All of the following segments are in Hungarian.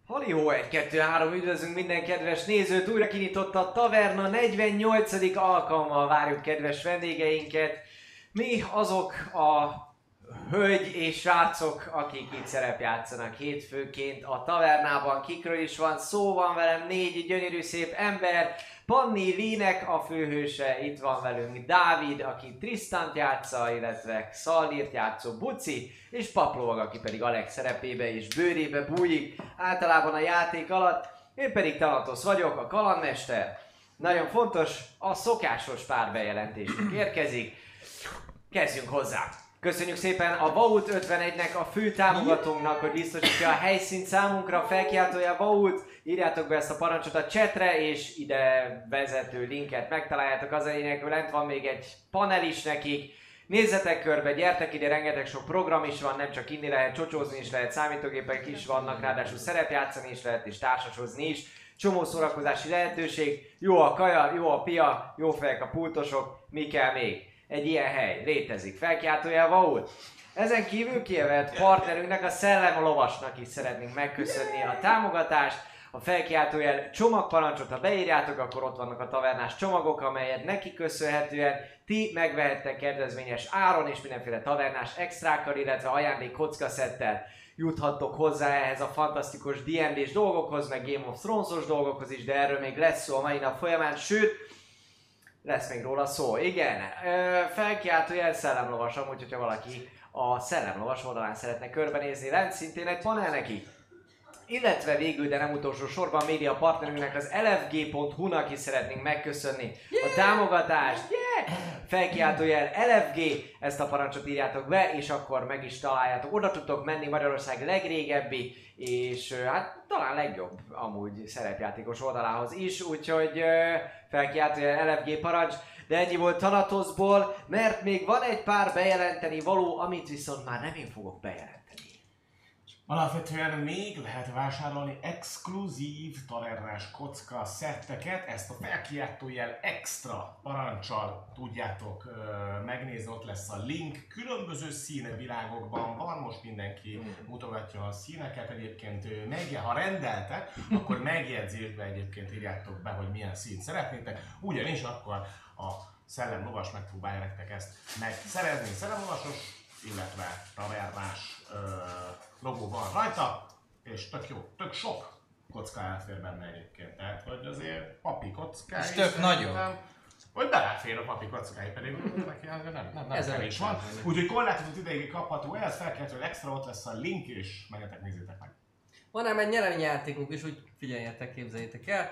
Halihó 1, 2, 3, üdvözlünk minden kedves nézőt, újra kinyitotta a taverna, 48. alkalommal várjuk kedves vendégeinket. Mi azok a hölgy és srácok, akik itt szerepjátszanak hétfőként a tavernában. Kikről is van szó, van velem 4 gyönyörű szép ember. Panni Línek a főhőse, itt van velünk Dávid, aki Tristant játsza, illetve Szalírt játszó Buci, és Paplovag, aki pedig Alex szerepébe és bőrébe bújik általában a játék alatt. Én pedig Thanatos vagyok, a kalandmester. Nagyon fontos, a szokásos pár bejelentésünk érkezik. Kezdjünk hozzá! Köszönjük szépen a Vault 51-nek, a fő támogatónknak, hogy biztosítja a helyszínt számunkra, felkiáltója Vault. Írjátok be ezt a parancsot a chatre, és ide vezető linket megtaláljátok. Az a lényeg, hogy lent van még egy panel is nekik. Nézzetek körbe, gyertek ide, rengeteg sok program is van, nem csak inni lehet, csocsózni is lehet, számítógépek is vannak, ráadásul szerepjátszani is lehet, és társasozni is. Csomó szórakozási lehetőség, jó a kaja, jó a pia, jó fejek a pultosok, mi kell még? Egy ilyen hely létezik, felkiáltója Vault. Ezen kívül kiemelt partnerünknek, a Szellem Lovasnak is szeretnénk megköszönni a támogatást. A felkiáltójel csomagparancsot, ha beírjátok, akkor ott vannak a tavernás csomagok, amelyet neki köszönhetően ti megvehettek kedvezményes áron és mindenféle tavernás extrákkal, illetve ajándék kockaszettel juthattok hozzá ehhez a fantasztikus D&D-s dolgokhoz, meg Game of Thrones-os dolgokhoz is, de erről még lesz szó a mai nap folyamán, sőt, lesz még róla szó. Igen, felkiáltójel Szellemlovas, amúgy, hogyha valaki a Szellemlovas oldalán szeretne körbenézni, lent szintén egy panel neki. Illetve végül, de nem utolsó sorban média partnerünknek, az lfg.hu-nak is szeretnénk megköszönni a támogatást. Felkiáltójel LFG, ezt a parancsot írjátok be, és akkor meg is találjátok. Oda tudtok menni, Magyarország legrégebbi, és hát talán legjobb amúgy szerepjátékos oldalához is, úgyhogy felkiáltójel LFG parancs. De ennyi volt Thanatosból, mert még van egy pár bejelenteni való, amit viszont már nem én fogok bejelenteni. Alapvetően még lehet vásárolni exkluzív tavernás kocka szetteket, ezt a felkiáltójel extra parancsal tudjátok megnézni, ott lesz a link, különböző színvilágokban van, most mindenki mutogatja a színeket, egyébként ha rendeltek, akkor megjegyzésbe egyébként írjátok be, hogy milyen színt szeretnétek, ugyanis akkor a Szellemlovas megpróbálja nektek ezt megszerezni, Szellemlovasos, illetve tavernás logó van rajta, és tök jó, tök sok kocka elfér benne egyébként, tehát hogy azért papi kockái. És tök nagyobb. Hogy belefér a papi kockái, pedig neki nem kevés van. Úgyhogy korlátozott ideig kapható ez, felkeltő extra, ott lesz a link, és menjetek, nézzétek meg. Van ám egy nyereményjátékunk is, úgy figyeljetek, képzeljétek el,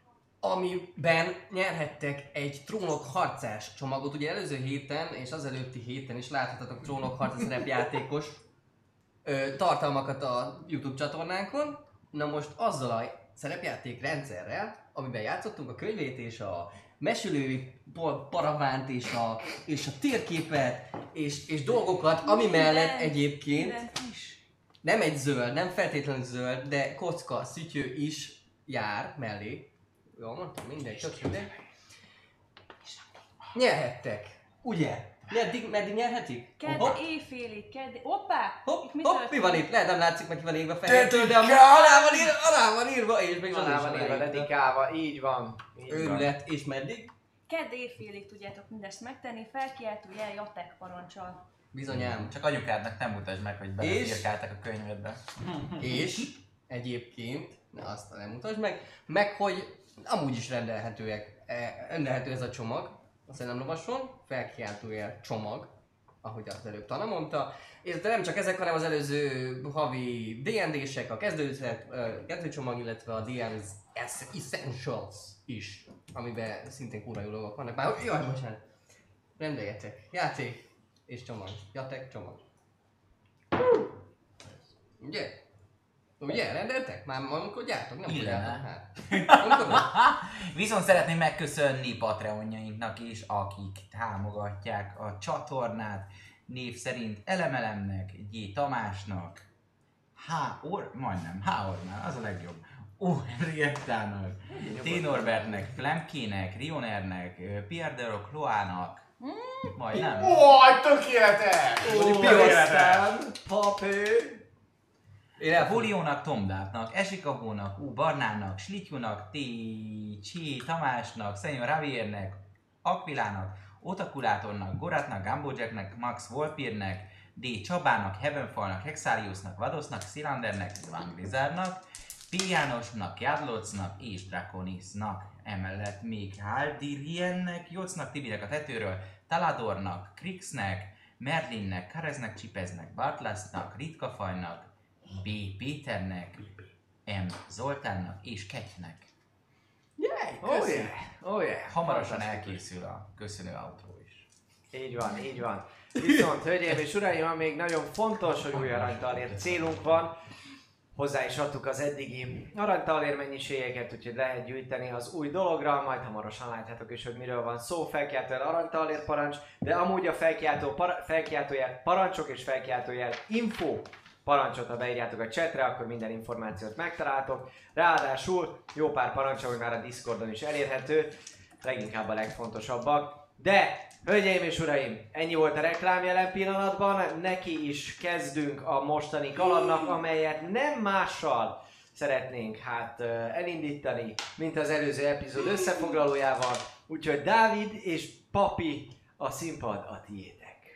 amiben nyerhettek egy Trónok harcás csomagot. Ugye előző héten és az előtti héten is láthatatok Trónok harcás szerepjátékos tartalmakat a YouTube csatornánkon. Na most azzal a szerepjáték rendszerrel, amiben játszottunk a könyvét és a mesélői paravánt és a térképet és dolgokat, ami mellett egyébként nem egy zöld, nem feltétlenül zöld, de kocka, szütyő is jár mellé. Jól mondtam, mindegy, tök mindegy. Nyerhettek, ugye? Meddig nyerhetik? Kedd éjfélig, kedd... Hoppá! Hopp, mi van itt? Lehet nem látszik, mert ki van égve fehértől, de alá van írva, és még alá van írva, dedikálva, így van. Őrület, és meddig? Kedd éjfélig tudjátok mindezt megtenni, felkiáltójel Jatek parancsal. Bizonyám. Csak anyukádnak nem mutasd meg, hogy beleírkáltak a könyvedbe. És egyébként, azt nem mutasd meg hogy amúgy is rendelhető ez a csomag a Szellemlovason, felkiáltójel csomag, ahogy az előbb Tana mondta. És nem csak ezek, hanem az előző havi D&D-sek, a kezdőcsomag, illetve a DM's Essentials is, amiben szintén kurva jó dolgok vannak. Már jaj, bocsánat. Rendeljetek. Játék és csomag. Jatek, csomag. Ugye? Ugye? Rendeltek? Már magunkodjátok? Nem tudjátok? Hát. Viszont szeretném megköszönni Patreonjainknak is, akik támogatják a csatornát. Név szerint Elemelemnek, G. Tamásnak, H. Ormán, az a legjobb. Henriettának, T. Norbertnek, Flemkének, Rionernek, Pierre de Rocloának, majdnem. Tökéletes! Piasztán, papé! Buliónak, Tomdápnak, Esikabónak, Barnának, Slityúnak, Csi Tamásnak, Szenyor Javiernek, Aquilának, Otakulátornak, Goratnak, Gambojacknek, Max Volpirnek, D. Csabának, Heavenfallnak, Hexariusnak, Vadosnak, Silandernek, Van Blizzardnak, P. Jánosnak, Jadlocnak és Draconisnak. Emellett még Haldiriennek, Jocnak, Tibinek a tetőről, Taladornak, Krixnek, Merlinnek, Kareznek, Csipeznek, Bartlasznak, Ritkafajnak, B. Péternek, M. Zoltánnak és Ketynek. Oh yeah, oh yeah. Hamarosan elkészül a köszönő autó is. Így van, így van. Viszont, hölgyeim és uraim, van még nagyon fontos, hogy új aranytalér célunk van. Hozzá is adtuk az eddigi aranytalér mennyiségeket, úgyhogy lehet gyűjteni az új dologra, majd hamarosan látjátok is, hogy miről van szó. Felkiáltójel aranytalér parancs, de amúgy a felkiáltójel parancsok és felkiáltójel info parancsot, ha beírjátok a chatre, akkor minden információt megtaláltok. Ráadásul jó pár parancs, ami már a Discordon is elérhető, leginkább a legfontosabbak. De, hölgyeim és uraim, ennyi volt a reklám jelen pillanatban, neki is kezdünk a mostani kalandnak, amelyet nem mással szeretnénk elindítani, mint az előző epizód összefoglalójával. Úgyhogy Dávid és Papi, a színpad a tiétek.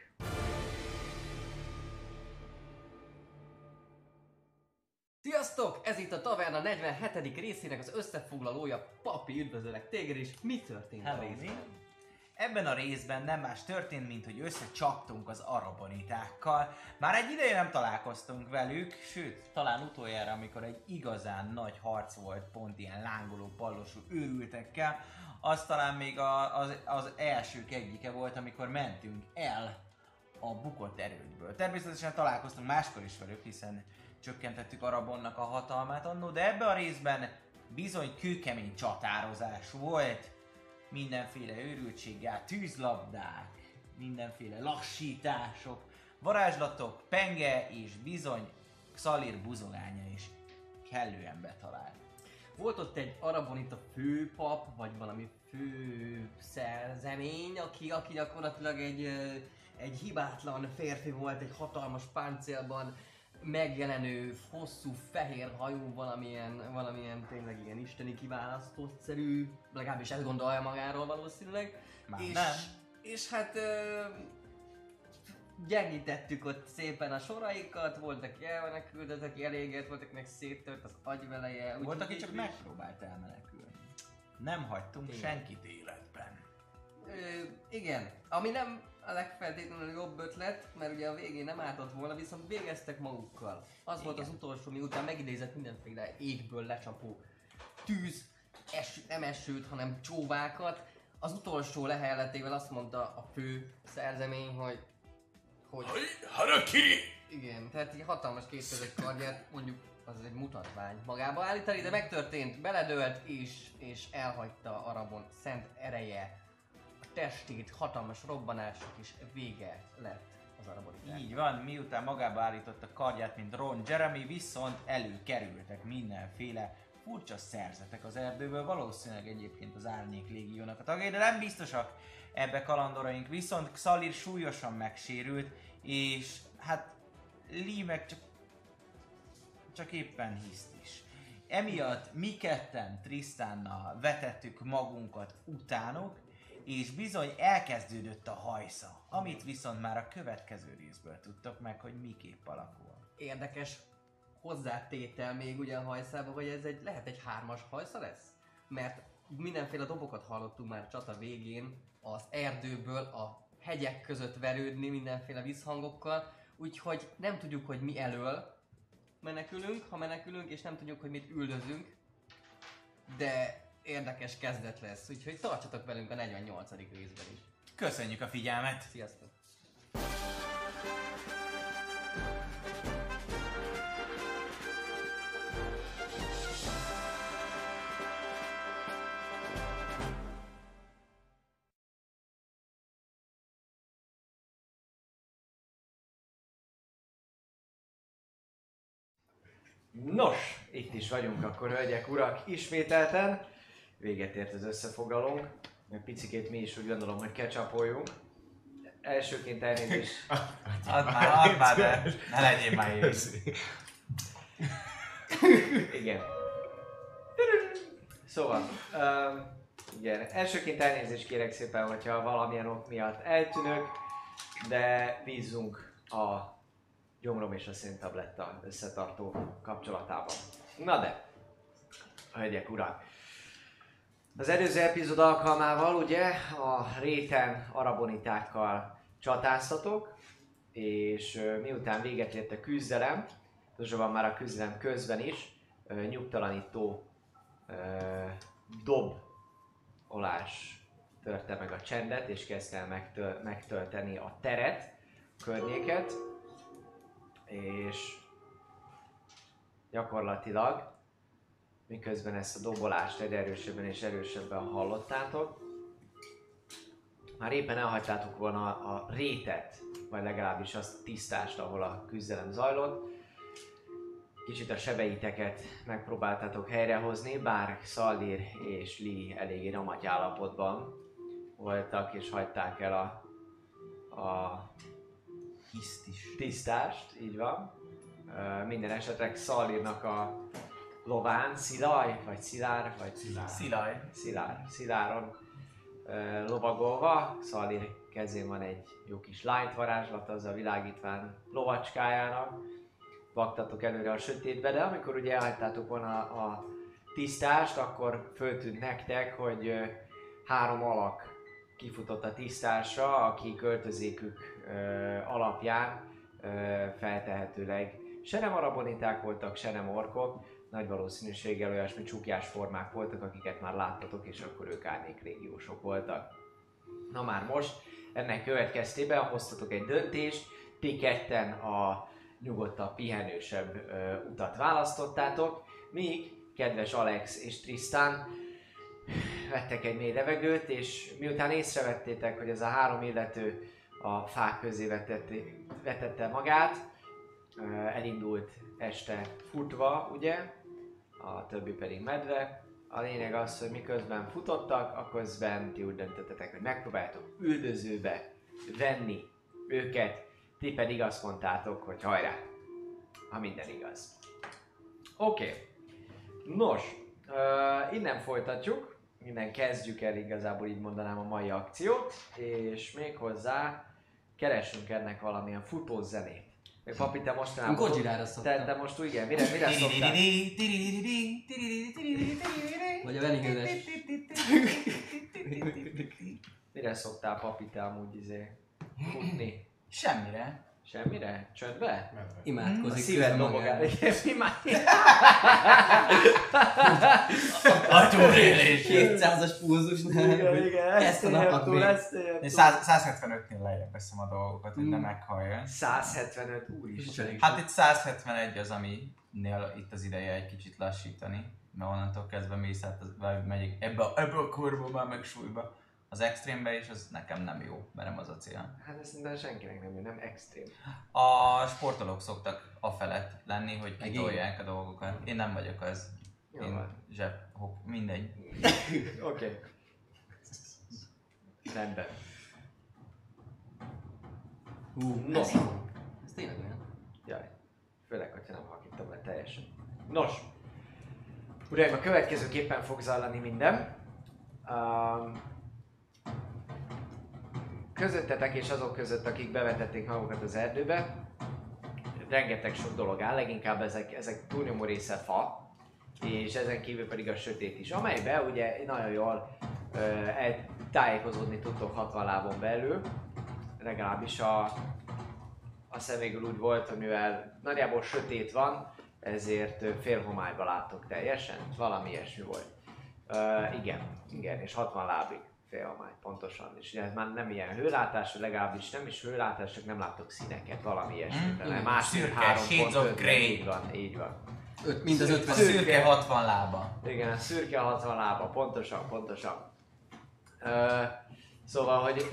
Sziasztok! Ez itt a Taverna 47. részének az összefoglalója. Papi, üdvözöllek téged is. Mi történt a részben? Ebben a részben nem más történt, mint hogy összecsaptunk az arabonitákkal. Már egy ideje nem találkoztunk velük, sőt, talán utoljára, amikor egy igazán nagy harc volt pont ilyen lángoló, pallosú őrültekkel, az talán még az elsők egyike volt, amikor mentünk el a bukott erődből. Természetesen találkoztunk máskor is velük, hiszen csökkentettük Arabonnak a hatalmát annó, de ebben a részben bizony kőkemény csatározás volt, mindenféle őrültséggel, tűzlabdák, mindenféle lassítások, varázslatok, penge és bizony Xalir buzogánya is kellően betalált. Volt ott egy arabonita főpap, vagy valami fő szerzemény, aki gyakorlatilag egy hibátlan férfi volt, egy hatalmas páncélban megjelenő, hosszú, fehér hajú, valamilyen tényleg ilyen isteni kiválasztott-szerű, legalábbis ezt gondolja magáról valószínűleg. Már és, nem. És hát gyengítettük ott szépen a soraikat, volt, aki elmenekült, aki elégett, volt, akinek széttört az agyveleje. Volt, aki csak megpróbált elmenekülni. Nem hagytunk senkit életben. Igen, ami nem a legfeltétlenül jobb ötlet, mert ugye a végén nem ártott volna, viszont végeztek magukkal. Az volt az utolsó, miután megidézett mindenféle égből lecsapó tűz, nem esőt, hanem csóvákat. Az utolsó lehelletével azt mondta a fő szerzemény, hogy Harakiri! igen, tehát egy hatalmas kétkezes kardját mondjuk az egy mutatvány magába állítani, de megtörtént, beledőlt és elhagyta Arabon szent ereje. Testét, hatalmas robbanások és vége lett az arabonitáknak. Így van, miután magába állította kardját, mint Ron Jeremy, viszont előkerültek mindenféle furcsa szerzetek az erdőből, valószínűleg egyébként az Árnyék Légiónak a tagjai, de nem biztosak ebbe kalandoraink, viszont Xalir súlyosan megsérült, és hát Lee meg csak éppen hiszt is. Emiatt mi ketten Tristánnal vetettük magunkat utánuk, és bizony elkezdődött a hajsza, amit viszont már a következő részből tudtok meg, hogy miképp alakul. Érdekes hozzátétel még ugye a hajszába, hogy ez lehet egy 3-as hajsza lesz? Mert mindenféle dobokat hallottunk már a csata végén az erdőből a hegyek között verődni mindenféle visszhangokkal, úgyhogy nem tudjuk, hogy mi elől menekülünk, ha menekülünk, és nem tudjuk, hogy mit üldözünk, de érdekes kezdet lesz, úgyhogy tartsatok velünk a 48. részben is. Köszönjük a figyelmet! Sziasztok! Nos, itt is vagyunk akkor, hölgyek, urak, ismételten. Véget ért az összefoglalónk. Egy picikét mi is úgy gondolom, hogy ketchupoljunk. Elsőként elnézést. Add már, de ne legyél már ész. Igen. Szóval, igen, elsőként elnézést kérek szépen, hogyha valamilyen ok miatt eltűnök, de bízzunk a gyomrom és a széntabletta összetartó kapcsolatában. Na de, hölgyek, urak! Az előző epizód alkalmával ugye a réten arabonitákkal csatáztatok, és miután véget ért a küzdelem, pontosabban már a küzdelem közben is, nyugtalanító dobolás törte meg a csendet, és kezdte el megtölteni a teret, a környéket, és gyakorlatilag miközben ezt a dobolást egyre erősebben és erősebben hallottátok, már éppen elhagytátok volna a rétet, vagy legalábbis azt a tisztást, ahol a küzdelem zajlott. Kicsit a sebeiteket megpróbáltátok helyrehozni, bár Szaldír és Lee eléggé ramagy állapotban voltak és hagyták el a tisztást, így van. Minden esetre Szaldírnak a lován, Szilaj, vagy Szilár, vagy Sziláron lovagolva. Szaldír kezén van egy jó kis lányt varázslata, az a világítván lovacskájának. Vaktatok előre a sötétbe, de amikor ugye elhagytátok volna a tisztást, akkor föltűnt nektek, hogy 3 alak kifutott a tisztásra, aki költözékük alapján feltehetőleg se nem araboniták voltak, se nem orkok, nagy valószínűséggel olyasmi csukjás formák voltak, akiket már láttatok, és akkor ők árnyéklégiósok voltak. Na már most, ennek következtében hoztatok egy döntést, ti ketten a nyugodtabb, pihenősebb utat választottátok, míg kedves Alex és Tristan vettek egy mély levegőt, és miután észrevettétek, hogy ez a 3 illető a fák közé vetette magát, elindult este futva, ugye, a többi pedig medve. A lényeg az, hogy miközben futottak, akközben ti úgy döntöttetek, hogy megpróbáljátok üldözőbe venni őket, ti pedig azt mondtátok, hogy hajrá, ha minden igaz. Oké. Nos, innen folytatjuk, innen kezdjük el igazából, így mondanám, a mai akciót, és méghozzá keresünk ennek valamilyen futózenét. Még Papi, te mostanában... Godzillára szoktam. Te most igen, mire szoktál? Vagy a Venigőres. Mire szoktál, Papi, te amúgy futni? Semmire. Semmire? Csöndbe? A Imádkozik szíved dobogál. Agyúrélés. 200-as pulzusnál. Igen, ezt a napot még. 175-nél lejjebb veszem a dolgokat, hogy ne meghalljon. 175, úristen. Hát itt 171 az, aminél itt az ideje egy kicsit lassítani. Mert onnantól kezdve mész át, megyek ebbe a korba már meg súlyba. Az extrémbe is, az nekem nem jó, mert nem az a cél. Hát ez szerintem senkinek nem jó, nem extrém. A sportolók szoktak afelett lenni, hogy kitolják a dolgokat. Én nem vagyok az. Jó Én van. mindegy. Oké. Rendben. No. Ez tényleg olyan. Jaj. Főleg, hogyha nem halkítom le teljesen. Nos. Uraim, a következőképpen fog zajlani minden. Közöttetek és azok között, akik bevetették magukat az erdőbe, rengeteg sok dolog áll, leginkább ezek túlnyomó része fa, és ezen kívül pedig a sötét is, amelybe ugye nagyon jól tájékozódni tudtok 60 lábon belül, legalábbis a személyül úgy volt, hogy mivel nagyjából sötét van, ezért félhomályba láttok teljesen, valami ilyesmi volt. Igen, és 60 lábig félhomály, pontosan. És ugye ez már nem ilyen hőlátás, legalábbis nem is hőlátás, csak nem láttok színeket, valami ilyesmi. Szürke, Shades of Grey. Így van. Mind az 50. Szürke 60 lába. Igen, a szürke 60 lába, pontosan. Szóval, hogy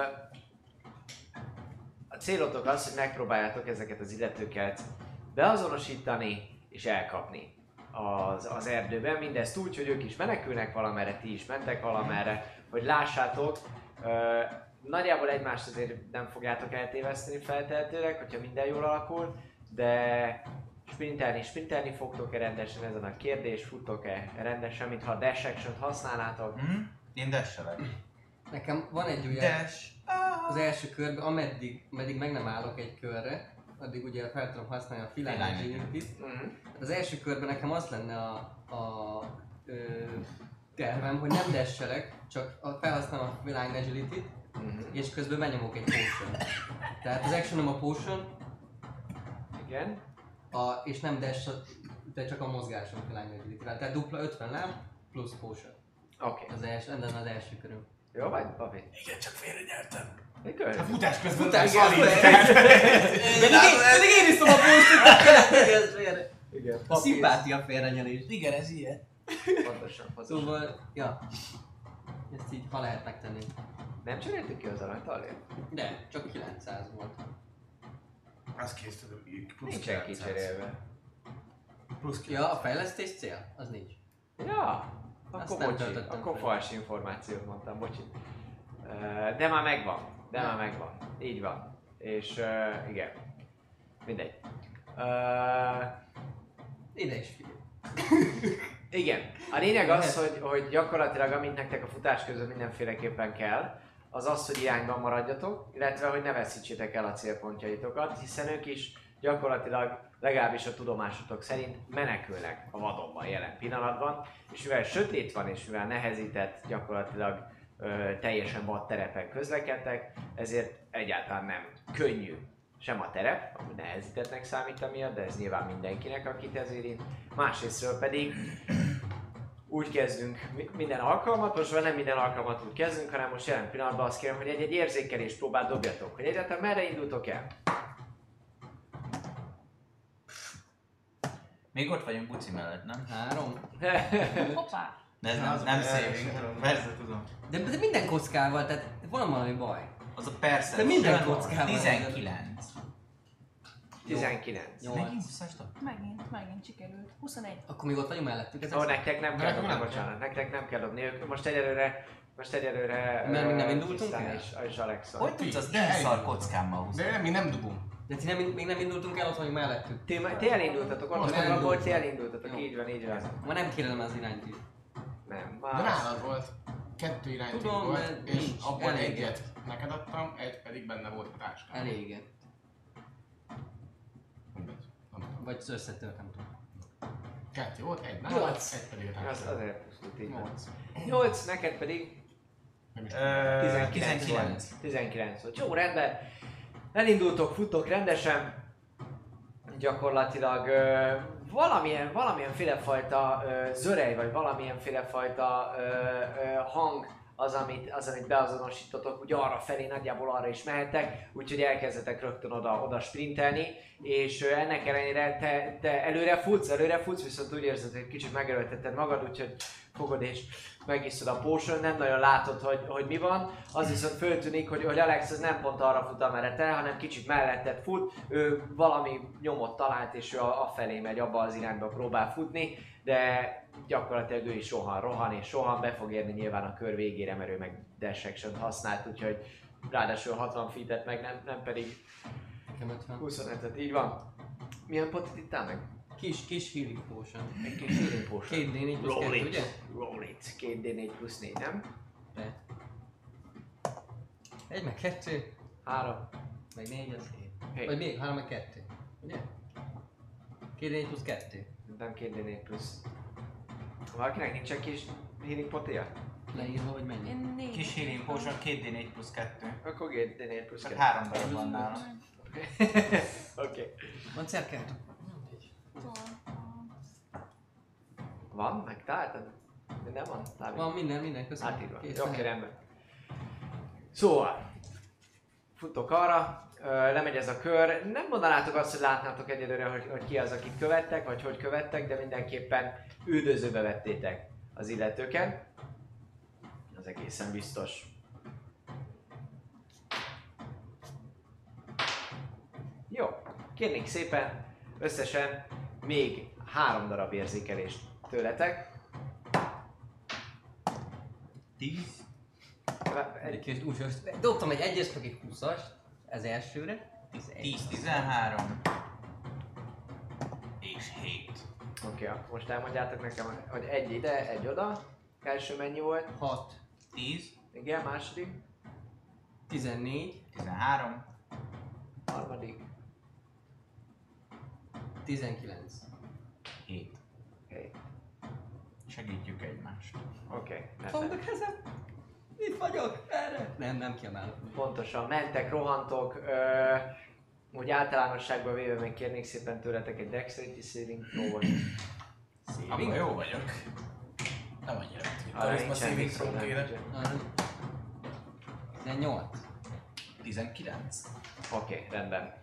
a célotok az, hogy megpróbáljátok ezeket az illetőket beazonosítani és elkapni az erdőben. Mindezt úgy, hogy ők is menekülnek valamerre, ti is mentek valamerre, hogy lássátok. Nagyjából egymást azért nem fogjátok eltéveszteni feltehetőleg, hogyha minden jól alakul, de Sprintelni fogtok-e rendesen, ezen a kérdés, futtok-e rendesen, mintha a dash action-t használnátok? Én dasselek. Nekem van egy olyan Dash. az első körben, ameddig meg nem állok egy körre, addig ugye fel tudom használni a Feline Agility-t. Hát az első körben nekem az lenne a tervem, hogy nem dasselek, csak felhasználom a Feline Agility-t, és közben benyomok egy potion. Tehát az actionom a potion, Igen. és nem dash, de csak a mozgásom Feline Agility-vel. Tehát dupla 50 láb plusz potion. Oké. Ez lenne az első köröm. Jó vagy, Papi? Igen, csak félre nyertem. Mikor? A futás közben Futás alig. Pedig én iszom a potion-t, Igen. a szimpátia félrenyelés. Igen, ez ilyen. Pontosan. Szóval, ja. Ezt így, ha lehet megtenni. Nem cseréltük ki az aranytalért? De, csak 900 volt. Az készítő, plusz Nincsen 900. kicserélve. Plusz 900. Ja, a fejlesztés cél? Az nincs. Ja, Azt akkor nem bocsi, töltöttem akkor fel. fals információt mondtam, bocsi. De már megvan, így van. És igen, mindegy. Ide is figyelj. Igen, a lényeg az, hogy gyakorlatilag amint nektek a futás közben mindenféleképpen kell, az az, hogy irányban maradjatok, illetve hogy ne veszítsétek el a célpontjaitokat, hiszen ők is gyakorlatilag, legalábbis a tudomásotok szerint menekülnek a vadonban jelen pillanatban, és mivel sötét van és mivel nehezített, gyakorlatilag teljesen vad terepen közlekedtek, ezért egyáltalán nem könnyű sem a terep, ami nehezítettnek számít amiatt, de ez nyilván mindenkinek, akit ez érint. Másrésztről pedig úgy kezdünk minden alkalmat, most már nem minden alkalmat úgy kezdünk, hanem most jelen pillanatban azt kérem, hogy egy érzékelést próbált dobjatok, hogy egyáltalán merre indultok el. Még ott vagyunk Buci mellett, nem? 3. Hoppá! De ez Az nem első saving. tudom. Persze tudom. De minden kockával, tehát van valami baj. Az a persze. De minden kockával. 19. 19. Jó. Megint 20-as dob? Megint sikerült. 21. Akkor még ott vagyunk mellettük ezek Ó, szerint? nektek nem De kell nekünk dobni, nem bocsánat, nektek nem kell dobni. Ők most egyelőre Mert még nem indultunk Krisztán el? és Alexa. Hogy tudsz az De én szar elindult. kockámmal húzni? De mi nem dugunk. De ti még nem indultunk el, ott vagyunk mellettük. Ti elindultatok, ott Most van abból, elindultunk. ti elindultatok, Jó. így van. Ma nem kérem az irányt is. Nem, De már... nálad volt. 2 iránytű Tudom, volt, de és nincs. abból Elég. egyet neked adtam, egy pedig benne volt a táskában. Eléget. Mindegy. Nem tudom. Vagy összetört, nem tudom. 2 volt, egy nálad, 8. egy pedig a Az, táskában. azért pusztult így van. 8. 8, neked pedig Nem is 19 volt. 19 volt. Jó, rendben. Elindultok, futtok rendesen. Gyakorlatilag valamilyen félefajta zörej, vagy valamilyen félefajta hang az, amit beazonosítotok, úgy arra felé, nagyjából arra is mehettek, úgyhogy elkezdetek rögtön oda sprintelni, és ennek ellenére te előre futsz, viszont úgy érzed, hogy kicsit megerőltetted magad, úgyhogy fogod és megiszod a potion, nem nagyon látod, hogy mi van. Az viszont föltűnik, hogy Alex az nem pont arra fut, amerre te, hanem kicsit melletted fut, ő valami nyomot talált, és ő afelé megy, abba az irányba próbál futni, de gyakorlatilag ő is rohan, be fog érni nyilván a kör végére, mert ő meg dash action-t használt, úgyhogy ráadásul 60 feet-et meg nem pedig Nekem 50. 25-et, így van. Milyen potit ittál meg? Kis healing potion. Egy kis healing potion. 2D4 plusz 2, ugye? Roll it. 2D4 plusz 4, nem? De. 1 meg 2, 3. meg 4 az 7. Hét. Vagy még 3 meg 2. Ugye? 2D4 plusz 2. Nem 2D4 plusz. Valakinek nincsen kis healing potja? Leírva, hogy mennyi? Én 4. Kis healing potion 2d4 plusz 2. Akkor 2D4 plusz Csak 2. 3 darab van nálam. Oké. Van cerkelt? Van? Megtaláltad? Minden van? Lábig. Van minden, köszönöm. Átírva. Kész Jó, lehet. oké, rendben. Szóval, futok arra, lemegy ez a kör. Nem mondanátok azt, hogy látnátok egyelőre, hogy ki az, akit követtek, vagy hogy követtek, de mindenképpen üldözőbe vettétek az illetőket. Az egészen biztos. Jó, kérnék szépen, összesen még 3 darab érzékelést tőletek. 10. Egyébként úgy, hogy dobtam egy 1-es, meg egy 20-as, ez elsőre. 11. 10, 13. Oké, akkor most elmondjátok nekem, hogy egy ide, egy oda. Első mennyi volt? 6, 10, Igen, második, 14, 13, harmadik. 19. 7. Oké, Segítjük egymást. oké. Fogd a kezem! Itt vagyok! Erre! Nem kiabálok. Pontosan, mentek, rohantok. Úgy általánosságban véve meg kérnék szépen tőletek egy Dexterity saving throw-ot. Abban jó vagyok. Nem annyira. Charisma saving throw kérek. 18. 19. Oké, rendben.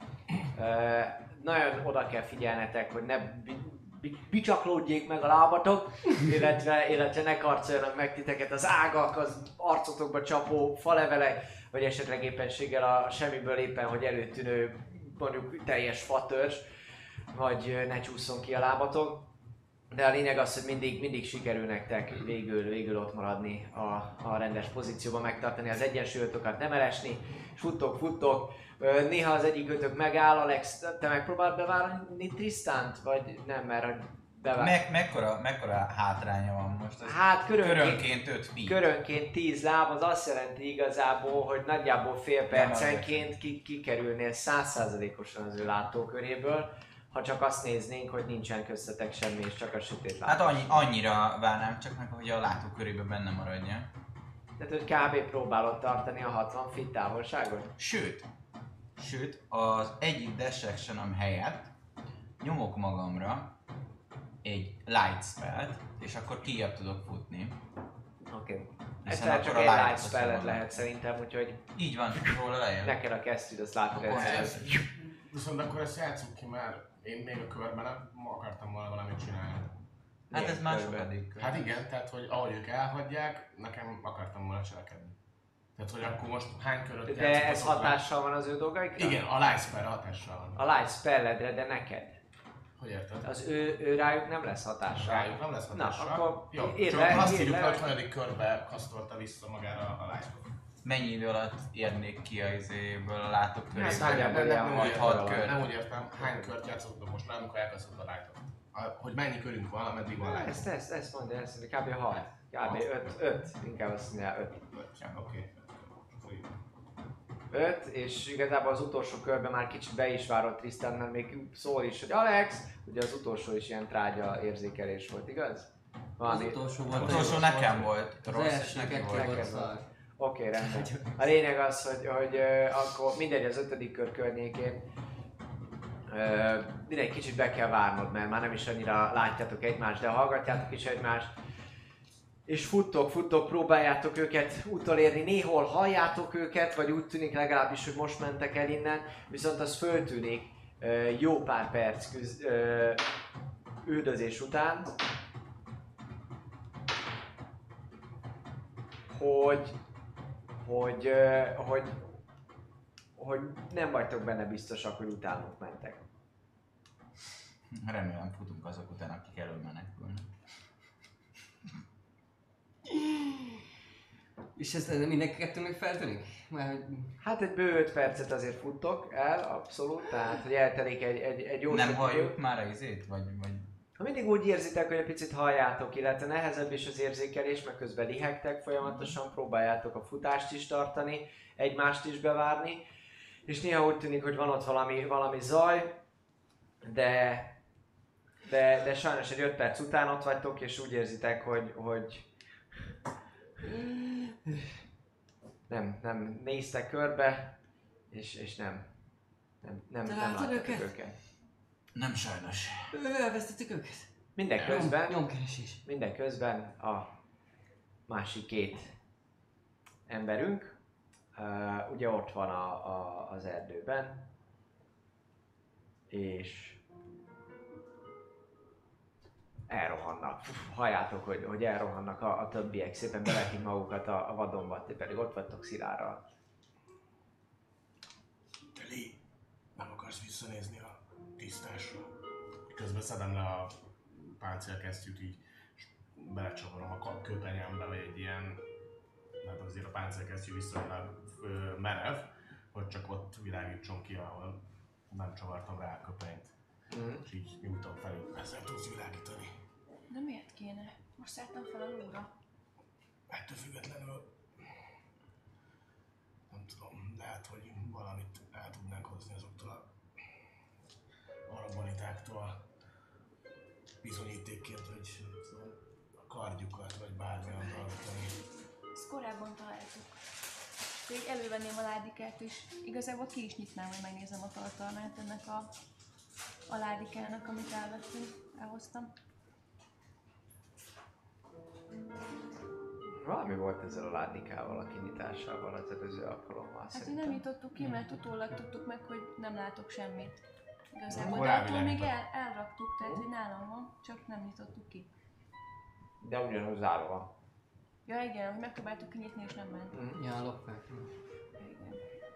Nagyon oda kell figyelnetek, hogy ne bicsaklódjék meg a lábatok, illetve ne karcoljanak meg titeket az ágak, az arcotokba csapó falevelek, vagy esetleg éppenséggel a semmiből éppen, hogy előtűnő mondjuk teljes fatörzs, vagy ne csúszson ki a lábatok. De a lényeg az, hogy mindig sikerül nektek végül ott maradni a rendes pozícióban, megtartani az egyensúlyotokat, nem elesni, és futtok. Néha az egyik ötök megáll, Alex, te megpróbáld bevárni Tristant, vagy nem, mert Mekkora hátránya van most? Hát Körönként 5 feet. Körönként 10 láb, az azt jelenti igazából, hogy nagyjából fél percenként kikerülnél 100%-osan az ő látóköréből, ha csak azt néznénk, hogy nincsen köztetek semmi, és csak a sötét látás. Hát annyira várnám csak meg, hogy a látókörében benne maradja. Tehát, hogy kb. Próbálod tartani a 60 feet távolságot? Sőt, az egyik dash actionom helyett nyomok magamra egy light spellt, és akkor kijebb tudok futni. Oké. Hiszen Egyszer csak akkor a egy light light spellet az lehet szerintem, úgyhogy Így van, róla lejön. neked a kesztyűd, azt látod Akkor egyszer. Viszont akkor ezt játsszuk ki, mert én még a körben nem akartam volna valamit csinálni. Hát ez már Körbe. sokadik. Hát igen, tehát hogy ahogy ők elhagyják, nekem akartam volna cselekedni. Tehát hogy akkor most hány köröt De ez hatással van az ő dolgaikra? Igen, a light spell hatással van. A light spelledre, de neked. Hogy érted? Az ő rájuk nem lesz hatással. Rájuk nem lesz hatással. Na, akkor jó, írd csak le, azt írd írjuk, le, hogy hanyadik körbe kasztolta vissza magára a light spell. Mennyi idő alatt érnék ki az izéből a látóköréből? Ezt nagyjából ilyen nem, vagy úgy 6 értem, kör. nem úgy értem, hány kört játszottunk most rá, amikor elkasztott a lightot. Hogy mennyi körünk van, ameddig van light. ezt mondja, ezt mondja, kb. 6. Kb. 5. Inkább azt mondja 5. Oké. 5, és igazából az utolsó körben már kicsit be is várott Tristan, mert még szól is, hogy Alex, ugye az utolsó is ilyen trágya érzékelés volt, igaz? Az Valami... utolsó Az volt. utolsó nekem volt Az rossz, és első neki kettő volt. volt Neked szar. Oké, rendben. A lényeg az, hogy akkor mindegy az 5. kör környékén mindegy kicsit be kell várnod, mert már nem is annyira látjátok egymást, de hallgatjátok is egymást. És futtok, próbáljátok őket utolérni, néhol halljátok őket, vagy úgy tűnik legalábbis, hogy most mentek el innen, viszont az föltűnik jó pár perc üldözés után, hogy nem vagytok benne biztosak, hogy utánuk mentek. Remélem futunk azok után, akik elől menekülnek. És ez mindenki kettőnek feltűnik? Mert Hát egy bő 5 percet azért futtok el, abszolút, tehát hogy eltelik egy jó Nem sok halljuk idő. már a izét? Vagy... Ha mindig úgy érzitek, hogy egy picit halljátok, illetve nehezebb is az érzékelés, mert közben lihegtek folyamatosan, próbáljátok a futást is tartani, egymást is bevárni, és néha úgy tűnik, hogy van ott valami zaj, de sajnos egy 5 perc után ott vagytok, és úgy érzitek, hogy nem néztek körbe, és nem Találtad látjátok őket? őket. Nem sajnos. elvesztettük őket. Mindeközben a másik két emberünk, ugye ott van az erdőben, és elrohannak. Halljátok, hogy elrohannak a többiek, szépen bevetik magukat a vadonba, ti pedig ott vagytok Szilárral. Te Lee, nem akarsz visszanézni a tisztásra? Közben szedem le a páncélkesztyűt így, és belecsavarom a köpenyembe, vagy egy ilyen, mert azért a páncélkesztyű viszonylag merev, hogy csak ott világítson ki, ahol nem csavartam rá a köpenyt. És így nyújtom felül, ezzel tudsz világítani. kéne. Most szálltam fel a lóra. Ettől függetlenül nem tudom, lehet, hogy valamit el tudnánk hozni azoktól a arabanitáktól bizonyítékként, hogy a kardjukat vagy bármilyen dolgot. Ezt korábban találtuk. És így elővenném a ládikát, és igazából ki is nyitnám, hogy megnézem a tartalmát ennek a ládikának, amit elhoztam. Valami volt ezzel a ládnikával, a kinyitásával az előző alkalommal Hát, hogy szerintem. nem jutottuk ki, mert utólag tudtuk meg, hogy nem látok semmit. Igazából, de Korábbi attól még lehetett. elraktuk, tehát hogy nálam van, csak nem nyitottuk ki. De ugyanúgy zárva van. Ja igen, hogy megpróbáltuk kinyitni és nem ment. Ja, lopták. Igen.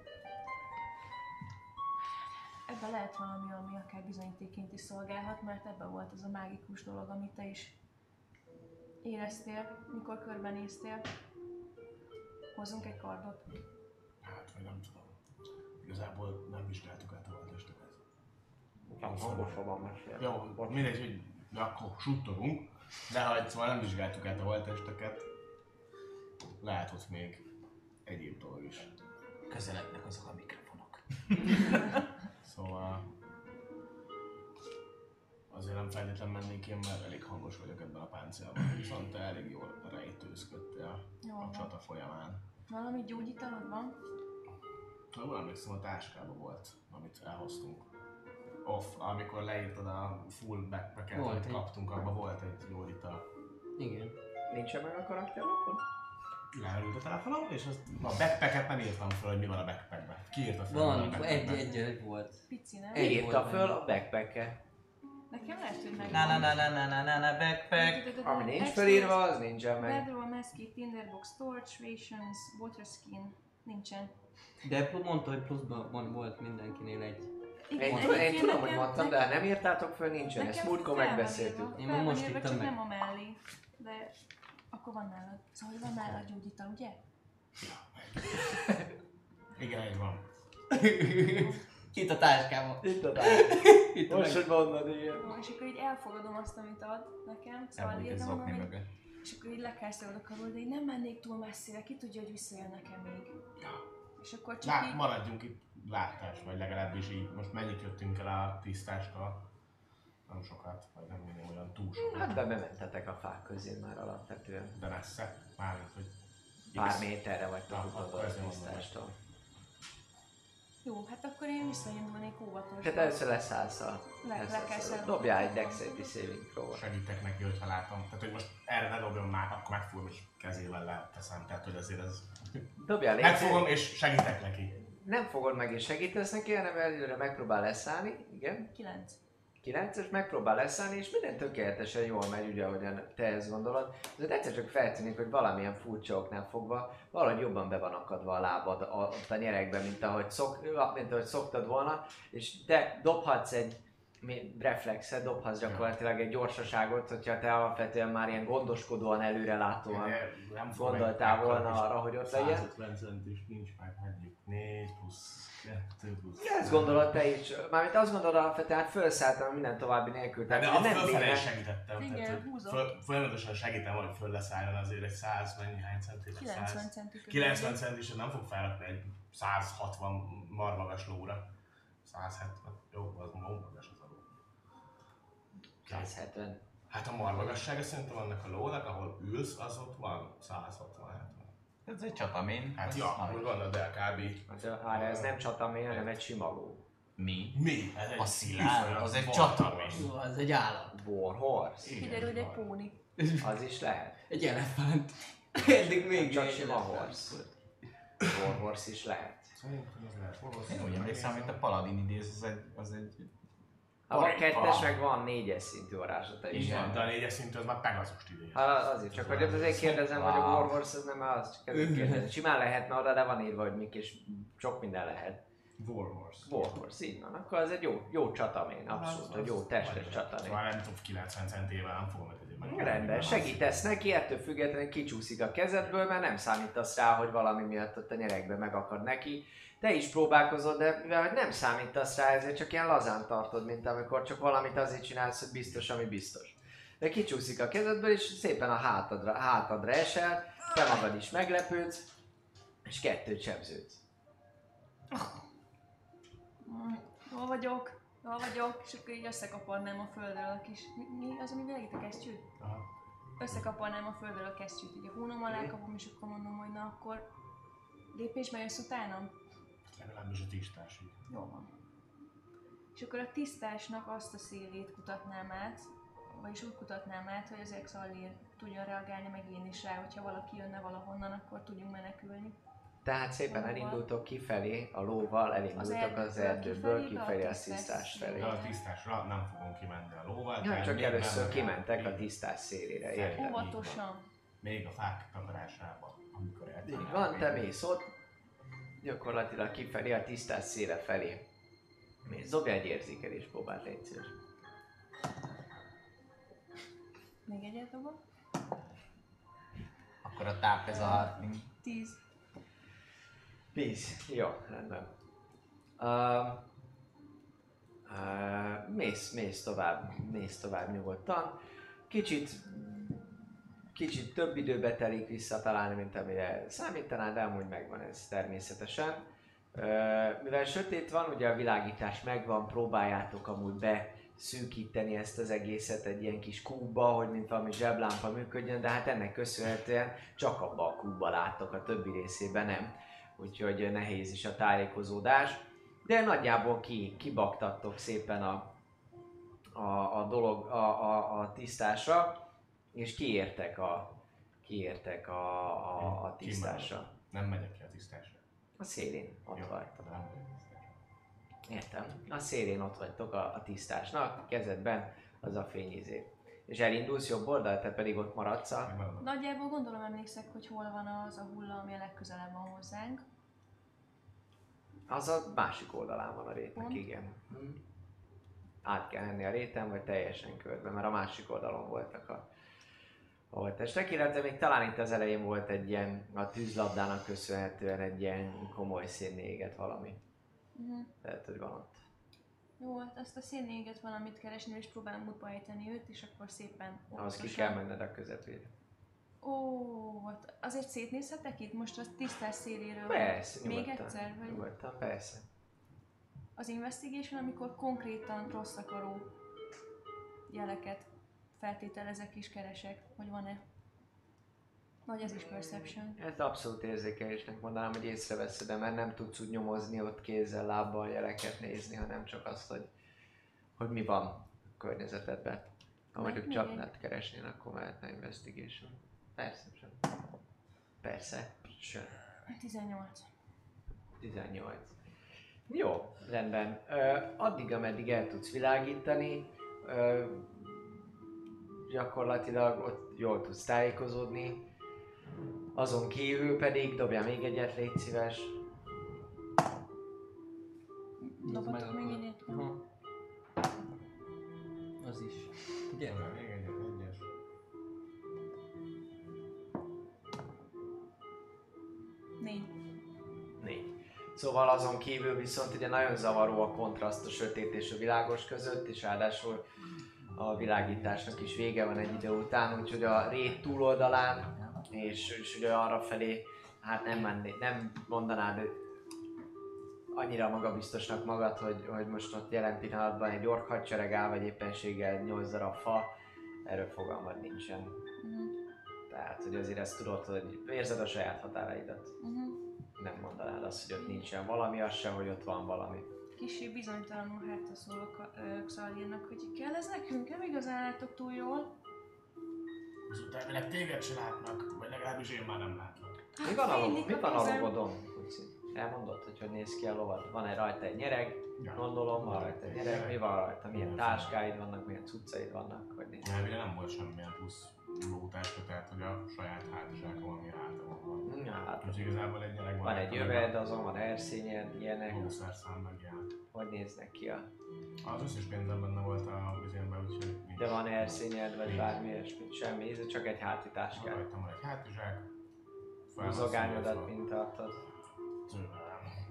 Ebben lehet valami, ami akár bizonyítékként is szolgálhat, mert ebben volt az a mágikus dolog, amit te is éreztél, mikor körbenéztél. Hozzunk egy kardot. Hát, vagy nem tudom. Igazából nem vizsgáltuk át a holttesteket. Hangosabban mesél. Jó, mindegy, hogy akkor suttogunk, de ha szóval nem vizsgáltuk át a holttesteket, lehet ott még egyéb dolog is. Közelednek azok a mikrofonok. Szóval azért nem feltétlenül mennék én, mert elég hangos vagyok ebben a páncélban, viszont te elég jól rejtőzködtél Jól a van. csata folyamán. Valami gyógyítalod van? Jól emlékszem, a táskában volt, amit elhoztunk. Amikor leírtad a full backpacket, Volt amit egy. kaptunk, abban volt egy jó ital. Igen. Nincsen meg a karakterlapon? Lemerült a telefonom, és azt, a backpacket nem írtam fel, hogy mi van a backpackben. Ki írta fel? Van, mi van a backpackben? egy volt. Pici, nem? Egy Írta volt föl benne. a backpacket. Nekem lehet, hogy meg. Na, backpack. Ami nincs felírva, az nincsen meg. Bedroll, Mesquite, Tinderbox, Torch, Rations, Waterskin. Nincsen. De mondta, hogy pluszban volt mindenkinél egy. Én egyébként tudom, hogy nekem- mondtam, de nem írtátok föl, nincsen. Ezt nekem múltkor fel van megbeszéltük. írva. Én Fel van most írva, írtam csak meg. nem a mellé. De akkor van nálad. Szóval, hogy van nálad gyógyítal, ugye? Igen, egy van. Itt a táskában. Itt a Itt a Most, hogy mondod, igen. Jó, és akkor így elfogadom azt, amit ad nekem. Szóval Elbújt az írtam, okni hogy... mögött. És akkor így lekelszolok arról, de így nem mennék túl messzire, ki tudja, hogy visszajön nekem még. Ja. És akkor csak így... Maradjunk itt látás, vagy legalábbis így. Most mennyit jöttünk el a tisztástól? Nem sokat, vagy nem mindig olyan túl sokat. Hát bementetek a fák közé már alapvetően. De messze. Mármint, hogy Pár méterre vagytok Na, utódó akkor a ezért mondom. tisztástól. Jó, hát akkor én visszaindulnék óvatosan. Tehát először leszállsz a... Lekelsz. Dobjál egy Dexterity saving throw-ot. segítek neki, hogyha látom. Tehát, hogy most erre ne dobjon már, akkor megfogom és kezével leteszem. Tehát, hogy azért ez... Dobjál Megfogom és segítek neki. Nem fogod meg és segítesz neki, hanem előre megpróbál leszállni. Igen. 9. 9-es megpróbál leszállni, és minden tökéletesen jól megy, ugye, ahogyan te ezt gondolod. De egyszer csak feltűnik, hogy valamilyen furcsa oknál fogva valahogy jobban be van akadva a lábad ott a nyerekben, mint ahogy szoktad volna, és te dobhatsz egy reflexet, dobhatsz gyakorlatilag egy gyorsaságot, hogyha te alapvetően már ilyen gondoskodóan, előrelátóan Nem fogom gondoltál egy- volna arra, hogy ott legyen. 150 centis nincs meg, hagyjuk. 4 plusz 2 plusz... Ezt gondolod te is, mármint azt gondolod alapvetően, hát felszálltam minden további nélkül, De tehát ugye a fölfele véle- is segítettem. Igen, tehát, hogy húzott. folyamatosan segítem, hogy föl leszálljon azért egy 100, mennyi hány centi? 90 centi. 90 centis, nem fog felrakni egy 160 marmagas lóra. 170, jó, az marmagas az a ló. 170. Hát a marmagassága szerintem annak a lónak, ahol ülsz, az ott van 160-70. Ez egy csatamén. Hát Ez ja, nagy. úgy gondolod el kb. Hát ez nem csatamén, hanem egy sima ló. Mi? Mi? Ez egy A szilárd, iszonyat az egy volt, csatamény. ami- Jó, az egy állat. Warhorse? Igen, Kiderül, hogy egy van. póni. Az is lehet. Egy elefánt. Eddig még Csak egy sima elefánt horse. volt. Warhorse is lehet. Szerintem ez lehet. Én úgy emlékszem, amit a Paladin idéz, az egy... Ha van kettes, Ah. meg van 4-es szintű varázslata is. Igen, de a 4-es szintű az már Pegasus idéz. Hát azért csak, hogy azért kérdezem, hogy a Warhorse az nem az, csak ezért kérdezem. Simán lehetne oda, de van írva, hogy mik, és sok minden lehet. Warhorse. Warhorse, így van. Akkor az egy jó csatamén, abszolút, hogy jó testes csatamén. Szóval nem tudom, 90 centével nem fogom meg meg. Rendben, segítesz neki, ettől függetlenül kicsúszik a kezedből, mert nem számítasz rá, hogy valami miatt ott a nyerekbe megakad neki. Te is próbálkozod, de mivel hogy nem számítasz rá, ezért csak ilyen lazán tartod, mint amikor csak valamit azért csinálsz, hogy biztos, ami biztos. de kicsúszik a kezedből, és szépen a hátadra esel, te magad is meglepődsz, és 2 sebződsz. Jól vagyok, és akkor így összekaparnám a földről a kis... Mi az, ami világít a kesztyűt? Aha. Összekaparnám a földről a kesztyűt, így a hónom alá kapom, és akkor mondom, hogy na akkor lépés, meg jössz utánam. Legalábbis a tisztásig. Jó van. És akkor a tisztásnak azt a szélét kutatnám át, vagyis úgy kutatnám át, hogy az ex-allér tudjon reagálni, meg én is rá, hogyha valaki jönne valahonnan, akkor tudjunk menekülni. Tehát szépen elindultok kifelé, a lóval elindultak az erdőből kifelé a tisztás felé. De a tisztásra nem fogunk kimenni a lóval. Ja, tehát csak még először nem kimentek a így. tisztás szélére, érted? Óvatosan. Még a fák takarásába, amikor eltűnik. Így van, te mész ott, gyakorlatilag kifelé a tisztás széle felé. Mész, dobj egy érzékelés próbát, légy szíves. Még egyet dobom. Akkor a táp ez a harcling. 10. 10. Jó, rendben. Mész tovább nyugodtan. Kicsit több időbe telik visszatalálni, mint amire számítanál, de amúgy megvan ez természetesen. Mivel sötét van, ugye a világítás megvan, próbáljátok amúgy beszűkíteni ezt az egészet egy ilyen kis kúbba, hogy mint valami zseblámpa működjön, de hát ennek köszönhetően csak abba a kúbba láttok, a többi részében nem. Úgyhogy nehéz is a tájékozódás. De nagyjából kibaktattok szépen a tisztásra, és kiértek a tisztásra. Nem megyek ki a tisztásra. A szélén ott Jó, vagytok. nem megyek a tisztásra. Értem. A szélén ott vagytok a tisztásnak, kezedben az a fényizé. És elindulsz jobb oldal, te pedig ott maradsz a... Megmaradok. Nagyjából gondolom emlékszek, hogy hol van az a hulla, ami a legközelebb van hozzánk. Az a másik oldalán van a rétnek, Pont. igen. Át kell menni a réten, vagy teljesen körbe, mert a másik oldalon voltak a holttestek, illetve még talán itt az elején volt egy ilyen, a tűzlabdának köszönhetően egy ilyen komoly szénné égett valami. Lehet, hogy van ott. Jó, hát azt a szénnéget valamit keresni, és próbálom útba ejteni őt, és akkor szépen Ahhoz ki kell menned a közepére. Ó, hát azért szétnézhetek itt most a tisztás széléről? Persze, Még nyugodtan. egyszer? Vagy Nyugodtan, persze. az investigation, amikor konkrétan rossz akaró jeleket feltételezek és keresek, hogy van-e? Vagy ez is perception? Ez abszolút érzékelésnek mondanám, hogy észreveszed, de mert nem tudsz úgy nyomozni ott kézzel, lábbal jeleket nézni, hanem csak azt, hogy mi van a környezetedben. Ha mondjuk még csak egy? net keresnél, akkor mehetne investigation. Persze, sem. Persze, sem. 18. 18. Jó, rendben. Addig, ameddig el tudsz világítani, gyakorlatilag ott jól tudsz tájékozódni. Azon kívül pedig dobjál még egyet, légy szíves. Dobhatok még egyet? Aha. Az is. Ugye? Még egyet, egyes. 4. 4. Szóval azon kívül viszont ugye nagyon zavaró a kontraszt a sötét és a világos között, és ráadásul a világításnak is vége van egy idő után, úgyhogy a rét túloldalán, és ugye arra felé, hát nem mondanád annyira magabiztosnak magad, hogy most ott jelen pillanatban egy ork hadsereg áll, vagy éppenséggel 8 darab fa, erről fogalmad nincsen. Tehát, hogy azért ezt tudod, hogy érzed a saját határaidat. Nem mondanád azt, hogy ott nincsen valami, az se, hogy ott van valami. Kissé bizonytalanul hátra szólok Xalirnak, hogy kell ez nekünk? Nem igazán látok túl jól. Azután elvileg téged se látnak, vagy legalábbis én már nem látlak. Fénylik Mi a van a kezem. logodon? Elmondod, hogy néz ki a lovad? Van-e rajta egy nyereg? Gondolom, van rajta egy nyereg. Mi van rajta? Milyen táskáid vannak, milyen cuccaid vannak? Hogy néz ki? Elvileg nem volt semmilyen plusz lótáska, tehát hogy a saját hátizsákom, ami hátamon van. Ja, hát Úgyhogy igazából egy nyereg van egy rajta, jöved, azon van erszényed, ilyenek. Lószerszám meg ilyen. Hogy néznek ki a... Az összes pénzem benne volt a vizénben, úgyhogy nincs. De van erszényed, vagy bármi ilyesmi? Semmi, ez csak egy háti táskád. Rajtam van egy hátizsák. Húzogányodat, mint tartod. Tőlem.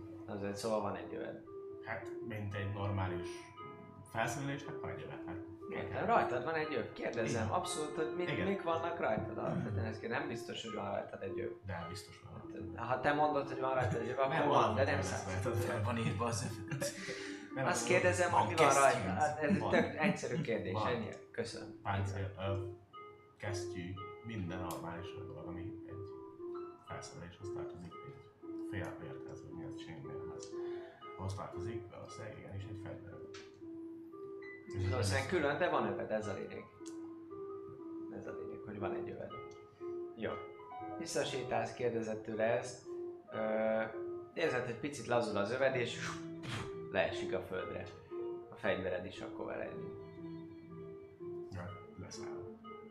Azért szóval van egy jöved. Hát, mint egy normális felszerelésnek van egy jövet, hát Értem, rajtad van egy öv. Kérdezem abszolút, hogy Igen. mik vannak rajtad alapvetően. Ez nem biztos, hogy van rajtad egy öv. De biztos van. Ha te mondod, hogy van rajtad egy öv, akkor van, de nem számít. Fel van írva az övet. Azt kérdezem, hogy mi van rajta. Hát ez egy tök egyszerű kérdés, Van. ennyi. Köszönöm. Páncél, kesztyű, minden normális dolog, ami egy felszereléshez tartozik, egy félvérthez, vagy mi az chainmailhez. Ahhoz tartozik, valószínűleg igen, és egy fegyver. Valószínűleg külön, de van öved, ez a lényeg. Ez a lényeg, hogy van egy öved. Jó. Visszasétálsz, kérdezett tőle ezt. Érzed, hogy picit lazul az öved, és leesik a földre. A fegyvered is akkor vele együtt. Ja, leszáll.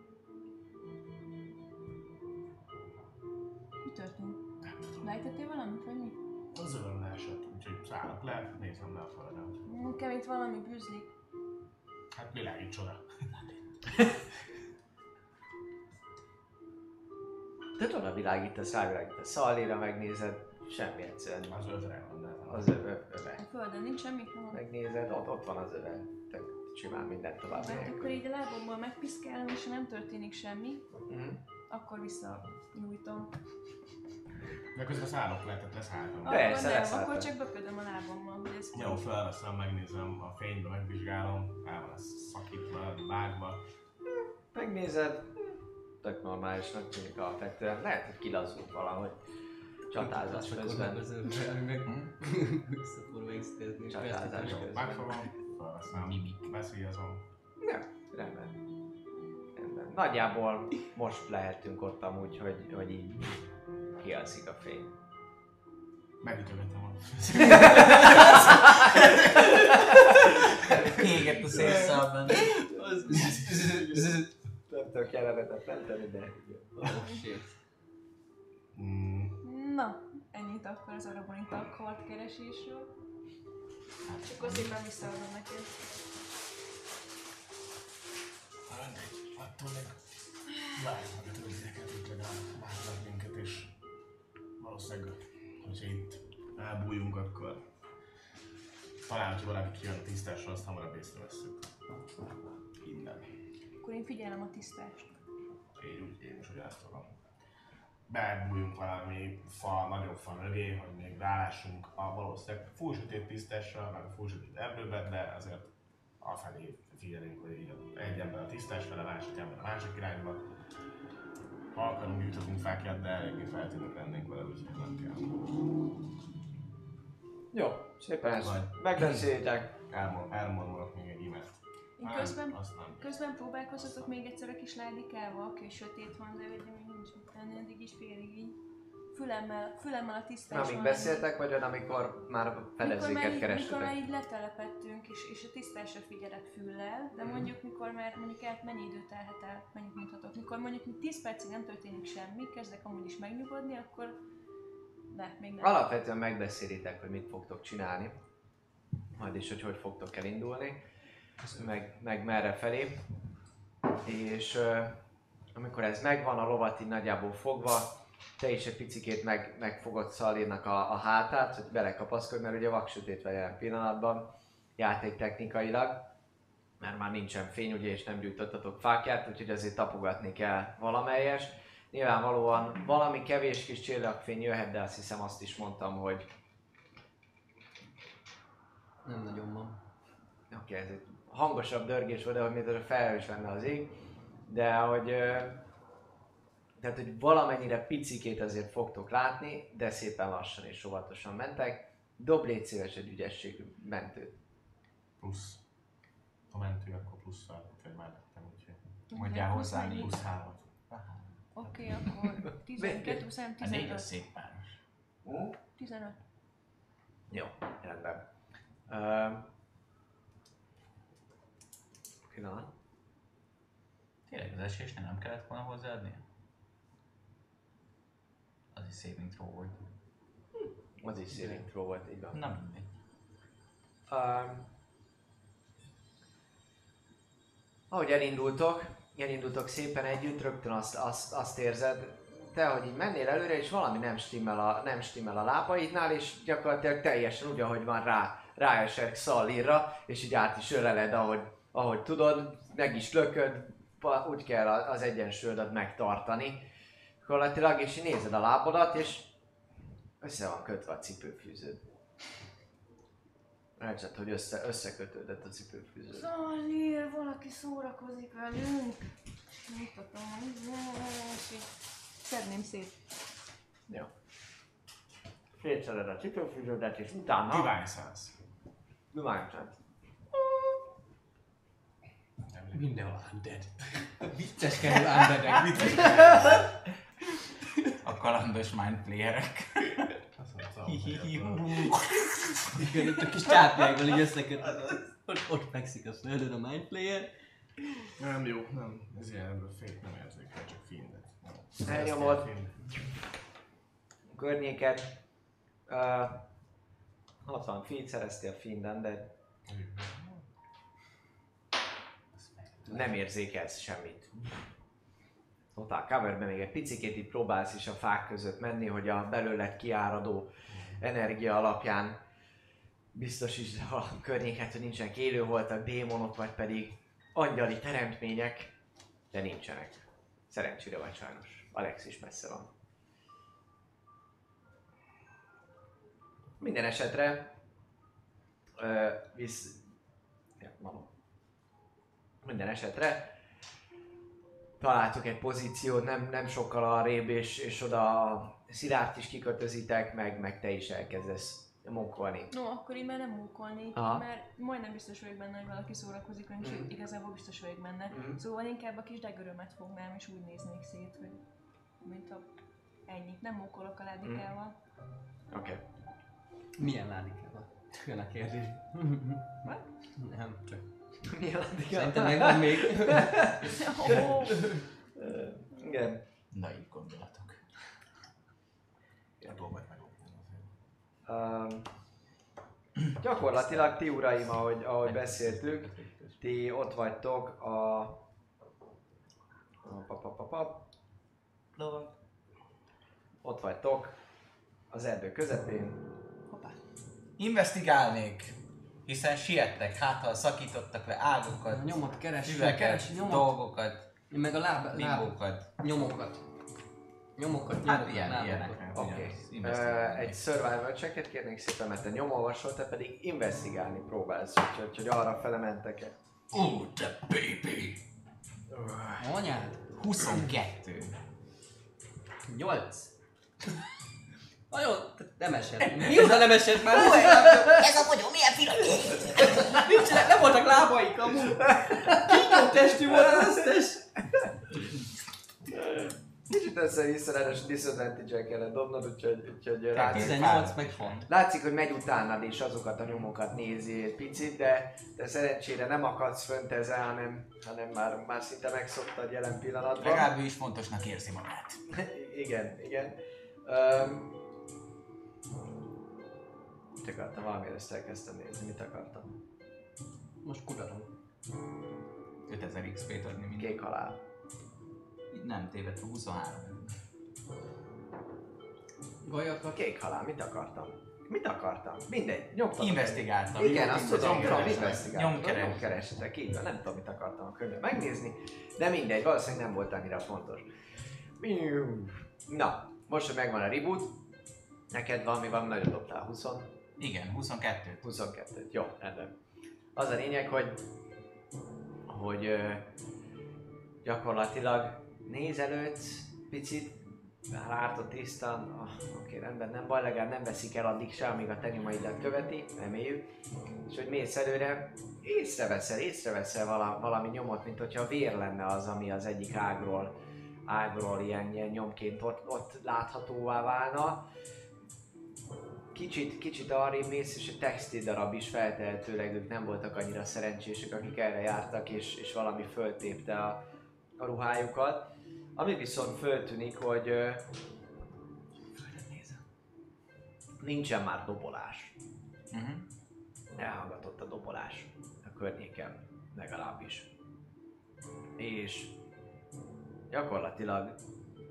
Mi történt? Nem tudom. Lejtettél valamit, vagy mi? Az övön leesett, úgyhogy szállok le, nézem le a földre, hogy Nekem itt valami bűzlik. hát világíts oda. Te oda világítasz, rávilágítasz. Szallira megnézed, semmi egyszerűen. Az övre van, de Az öve. A földön nincs semmi? Nem. Megnézed, ott van az öve. Tök simán minden tovább Hát nélkül. akkor így a lábomból megpiszkálom, és ha nem történik semmi, Mhm. akkor visszanyújtom. De közben szállok le, tehát leszálltam. Persze, Akkor nem, leszálltad. akkor csak bepödöm a lábommal, hogy ez Jó, felveszem, megnézem, a fénybe megvizsgálom, el van szakítva, vágva. Megnézed, tök normálisnak tűnik alapvetően. Lehet, hogy kilazult valahogy. Csatázás közben. Az övre, ami meg visszafordul megsztézni. Csatázás Jó, közben. megfogom, felveszem, veszélyezem. Ja, rendben. Rendben. Nagyjából most lehetünk ott amúgy, hogy így kialszik a fény. Megütögetem a... Kiégett a szélszál benne. Nem tudok jelenetet menteni, de... Mm, Na, ennyit akkor az Arabonita kart keresésről. És akkor szépen visszaadom neked. mindegy, attól meg várjuk meg a többieket, itt legalább várnak minket, és valószínűleg, hogyha itt elbújunk, akkor talán, hogyha valaki kijön a tisztásra, azt hamarabb észrevesszük. Innen. Akkor én figyelem a tisztást. Én is ugyanezt tudom. Bebújjunk valami fa, nagyobb fa mögé, hogy még rálássunk a valószínűleg full sötét tisztásra, meg a full sötét erdőbe, de azért afelé figyelünk, hogy így egy ember a tisztás fele, másik ember a másik irányba. Ha akarunk, gyűjtözünk fákját, de eléggé feltűnök lennénk vele, úgyhogy nem kell. Jó, szépen ezt Vagy- megbeszéljétek. Elmondolok még egy imet. Én Nem, közben, azt nem. közben próbálkozhatok még egyszer a kis ládikával, aki sötét van, de ugye még nincs mit tenni, eddig is félig így. Fülemmel a tisztáson. Amíg beszéltek, vagy amikor már a fedezéket Mikor már kerestetek? így letelepettünk, és a tisztásra figyelek füllel, de mondjuk mikor már mondjuk mennyi idő telhet el, mennyit mondhatok, mikor mondjuk még 10 percig nem történik semmi, kezdek amúgy is megnyugodni, akkor még nem. Alapvetően megbeszélitek, hogy mit fogtok csinálni, majd is, hogy fogtok elindulni, meg merre felé. És amikor ez megvan, a lovat így nagyjából fogva, te is egy picikét megfogod Szalirnak a hátát, hogy belekapaszkodj, mert ugye vaksötét van jelen pillanatban, játéktechnikailag, mert már nincsen fény, ugye, és nem gyújtottatok fákját, úgyhogy azért tapogatni kell valamelyest. Nyilvánvalóan valami kevés kis csillagfény jöhet, de azt hiszem azt is mondtam, hogy Nem nagyon van. oké, ez egy hangosabb dörgés volt, de hogy mintha felhős lenne az ég, de hogy tehát, hogy valamennyire picikét azért fogtok látni, de szépen lassan és óvatosan mentek. Dob légy szíves egy ügyességű mentőt. Plusz. Ha mentő, akkor plusszal, úgyhogy mellettem, úgyhogy Mondjál hozzá Plusz plusz 3. Oké, akkor 12, szem A 4 a 15. szép páros. 15. Jó, rendben. Pillanat. Tényleg az esésnél nem kellett volna hozzáadni? Az is saving throw volt. Az is saving throw volt, így van. Na mindegy. Ahogy elindultok szépen együtt, rögtön azt érzed, te, hogy így mennél előre, és valami nem stimmel a lábaidnál, és gyakorlatilag teljesen úgy, ahogy van ráesek Szallirra, és így át is öleled, ahogy tudod, meg is lököd, úgy kell az egyensúlyodat megtartani. Gyakorlatilag, és nézed a lábodat, és össze van kötve a cipőfűződ. Látszott, hogy összekötődött a cipőfűződ. Zalír, valaki szórakozik velünk. Mutatom, és így szedném szét. Jó. Szétszeded a cipőfűződet, és utána... Divine Sense. Divine Sense. Mindenhol undead. Vicceskedő undeadek, A kalandos mindplayerek. Igen, itt a kis csápjákból így összekötött. Ott fekszik a földön a mindplayer. Nem jó, nem. Ez ilyen ebből fék nem érzékel, csak findet. Elnyomod. Környéket. 60 feet szereztél Finden, de nem érzékelsz semmit. Totál coverben még egy picikét itt próbálsz is a fák között menni, hogy a belőled kiáradó energia alapján biztosítsd a környéket, hogy nincsenek élőholtak, démonok, vagy pedig angyali teremtmények, de nincsenek. Szerencsére vagy sajnos. Alex is messze van. Minden esetre minden esetre találtuk egy pozíciót, nem sokkal arrébb, és oda Szilárd is kikötözitek, meg te is elkezdesz munkolni. No, akkor én már nem munkolnék, Aha. mert majdnem biztos vagyok benne, hogy valaki szórakozik velünk, sőt, igazából biztos vagyok benne. Szóval inkább a kis degörömet fognám, és úgy néznék szét, hogy mint a ennyi. Nem munkolok a ládikával. Oké. Milyen ládikával? Jön a kérdés. Nem, csak. Milyen addig? Szerintem megvan még. Oh. Igen. Naiv gondolatok. Próbálj meg. Gyakorlatilag ti uraim, ahogy beszéltük, ti ott vagytok ott vagytok az erdő közepén. Investigálnék, hiszen siettek, hát ha szakítottak le ágokat, Nyomot keres, üveket, keres nyomot. dolgokat, Én meg a láb bimbókat. nyomokat. Nyomokat, Hát nyomok, ilyen, lábokat. ilyenek. Oké. Investigálnék. Egy survival checket kérnék szépen, mert te nyomolvasol, te pedig investigálni próbálsz, úgyhogy arra fele mentek-e. The baby! Anyád? 22. 8. Nagyon nem esett. Mióta nem esett már? Ez a vagyó milyen finom! Nincsenek, nem voltak lábaik amúgy. Kígyó testű volt az összes. Kicsit össze-vissza ráadásul disadvantage-el kellett dobnod, úgyhogy látszik, 18 meg 6. látszik, hogy megy utánad és azokat a nyomokat nézi egy picit, de szerencsére nem akadsz fönt ezzel, hanem már szinte megszoktad jelen pillanatban. Legalább ő is fontosnak érzi magát. Igen. Mit akartam? Valamire ezt elkezdtem nézni. Mit akartam? Most kutatom. 5000 XP-t adni mindig. Kék halál. Nem tévedtem, 23. Gajakat. Kék halál. Mit akartam? Mindegy. Nyomtam. Investigáltam. Igen, azt tudom, Nyomkeresem. investigáltam. Nyomkeresem. Nyomkeresetek, így van. Nem tudom, mit akartam a könyvben megnézni. De mindegy, valószínűleg nem volt annyira fontos. Na, most, hogy megvan a reboot, neked valami nagyon dobtál, 20? Igen, 22. 22. Jó, rendben. Az a lényeg, hogy gyakorlatilag nézelődsz picit, látod tisztán, oké, rendben, nem baj, legalább nem veszik el addig se, amíg a te nyomaidat követi, reméljük. És hogy mész előre, észreveszel valami nyomot, mint hogyha vér lenne az, ami az egyik ágról ilyen nyomként ott láthatóvá válna. Kicsit arrébb mész, és egy textildarab is feltehetőleg ők nem voltak annyira szerencsések, akik erre jártak, és valami föltépte a ruhájukat. Ami viszont föltűnik, hogy nincsen már dobolás. Elhallgatott a dobolás a környéken, legalábbis. És gyakorlatilag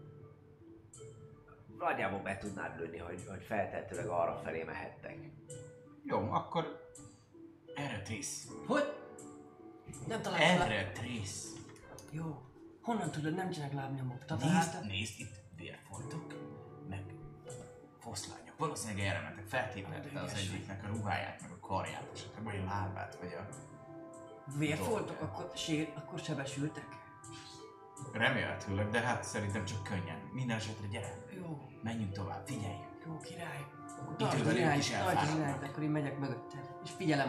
nagyjából be tudnád lőni, hogy feltehetőleg arra felé mehettek. Jó, akkor erre tész. Hogy? Nem találsz Erre, Trész. Jó. Honnan tudod, nem csinálok lábnyomok? Találtad? Nézd, itt vérfoltok, meg foszlányok. Valószínűleg erre mentek, feltépette az egyiknek a ruháját, meg a karját, és vagy a lábát, vagy a... Vérfoltok? Akkor sebesültek? Remélhetőleg, de hát szerintem csak könnyen. Minden esetre gyere, Jó. menjünk tovább, figyelj! Jó, király. Akkor Idővel ők is tartsd az irányt, elfáradnak. akkor én megyek mögötted. És figyelem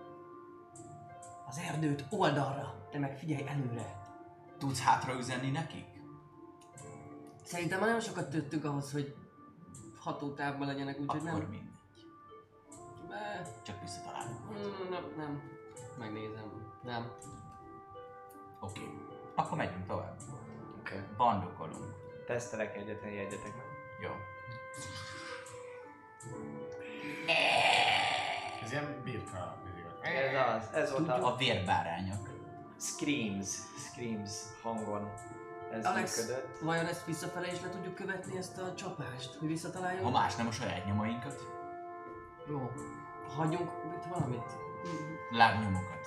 az erdőt oldalra. Te meg figyelj előre. Tudsz hátraüzenni nekik? Szerintem már nem sokat tőttünk ahhoz, hogy hatótávban legyenek, úgyhogy Akkor nem. mindegy. Csak visszatalálunk. Nem. Megnézem. Nem. Oké. Akkor megyünk tovább. Oké. Bandokolunk. Tesztelek egyetlen, jegyetek meg. Jó. Ez ilyen birka. Ez volt A vérbárányok. Screams hangon ez Alex, működött. vajon ezt visszafele is le tudjuk követni, ezt a csapást? Hogy visszataláljunk? Ha más nem a saját nyomainkat, Jó. Hagyjunk itt valamit? lábnyomokat.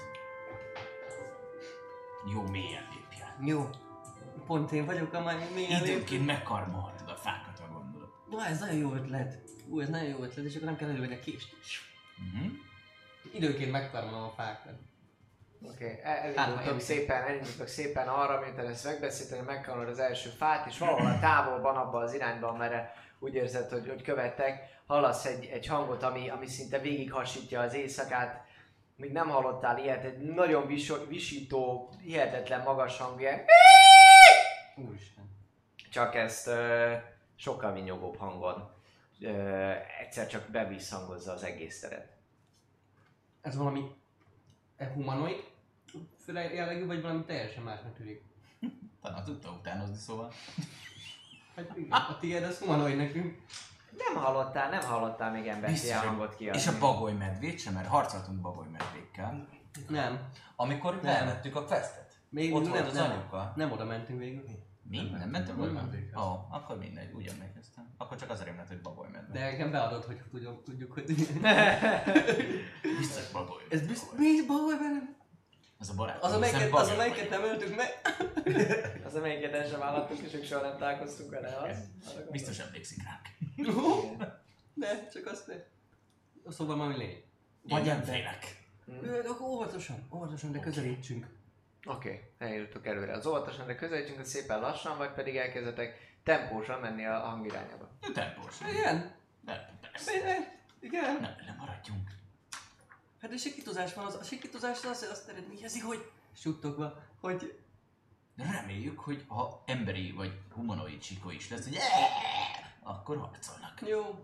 Jó mélyen lépjél. Jó. Pont én vagyok, amely milyen Időnként megkarmolhatod a fákat, ha gondolod. Na, ez nagyon jó ötlet. Ez nagyon jó ötlet, és akkor nem kell elővenni a kést. Időnként megkarmolom a fákat. Oké, Hát, elindultok szépen arra, mint ezt megbeszélteni, megkanod az első fát, és valahol a távolban, abban az irányban, merre úgy érzed, hogy követtek, hallasz egy hangot, ami szinte végighasítja az éjszakát. Még nem hallottál ilyet, egy nagyon visító, hihetetlen magas hangú ilyen. Úristen. Csak ezt sokkal vinyogóbb hangon. Egyszer csak bevisszhangozza az egész teret. Ez valami humanoid jellegű, vagy valami teljesen másnak tűnik? Talán tudta utánozni, szóval. Hát igen, a tiéd az humanoid nekünk. Nem hallottál még embert ilyen hangot kiadni. És a bagoly medvét sem, mert harcoltunk bagoly medvékkel. Nem. Amikor Nem. elvettük a questet. Még Ott nem, volt az nem, anyuka. nem oda mentünk végül. Mi? Nem mentünk Nem oda? mentünk. Ó, akkor mindegy, úgy emlékeztem. Akkor csak azért mert, hogy bagoly medve. De nekem beadott, hogy tudjuk, hogy... Biztos bagoly. Ez biztos... Mi bagoly benne? Az a barát. Az amelyiket nem öltük meg. Az amelyiket el sem állottunk, és ők soha nem találkoztunk vele, az? Biztos emlékszik ránk. De, csak azt ne. Szóval valami lény. Vagy nem félek. Akkor óvatosan, de közelítsünk. Oké, eljutok előre. Az óvatosan, de közelítsünk, hogy szépen lassan, vagy pedig elkezdetek tempósan menni a hang irányába. Tempós. Igen. De persze. Igen. Nem maradjunk. Hát a sikítozás van, a sikítozás azt eredményezi, hogy suttogva, hogy Reméljük, hogy ha emberi vagy humanoid sikó is lesz, hogy akkor harcolnak.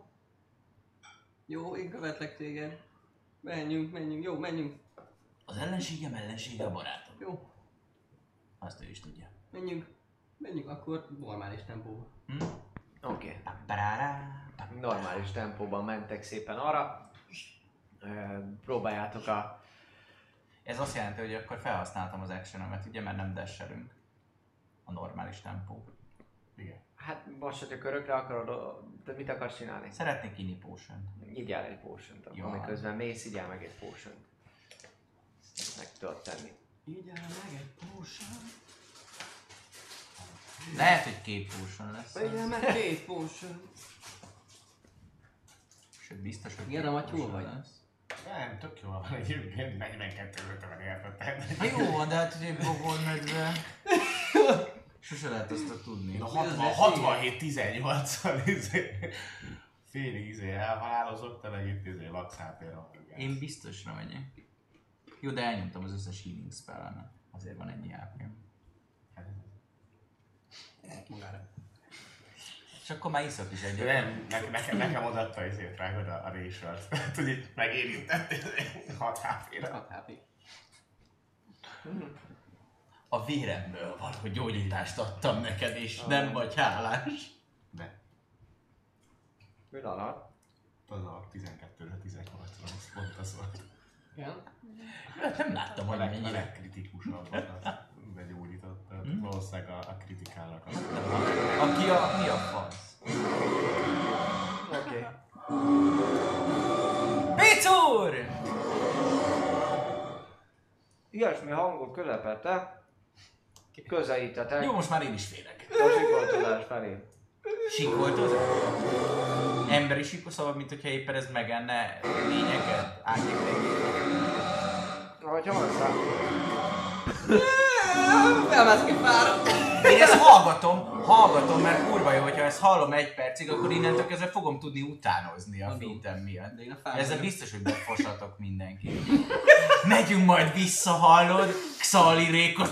Jó, én követlek téged. Menjünk, jó, menjünk. Az ellenségem ellensége a barátom. Jó, Azt ő is tudja. menjünk akkor normális tempóba. Oké. Parárá. Normális tempóban mentek szépen arra. Próbáljátok a... Ez azt jelenti, hogy akkor felhasználtam az actionomet, ugye, mert nem dashelünk. A normális tempó. Igen. Hát most, hogyha körökre akarod, te mit akarsz csinálni? Szeretnék inni potion. Igyál egy potion-t, akkor Jó. miközben mész, igyál meg egy potion-t. Meg tudod tenni. Így áll meg egy potion. Lehet, hogy 2 potion lesz. Igen, meg 2 potion. Sőt, biztos, hogy Igen, 2 Maty, hol potion vagy? lesz. Nem, tök jó van egyébként, 42-50 értettem. Jó, de hát ugye bagoly medve. Sose lehet azt tudni. Én a 67-18-al félig elhalálozok, te meg itt laksz háttérre. Én biztosra megyek. Jó, de elnyomtam az összes healing spell-emet. Azért van ennyi HP-m. Magára. És akkor már iszok is egyet. Nem, nekem odaadta ezért rágod a résört. Tehát, hogy itt megérintettél 6 HP-re. 6 HP. A véremből való gyógyítást adtam neked, és nem vagy hálás. De Mi alatt? az a 12-re 18-ra pont az volt. Igen? Nem láttam, hogy A mennyire. legkritikusabbat begyógyított. Valószínűleg a kritikálnak az. Aki mi a fasz? Oké. Picur! ilyesmi hangok közepette közelítetek Jó, most már én is félek. a sikoltozás felé. Sikoltozás? Emberi sikoltozás, szóval mint hogyha éppen ez megenne lényeket, árnyéklényeket. Ahogy hallasz. Felmászik egy fára. Én ezt hallgatom, mert kurva jó, hogyha ezt hallom 1 percig, akkor innentől kezdve fogom tudni utánozni a fitem miatt. De én a fára Ezzel vagyok. biztos, hogy befosatok mindenkit. Megyünk majd vissza, hallod? Xali Rékot.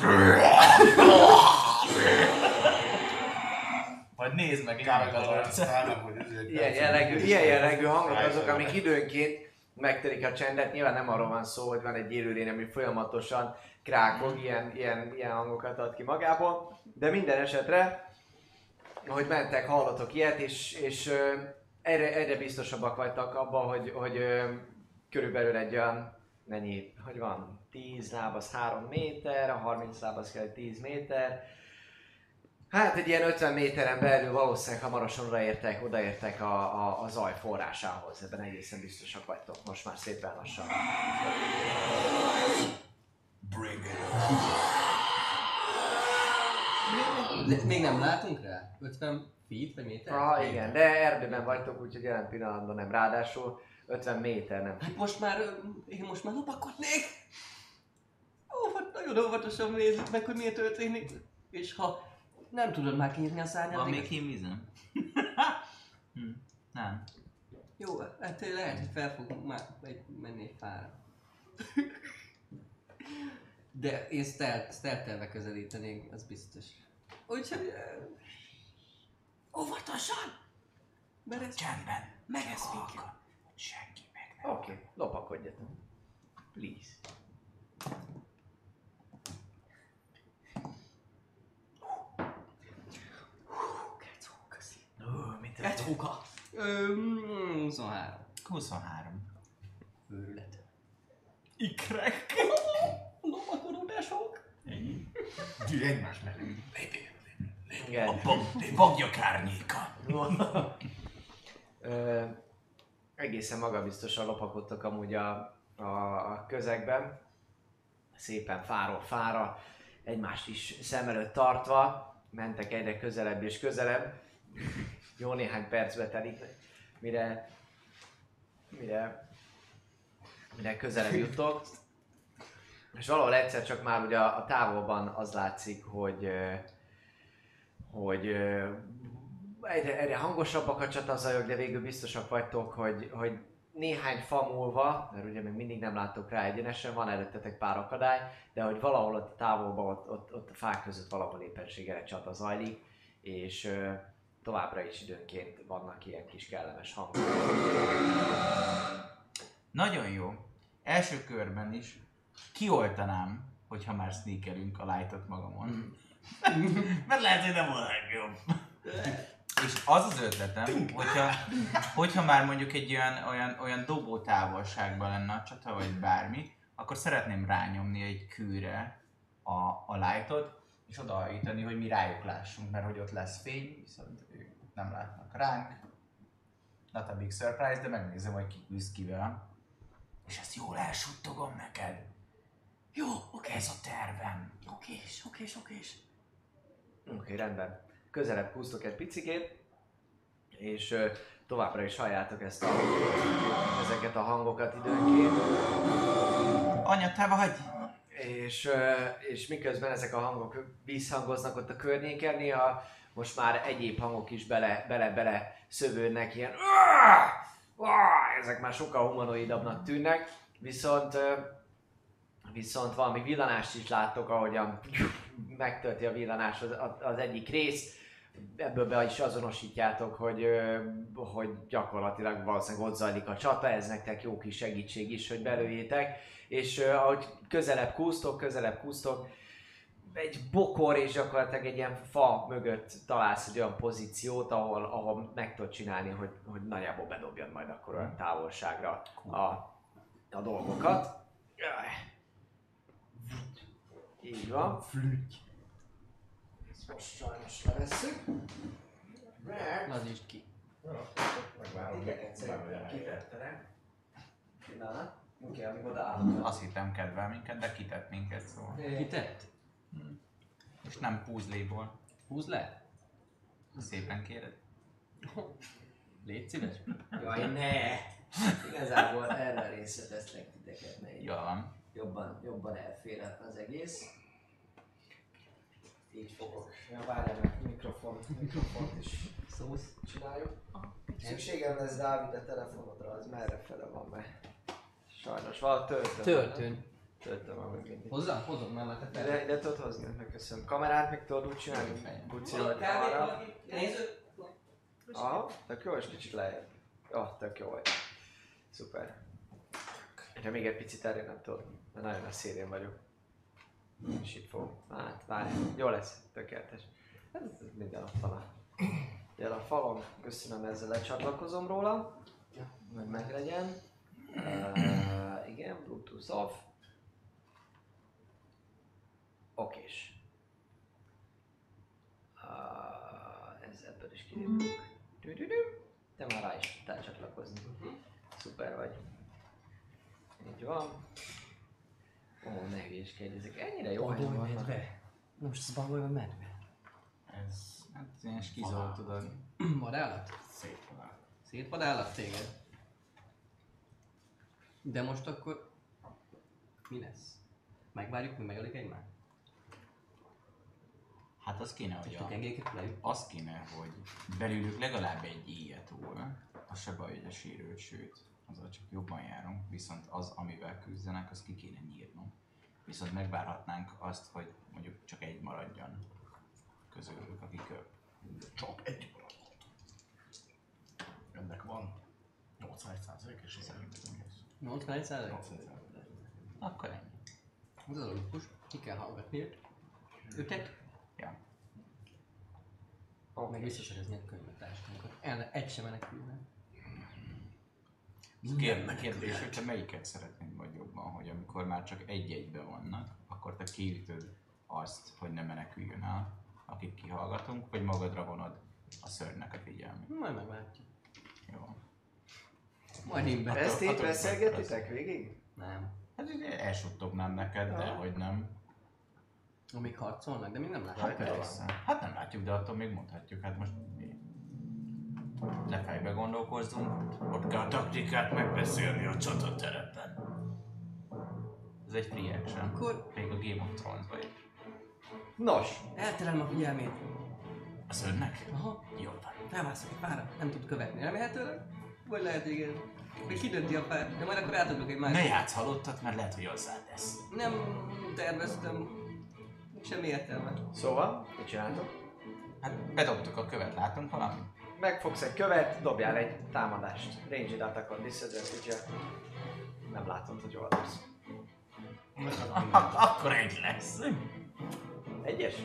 Majd nézd meg, én Ilyen jellegű hangok azok, amik időnként megtelik a csendet. Nyilván nem arról van szó, hogy van egy élőlény, ami folyamatosan krákog, ilyen hangokat ad ki magából. De minden esetre, ahogy mentek, hallotok ilyet, és egyre biztosabbak vagytok abban, hogy körülbelül egy olyan, mennyi, hogy van, 10 láb az 3 méter, a 30 láb az kell 10 méter. Hát egy ilyen 50 méteren belül valószínűleg hamarosan odaértek a zaj forrásához. Ebben egészen biztosak vagytok, most már szépen lassan. De még nem látunk rá? 50 feet vagy méter? Igen, de erdőben vagytok, úgyhogy jelen pillanatban nem. Ráadásul 50 méter nem. Hát én most már lopakodnék! Nagyon óvatosan nézzük meg, hogy mi történik. És ha nem tudod már kiírni a szárnyat... Van még hímvizem? Nem. Jó, hát lehet, hogy fel fogunk már menni egy fára. De én stealth-elve közelítenék, az biztos. Úgyhogy... óvatosan! Mert ez... Csendben. Megesz minket. Senki meg nem. Oké, lopakodjatok. Please. Egy hóka! 23. 23. Őrület. Ikrek. Lopakodó tesók! Gyűjj egymás mellé. Igen. Bagyok árnyéka. Egészen magabiztosan lopakodtok amúgy a közegben. Szépen fáról fára, egymást is szem előtt tartva, mentek egyre közelebb és közelebb. Jó néhány percbe telik, mire közelebb juttok. És valahol egyszer csak már ugye a távolban az látszik, hogy egyre hangosabbak a csatazajok, de végül biztosak vagytok, hogy néhány fa múlva, mert ugye még mindig nem láttok rá egyenesen, van előttetek pár akadály, de hogy valahol ott a távolban, ott a fák között valahol éppenséggel egy csata zajlik, és továbbra is időnként vannak ilyen kis kellemes hangok. Nagyon jó. Első körben is kioltanám, hogyha már sneakelünk a lightot magamon. Mert lehet, hogy nem volt legjobb. És az az ötletem, hogyha már mondjuk egy olyan dobó távolságban lenne a csata, vagy bármi, akkor szeretném rányomni egy kőre a lightot, és odaállítani, hogy mi rájuk lássunk, mert hogy ott lesz fény, viszont ők nem látnak ránk. Not a big surprise, de megnézem, hogy ki küzd kivel. És ezt jól elsuttogom neked. Jó, oké. Ez a tervem. Okés. Oké, rendben. Közelebb húztok egy picikét, és továbbra is halljátok ezeket a hangokat időnként. Anya, te vagy? És miközben ezek a hangok visszhangoznak ott a környéken, néha most már egyéb hangok is bele szövődnek, ilyen ezek már sokkal humanoidabbnak tűnnek, viszont valami villanást is láttok, ahogyan megtölti a villanás az egyik rész. Ebből be is azonosítjátok, hogy gyakorlatilag valószínűleg ott zajlik a csata, ez nektek jó kis segítség is, hogy belőjétek. És ahogy közelebb kúsztok, egy bokor és gyakorlatilag egy ilyen fa mögött találsz egy olyan pozíciót, ahol meg tudod csinálni, hogy nagyjából bedobjad majd akkor olyan távolságra a dolgokat. Így van. Ezt most sajnos levesszük. Lazítsd ki. Megvárom, hogy egyszer kitettelek. Pillanat. Oké, amíg odaállunk. Azt hittem kedvel minket, de kitett minket, szóval. Ki tett? És nem puzzléból. Húzd le. Szépen kéred. Légy szíves. Jaj, ne! Igazából erre a részre teszlek titeket, mert így Jól van. jobban elférhetne az egész. Így fogok. Ja, várjál meg, mikrofont is Szósz. csináljuk. Szükségem lesz Dávid a telefonodra, az merre fele van be. Sajnos, valahogy töltöm. Töltöm van még mindig. Hozzá? Hozom mellette fel. Ide tudod hozni? Megköszönöm. Kamerát meg tudod úgy csinálni? Buciról arra. Nézd. Aha, tök jó, és kicsit lejjebb. Jó, tök jó vagy. Szuper. De még egy picit erre nem tudod, mert nagyon a szélén vagyok. És itt fogom. Hát, várj, jó lesz, tökéletes. Ez minden ott van a falon. Köszönöm, ezzel lecsatlakozom róla. Hogy meglegyen. Igen, Bluetooth off. Okés. Ez ebből is kilépünk. Te már rá is tudtál csatlakozni. Szuper vagy. Így van. Ó, ne hülyéskedj, ezek ennyire jó helyen vannak. Medve. Most ez bagoly vagy medve? Ez, hát ilyen skizol, tudod. Vadállat? Szétvadált. Szétvadállat téged? De most akkor... Mi lesz? Megvárjuk, mi megölik egymást? Hát az kéne, hogy A kengéket lejük? az kéne, hogy belülük legalább egy éjjel túl. Az se baj, hogy a sérült, sőt, azzal csak jobban járunk, viszont az, amivel küzdenek, az ki kéne nyírnom. Viszont megvárhatnánk azt, hogy mondjuk csak egy maradjon közülük, aki köp. Csak egy maradott. Ennek van 81% és Szerintem. 81%? Akkor ennyi. Ez az logikus. Ki kell hallgatni őket. Ja. Meg visszaszerezni a könyvetársainkat. Egy sem menekülne. Kérdés, hogy te melyiket szeretnéd majd jobban, hogy amikor már csak egy-egyben vannak, akkor te kiütöd azt, hogy ne meneküljön el, akit kihallgatunk, vagy magadra vonod a szörnynek a figyelmét. Majd meglátjuk. Jó. Majd én be. Ezt itt beszélgetitek végig? Nem. Hát ugye elsuttognám neked, de hogy nem. Amíg harcolnak, de még nem Hát látjuk. persze. Hát nem látjuk, de attól még mondhatjuk, hát most mi? Lefejbe gondolkozzunk, ott kell a taktikát megbeszélni a csataterepen. Ez egy free action. Akkor Még a Game of Thrones-ban is. Nos, elterelem a figyelmét. A szörnynek? Aha, Jól van. felmászok egy fára, nem tud követni. Remélhetőleg? Vagy lehet igen. Még kidönti a fát, de majd akkor átadok egy Ne másik. játsz halottat, mert lehet, hogy hozzátesz. Nem terveztem. Semmi értelme. szóval, mit csináltok? Hát bedobtuk a követ, látunk valamit? Megfogsz egy követ, dobjál egy támadást. Ranged attack-on disadvantage. Nem látod, hogy hol lesz. Akkor egy lesz. Egyes?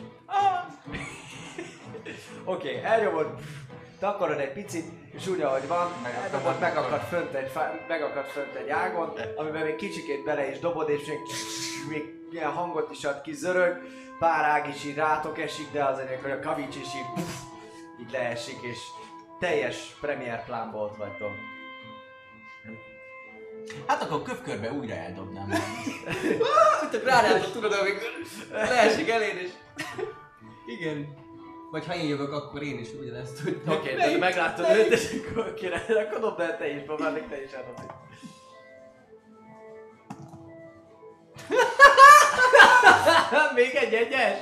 Oké, elnyomod, takarod egy picit, és úgy ahogy van, eldobod, megakad fönt egy ágon, amiben még kicsikét bele is dobod, és még ilyen hangot is ad ki, zörög, pár ág is így rátok esik, de az egyik, hogy a kavics is így leesik, és teljes premier plánból ott vagytok. Hát akkor kövkörbe újra eldobnám. Te ráálltok, tudod, amikor leesik eléd és... Igen. Vagy ha én jövök, akkor én is ugyanezt tudjuk. Oké, de meglátod őt, és akkor király, akkor dobd el te is, próbálnék te is eldobni. Még egy egyes?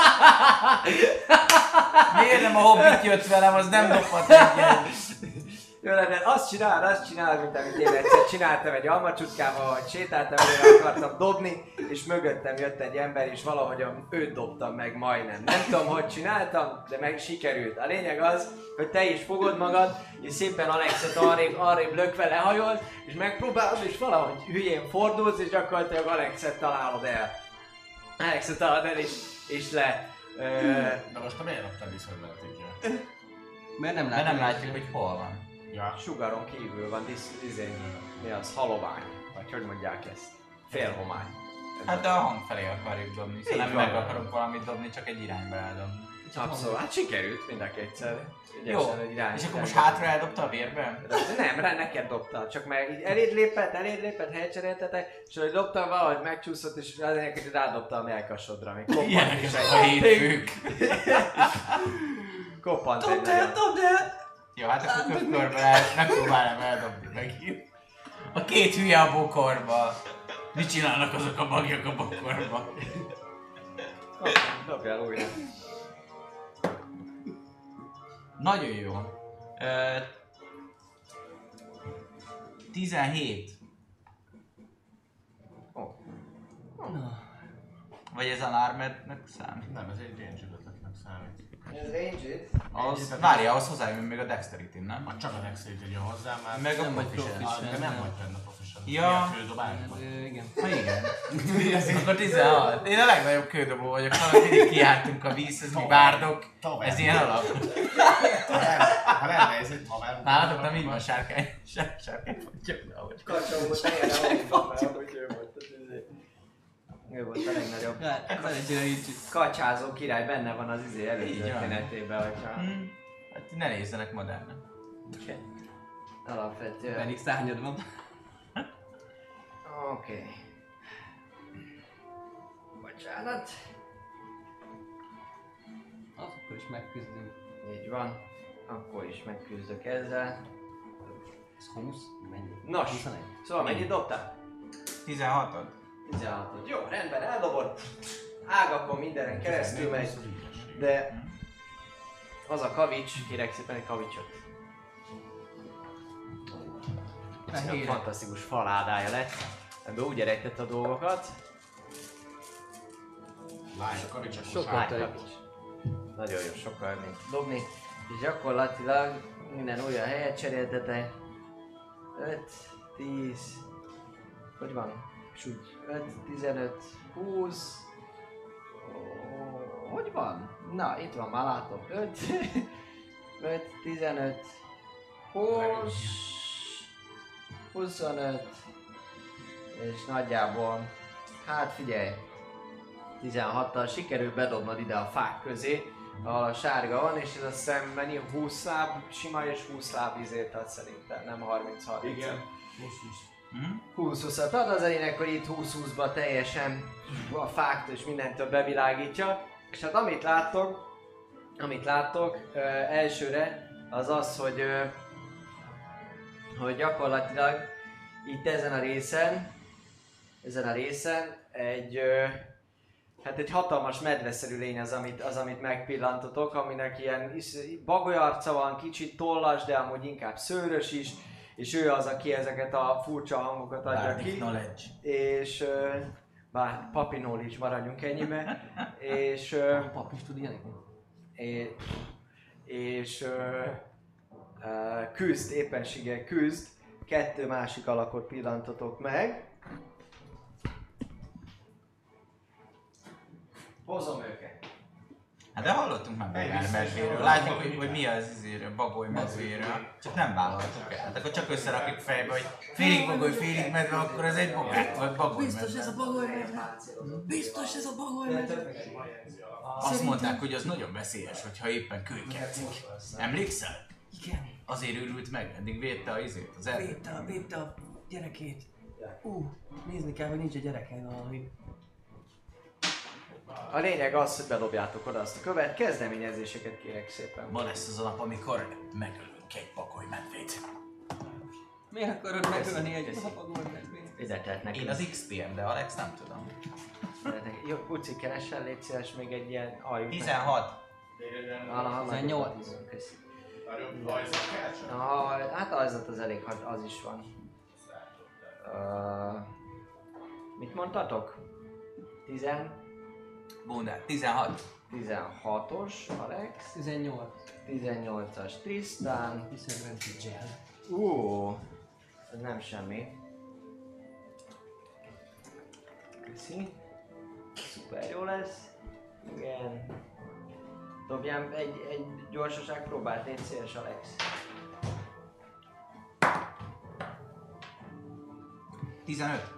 Miért nem a Hobbit jött velem, az nem dobhat egyet. Jó lenne, azt csinálod, mint amit én egyszer csináltam egy almacsutkával, hogy sétáltam, előre akartam dobni, és mögöttem jött egy ember, és valahogyan őt dobtam meg majdnem. Nem tudom, hogy csináltam, de meg sikerült. A lényeg az, hogy te is fogod magad, és szépen Alexet arrébb lökve lehajolsz, és megpróbálod, és valahogy hülyén fordulsz, és gyakorlatilag Alexet találod el. Alexet találod el, és le. De most te miért adtál disadvantage-et? Mert nem De látom. nem látjuk, hogy hol van. Ja. Sugaron kívül van, mi az, halovány, vagy hogy mondják ezt? Félhomály. Hát de a hang felé akarjuk dobni, szóval nem van. meg akarok valamit dobni, csak egy irányba eldobni. Abszolút, hát sikerült mind a kétszer. Jó, és akkor most hátra eldobta a vérbe? Nem, rá neked dobta, csak meg így eléd lépett, helycseréltetek, és ahogy dobtam, valahogy megcsúszott, és azért rádobta a melkasodra, még koppant Ilyenek is ezek a hétfők. Koppant egy nagyon. Jó, hát akkor körbe megpróbálom eldobni megint. A két hülye a bokorba. Mit csinálnak azok a magyak a bokorba? Dobjál újra. Nagyon jó. 17. Vagy ez alarmednek számít? Nem, ez egy range ötletnek számít. Ez range-it? Várja, ahhoz hozzájön még a dexterity, nem? Ha csak a dexterity jön hozzá, már Meg a Nem vagy proficiency. proficient. de nem vagy benne proficient. Ja. Milyen kődobálásban? Igen. Ha igen. Akkor 16. Én a legnagyobb kődobó vagyok, hanem mindig kijártunk a vízhez, mi bárdok. Tavern. Ez ilyen alap. Ha lenne ez egy tavern. Nálatok nem így van sárkány. Sárkány vagy ahogy. Kacsogott helyen, ahogy van, hogy ő volt az izé. Ő volt a legnagyobb. Kacsázó király benne van az izé Így van. előtörténetében, hogyha... Hát ne nézzenek modernnek. Alapvetően. Pedig szárnyad van. Oké. Bocsánat. Akkor is megküzdünk. Így van. Akkor is megküzdök ezzel. Ez 20? Mennyi? Nos, 21. szóval mennyit dobtál? 16-od? 16-ot. Jó, rendben, eldobod. Ágakon mindenen keresztül megy, de az a kavics, kérek szépen egy kavicsot. Ez egy fantasztikus faládája lett. Ebből úgy eredtett a dolgokat. Lány, kavicsak. Sokat Lágy egy. kavics. Nagyon jó, sokkal mint dobni. És gyakorlatilag minden újra helyet cseréltetek. 5, 10, hogy van? És úgy 5, 15, 20. Hogy van? Na, itt van, már látom. 5, 5, 15, 20, 25, és nagyjából, hát figyelj, 16-tal sikerül bedobnod ide a fák közé, ahol a sárga van, és ez a szemmeni 20 láb sima és 20 láb izét ad szerintem, nem 30-30. Igen. 20-20-at ad az elének, hogy itt 20-20-ba teljesen a fáktól és mindentől bevilágítja. És hát amit láttok elsőre, az az, hogy gyakorlatilag itt ezen a részen egy hatalmas medveszerű lény az, amit megpillantotok, aminek ilyen bagolyarca van, kicsit tollas, de amúgy inkább szőrös is, és ő az, aki ezeket a furcsa hangokat adja Bardic ki. knowledge. És bár papi knowledge maradjunk ennyibe, és A pap is tud ilyeneket? és küzd, éppenséggel küzd, 2 másik alakot pillantotok meg. Hozom őket. Hát de hallottunk már Bagár medvéről. Látjuk, hogy mi az izéről, bagoly medvéről. Csak nem vállaltuk el. Hát akkor csak összerakjuk fejbe, hogy félig bagoly, félig medve, akkor ez egy bagár, vagy bagoly medve. Biztos ez a bagoly medve. Biztos ez a bagoly medve. Azt mondták, hogy az nagyon veszélyes, hogyha éppen kölykedszik. Emlékszel? Igen. Azért őrült meg, eddig védte az erdőt. Védte a gyerekét. Nézni kell, hogy nincs a gyereke valami. A lényeg az, hogy bedobjátok oda azt a követ, kezdeményezéseket kérek szépen. Ma lesz az a nap, amikor megölünk egy bagoly medvét. Miért akarod megölni egy bagoly medvét? Ide tett nekünk. Én az X-tér, de Alex nem tudom. Jó, Puci, keressen, légy szíves még egy ilyen aljút. 16. 18. Köszi. Rajzot kell csak? Hát az elég, az is van. Mit mondtatok? 10? Bundár, 16. 16-os Alex, 18. 18-as Tristan. Disadvantage-el. Ez nem semmi. Köszi. Szuper jó lesz. Igen. Dobjám egy gyorsaság próbát, légy szíves Alex. 15.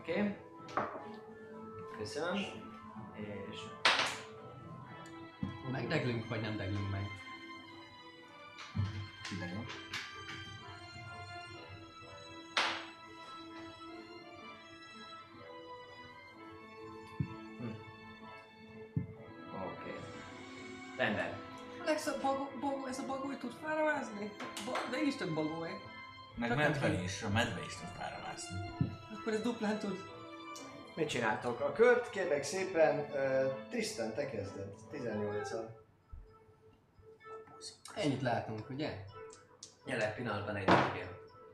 Oké. Köszönöm. És... Megdeglünk, vagy nem deglünk meg? Kiderül. Oké. Rendben. Alexa, ez a bagoly tud fáramászni? De is csak bagoly. Meg Csak medve neki. is, a medve is tud fáramászni. Akkor ez duplán tud. Mit csináltok? A kört kérlek szépen, Tristan, te kezded, 18-al. Ennyit látunk, ugye? Jelen pillanatban egy igen.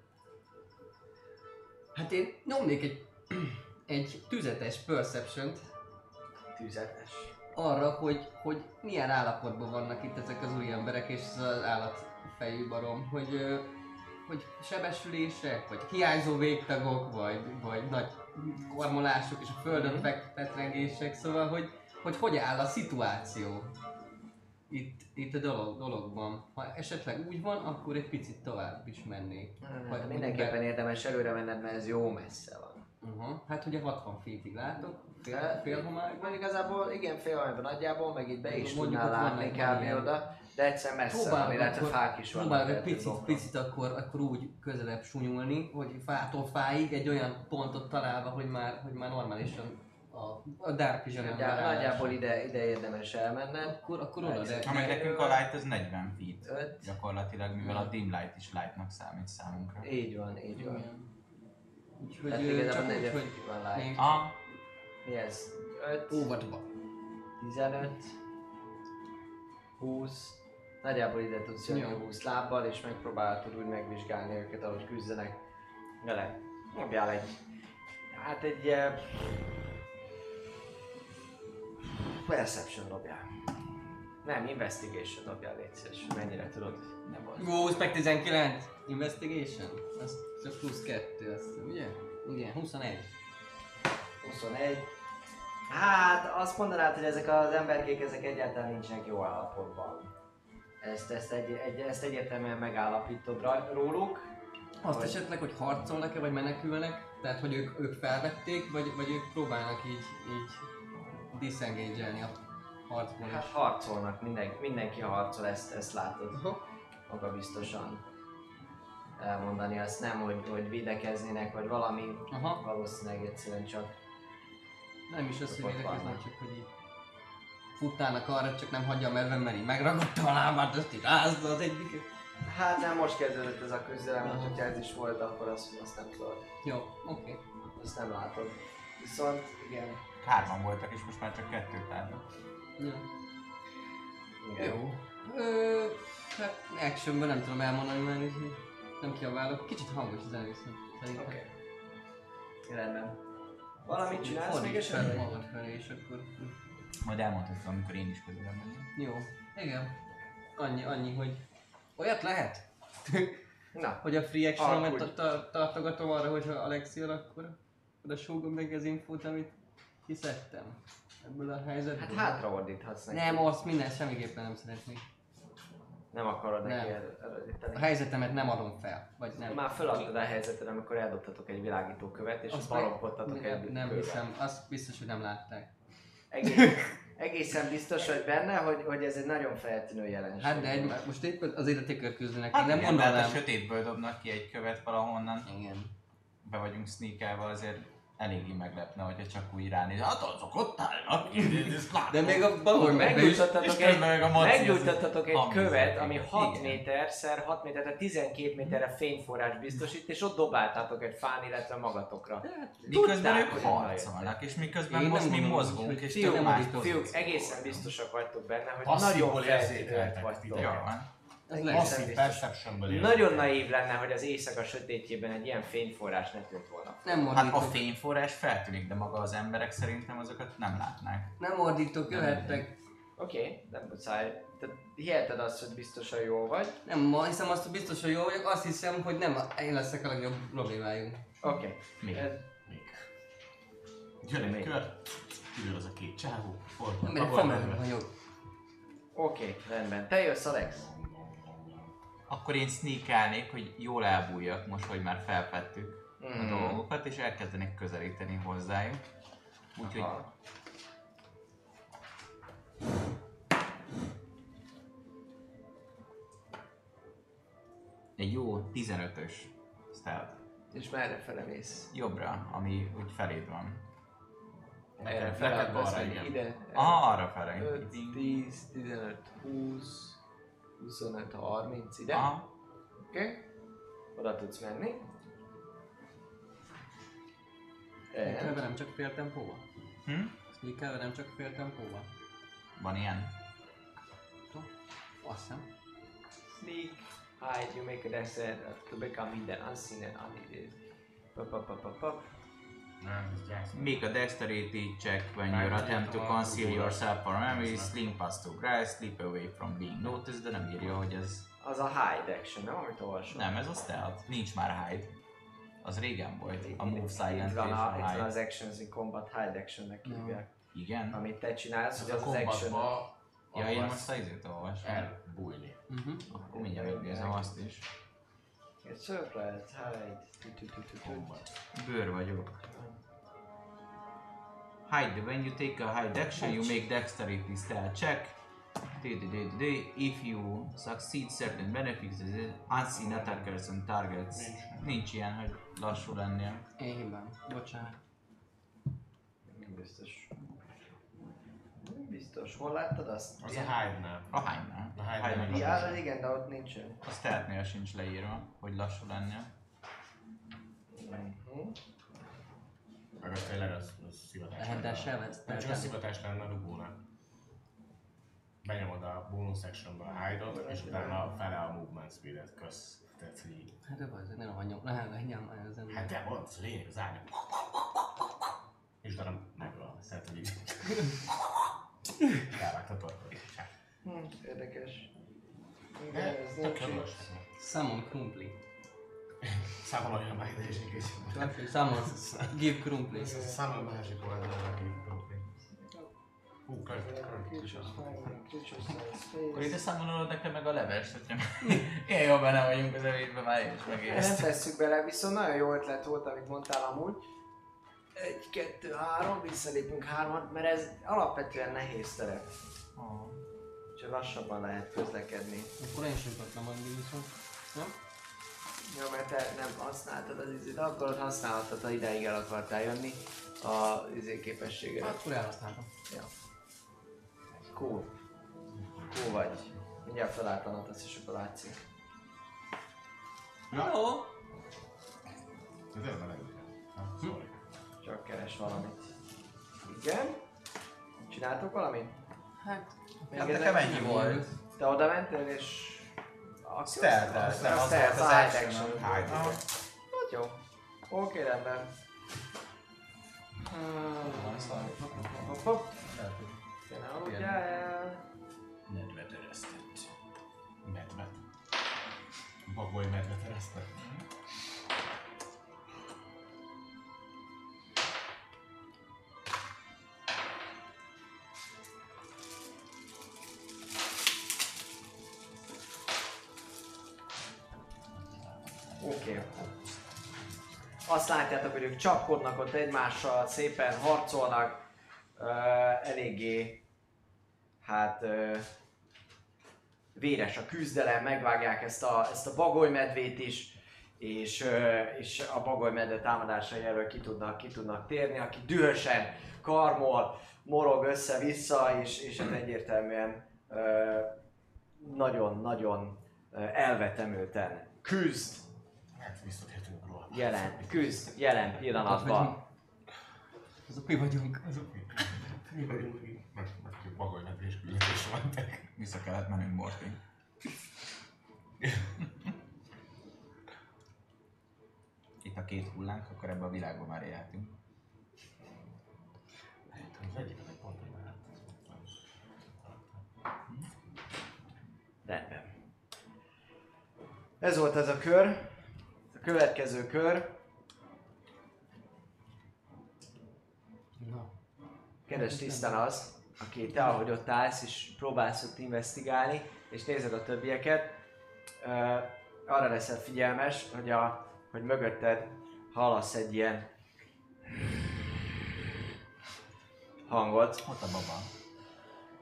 Hát én nyomnék egy tüzetes perception-t Tüzetes. arra, hogy milyen állapotban vannak itt ezek az új emberek és ez az állatfejű barom, hogy sebesülések, vagy hiányzó végtagok, vagy nagy kormolások és a földön fetrengések, szóval hogy áll a szituáció itt a dologban. Ha esetleg úgy van, akkor egy picit tovább is mennék. Vagy Mindenképpen érdemes előre menned, mert ez jó messze van. Hát ugye 60 feetig látok, fél homályban. Mert igazából igen, félhomályban nagyjából, meg itt be is Mondjuk tudnál ott látni van kb. ilyen. Oda, de egyszer messze van, illetve fák is vannak. Próbálok egy picit akkor úgy közelebb sunyulni, hogy fától fáig egy olyan pontot találva, hogy már normálisan a Dark Vision-en Nagyjából ide érdemes elmenned. Akkor oda, de... Ha meg nekünk a light az 40 feet. 5. Gyakorlatilag, mivel a dim light is lightnak számít számunkra. Így van, így van. Úgyhogy Tehát csak igazából úgy, 40 hogy... feet van light. Ah, Mi ez? 5, Óvatba. 15, 20. Nagyjából ide tudsz jönni Jó. 20 lábbal, és megpróbáltad úgy megvizsgálni őket, ahogy küzdenek vele. Nyomjál egy Perception dobjál. Nem, Investigation dobjál, légy szíves. Mennyire tudod? Nem volt. Ó, meg 19. Investigation? Az csak plusz 2, azt hiszem, ugye? Igen, 21. 21. Hát azt mondanád, hogy ezek az emberkék ezek egyáltalán nincsenek jó állapotban. Ezt egyértelműen megállapítod róluk. Azt Vagy- esetleg, hogy harcolnak-e, vagy menekülnek? Tehát, hogy ők felvették, vagy ők próbálnak így disengage-elni a harcból is? Hát harcolnak, mindenki harcol, ezt látod. Aha. Maga biztosan elmondani azt nem, hogy védekeznének, vagy valami, Aha. valószínűleg egyszerűen csak Nem is az, hogy Ott védekeznek, vannak. csak hogy így futnának arra, csak nem hagyja a medve, mert így megragadta a lábát, azt így rázta az egyiket. Hát nem most kezdődött ez a küzdelem, hogyha ez is volt, akkor azt nem tudod. Jó, oké. Azt nem látod. Viszont igen. hárman voltak, és most már csak kettőt látnak. Jó. Igen. Jó. Hát actionben nem tudom elmondani, mert így nem kiabálok. Kicsit hangos az viszont szerintem. Oké. Rendben. Valamit csinálsz még Fordíts fel esetleg? magad felé, és akkor... Majd elmondhatom, amikor én is közelebb megyek. Jó. Igen. Annyi, hogy... Olyat lehet? Na, Hogy a free action-omat Alkudj. tartogatom arra, hogyha Alexi jön, akkor oda súgom meg az infót, amit kiszedtem ebből a helyzetből. hát hátraordíthatsz neki. Nem, azt minden semmiképpen nem szeretnék. Nem akarod neki Nem. előzíteni. A helyzetemet nem adom fel, vagy nem. Már feladtad a helyzetet, amikor eldobtatok egy világító követ, és Azt baromkodtatok egy nem követ. hiszem, azt biztos, hogy nem látták. Egészen biztos vagy benne, hogy ez egy nagyon feltűnő jelenség. Hát de most éppen az életékért küzdenek, Hát nem igen, de hát a mondanám. sötétből dobnak ki egy követ valahonnan. Igen. Be vagyunk sneakelve, azért eléggé meglepne, hogyha csak úgy ránéz. Hát azok ott állnak, ezt látom. De még a bagoly megbe is. És Meggyújtottatok közben meg a Maci az meggyújtottatok egy hamizza követ, ki. ami 6 Igen. méter x 6 méter, tehát 12 méterre fényforrás biztosít, és ott dobáltátok egy fán, illetve magatokra. Miközben Tudták, ők hogy harcolnak, és miközben Én most nem mi gondolom, mozgunk, hogy és fiúk, tök más Fiúk, pozícióban egészen vagyunk. biztosak vagytok benne, hogy Passzívból nagyon feltűnőek érzékeltek vagytok. titeket. Jó van. Ez Egészen lehet. Passzív biztos. perceptionből Nagyon naív lenne, hogy az éjszaka sötétjében egy ilyen fényforrás ne tűnt volna. Nem Hát a ordítok, fényforrás feltűnik, de maga az emberek szerintem azokat nem látnák. nem ordítok, jöhettek. Oké, nem muszáj. Tehát hiheted azt, hogy biztosan jó vagy. Nem ma hiszem azt, hogy biztos, hogy jó vagyok, azt hiszem, hogy nem én leszek a legjobb problémájuk. Oké. Mi? Jön Még. egy kör, ül az a két csávó, fordul. Nem, mert family vagyok. Oké, rendben. Te jössz, Alex. Akkor én sneakelnék, hogy jól elbújjak most, hogy már felfedtük a Mm. dolgokat, és elkezdenék közelíteni hozzájuk. Úgyhogy Aha. egy jó 15-ös stealth. És merre fele mész? Jobbra, ami úgy feléd van. Erre fele neked akarsz balra, menni igen. ide? Arra fele. 5, 10, 15, 20, 25, 30 ide. Aha. Oké. Oda tudsz menni. Sneakelve nem csak fél tempóval? Sneakelve nem csak fél tempóval? Van ilyen? Azt hiszem. Sneak, hide, you make a dex to become hidden, unseen and unneeded. Pop. Nem, ez gyász. Make a dexterity check when you attempt to conceal yourself from enemies, sling past to grass, slip away from being noticed, de nem írja, hogy ez... Az a hide action, nem? Amit olvasom. Nem, ez a stealth. Nincs már hide. Az régen volt. A move silent Itt van, és a itt van az hide. actions in combat, hide actionnek hívják. Igen? Amit te csinálsz, Ez hogy a az action. kombatba Ja, én akarsz most a izét olvasom. elbújni. Akkor mindjárt megnézem azt is. Egy surprise, hide. Bőr vagyok. Hide. When you take a hide action, you make dexterity stealth check. If you succeed, certain benefits, unseen attackers and targets. Nincs ilyen, hogy lassú lennél. Én hibám. Bocsánat. Nem biztos. Nem biztos. Hol láttad azt? Az a hide-nál. A hide-nál. A hide-nál. Ja, igen, de ott nincsen. A stealthnél sincs leírva, hogy lassú lennél. Meg az tényleg az szivatás. Lehet dash-el vetsz? Nem csak a szivatás lenne a rugónál. Benyomod a bonus actionba a hide-ot, és utána fele a movement speed-et, kösz. Tehát, hogy így. Hát de az, nem hagyom. Lehet ezen. Hát de van, az a lényeg, az árnyok. És utána megvan. Tehát, hogy így. Elvágt a torkod. Érdekes. De Igen, ez tök nincs örülök. itt. Summon krumpli. Számol olyan már ide is egy kicsit. Summon. Give krumpli. Számol másik oldalra, aki krumpli. Hú, költ. Akkor ide számolod nekem meg a levest, hogyha ilyen jó benne vagyunk az evésben, már én is Nem megéreztem. tesszük bele, viszont nagyon jó ötlet volt, amit mondtál amúgy. 1, 2, 3, visszalépünk 3-at, mert ez alapvetően nehéz terep. Úgyhogy lassabban lehet közlekedni. Akkor én sem kaptam adni viszont. Nem? Ja, mert te nem használtad az izét, akkor ott használhatod, ha ideig el akartál jönni a izé képességet. Akkor elhasználtam. Ja. Cool. Cool vagy. Mindjárt felálltanat azt és akkor látszik. Jó. Ez olyan meleg. Sorry. Csak keres valamit. Igen? Csináltok valamit? Hát. Hát nekem ennyi volt. Te oda mentél és... Stealth, nem, az volt az action. Hide. Aha. Hát jó. Oké, rendben. Te ne aludjál el. Nedvet eresztett. Medvet. Bagoly medvet eresztett. Oké. Azt látjátok, hogy ők csapkodnak ott egymással, szépen harcolnak, eléggé, hát véres a küzdelem, megvágják ezt a bagolymedvét is, és a bagolymedve támadásai elől ki tudnak térni, aki dühösen karmol, morog össze-vissza, és ez egyértelműen nagyon-nagyon elvetemülten küzd. Hát visszatértünk róla. Jelen pillanatban. Azok mi vagyunk. Mi vagyunk? Meg bagoly medvés küldetés van. Vissza kellett mennünk Morty. Itt a két hullánk, akkor ebben a világban már élhetünk. Az egyik az egy pont, hogy már Rendben. Ez volt ez a kör. A következő kör. Na. Kedves tisztán az, aki te ahogy ott állsz és próbálsz ott investigálni, és nézed a többieket, arra leszel figyelmes, hogy mögötted hallasz egy ilyen hangot, Ott a baba.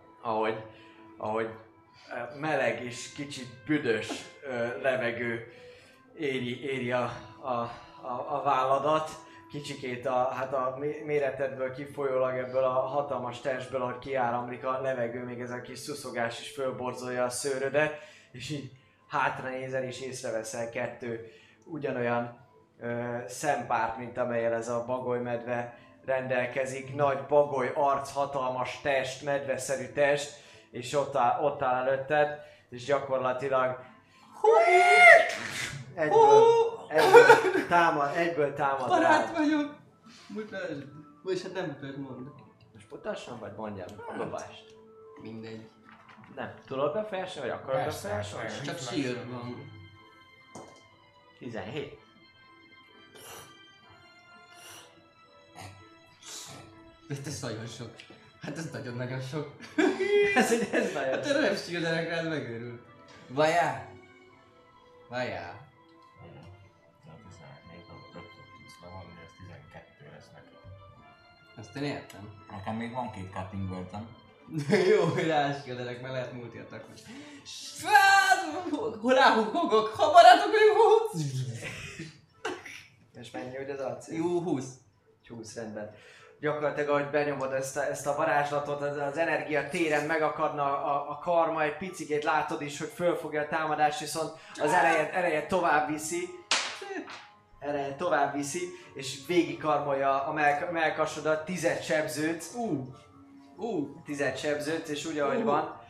ahogy meleg és kicsit büdös levegő éri a válladat. Kicsikét a méretedből kifolyólag ebből a hatalmas testből, ahogy kiáramlik a levegő, még ez a kis szuszogás is fölborzolja a szőrödet, és így hátra nézel és észreveszel 2 ugyanolyan szempárt, mint amellyel ez a bagolymedve rendelkezik. Nagy bagoly arc, hatalmas test, medveszerű test, és ott áll előtted, és gyakorlatilag egyből támad Barát rád. vagyok! Mutasd! Vagyis hát nem tudod mondani. Most mutassam, vagy mondjam a dobást? Mindegy. Nem. Tudod befejesni, vagy akarod befejesni? Csak shield van. 17. Ez nagyon sok. Hát ez nagyon sok. Ez nagyon Hát erre nem shieldenek rád, megőrült. Vajá! Vajá! Azt én értem. Nekem még van 2 cutting word-em. Jó, hogy ráskieldenek, mert lehet multi-attack. Hol ráhugogok? Ha barátok vagyunk, És mennyi, hogy az AC? Jó, 20. 20 rendben. Gyakorlatilag, ahogy benyomod ezt a varázslatot, az energia téren megakadna a karma, egy picikét látod is, hogy fölfogja a támadást, viszont az ereje tovább viszi, és végigkarmolja a melkasodat, 10 sebzőt. 10 sebzőt, és úgy ahogy van.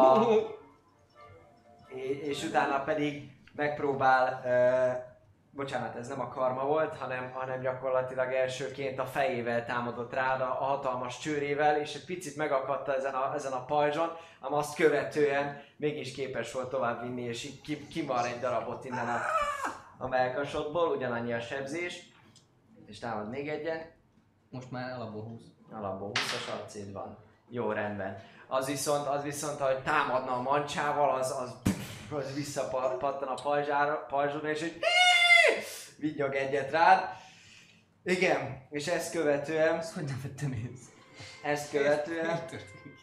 És utána pedig megpróbál, bocsánat, ez nem a karma volt, hanem gyakorlatilag elsőként a fejével támadott rád, a hatalmas csőrével, és egy picit megakadta ezen a pajzson, ám azt követően mégis képes volt tovább vinni, és így kivar egy darabot innen a melkasodból, ugyanannyi a sebzés, és támad még egyen. Most már alapból 20. Alapból 20-as arcéd van. Jó, rendben. Az viszont, hogy támadna a mancsával, az visszapattan a pajzsodra, és így vignyog egyet rád. Igen, és ezt követően... Ezt hogy nem vettem én? Ezt követően... Mi történik?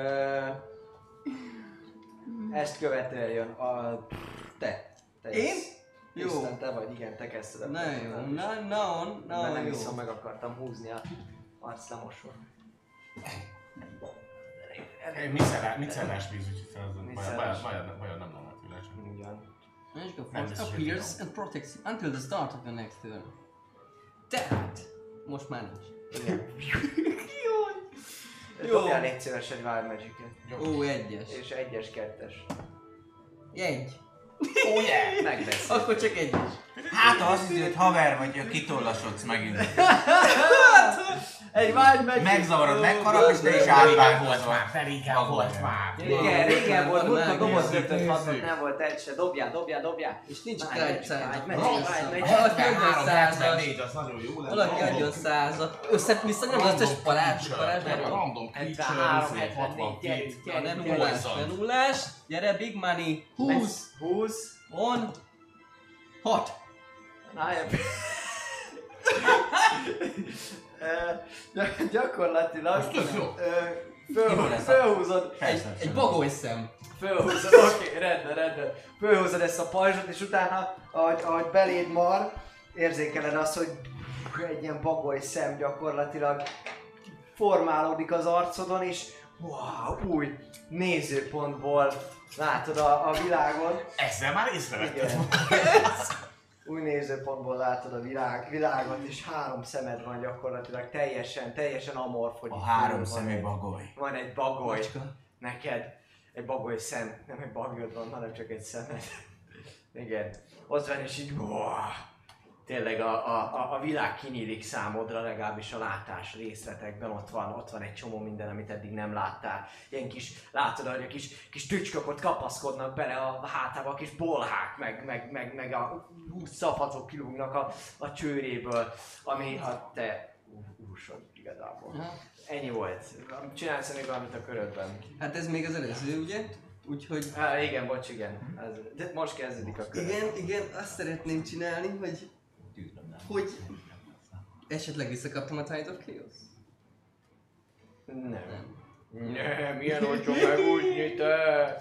Ezt követően jön a... Te Én? jössz. Jó. Isten, te vagy, igen, te kezdted a Na jó, követően. na Nem jó. viszont meg akartam húzni a arclemosról. Micelás víz, úgyhogy Micelás. vajon nem lenne tőle. Így van. Magical Nem force biztos, hogy appears tudom. and protects you until the start of the next turn. Tehát, most már nincs. Igen. Jó. Dobjál légy szíves egy Wild Magic-et. Ó, 1-es. És 1-es, 2-es. 1. Oh yeah! Megbeszél. Akkor csak 1-es. Hát azt hiszed, hogy haver vagy, kitollasodsz megint. Egy Wild Magic! Megzavarod, megharap, és te is átvágod. Régen volt már. Igen, régen volt, múltkor Vágj, doboz nézzük, 5 6 nem volt egy se. Dobjál. És nincs Vágj, rá egy vágj, 100. vágj, Valaki adjon 100-at. az nagyon jó lenne. Valaki adjon 100-at. Össze-vissza nem az összes parázsban. Random 73, creature, 74, 62. Ne nullás. Gyere, big money. 20. 20. On. 6. Gyakorlatilag Ez tök jó. fölhúzod Egy bagoly szem. Fölhúzod, oké, rendben. Fölhúzod ezt a pajzsot, és utána, ahogy beléd mar, érzékeled azt, hogy egy ilyen bagoly szem gyakorlatilag formálódik az arcodon, és wow, új nézőpontból látod a világot. Ezzel már észrevetted. Igen. Új nézőpontból látod a világot, és 3 szemed van gyakorlatilag, teljesen amorf, hogy A itt 3 van szemű egy- bagoly. Van egy bagoly neked, egy bagoly szem, nem egy bagolyod van, hanem csak egy szemed. Igen, ott van és így, tényleg a világ kinyílik számodra, legalábbis a látás részletekben ott van egy csomó minden, amit eddig nem láttál. Ilyen kis, látod, hogy a kis tücskök ott kapaszkodnak bele a hátába, a kis bolhák, meg a szafacok kilúgnak a csőréből, ami a te úrsod igazából. Ennyi volt. Csinálsz még valamit a körödben? Hát ez még az előző, ugye? Úgyhogy... Igen, bocs, igen. De most kezdődik a köröd. Igen, azt szeretném csinálni, hogy esetleg visszakaptam a Tide of Chaos? Nem. Nem, milyen olcsó megújtni te!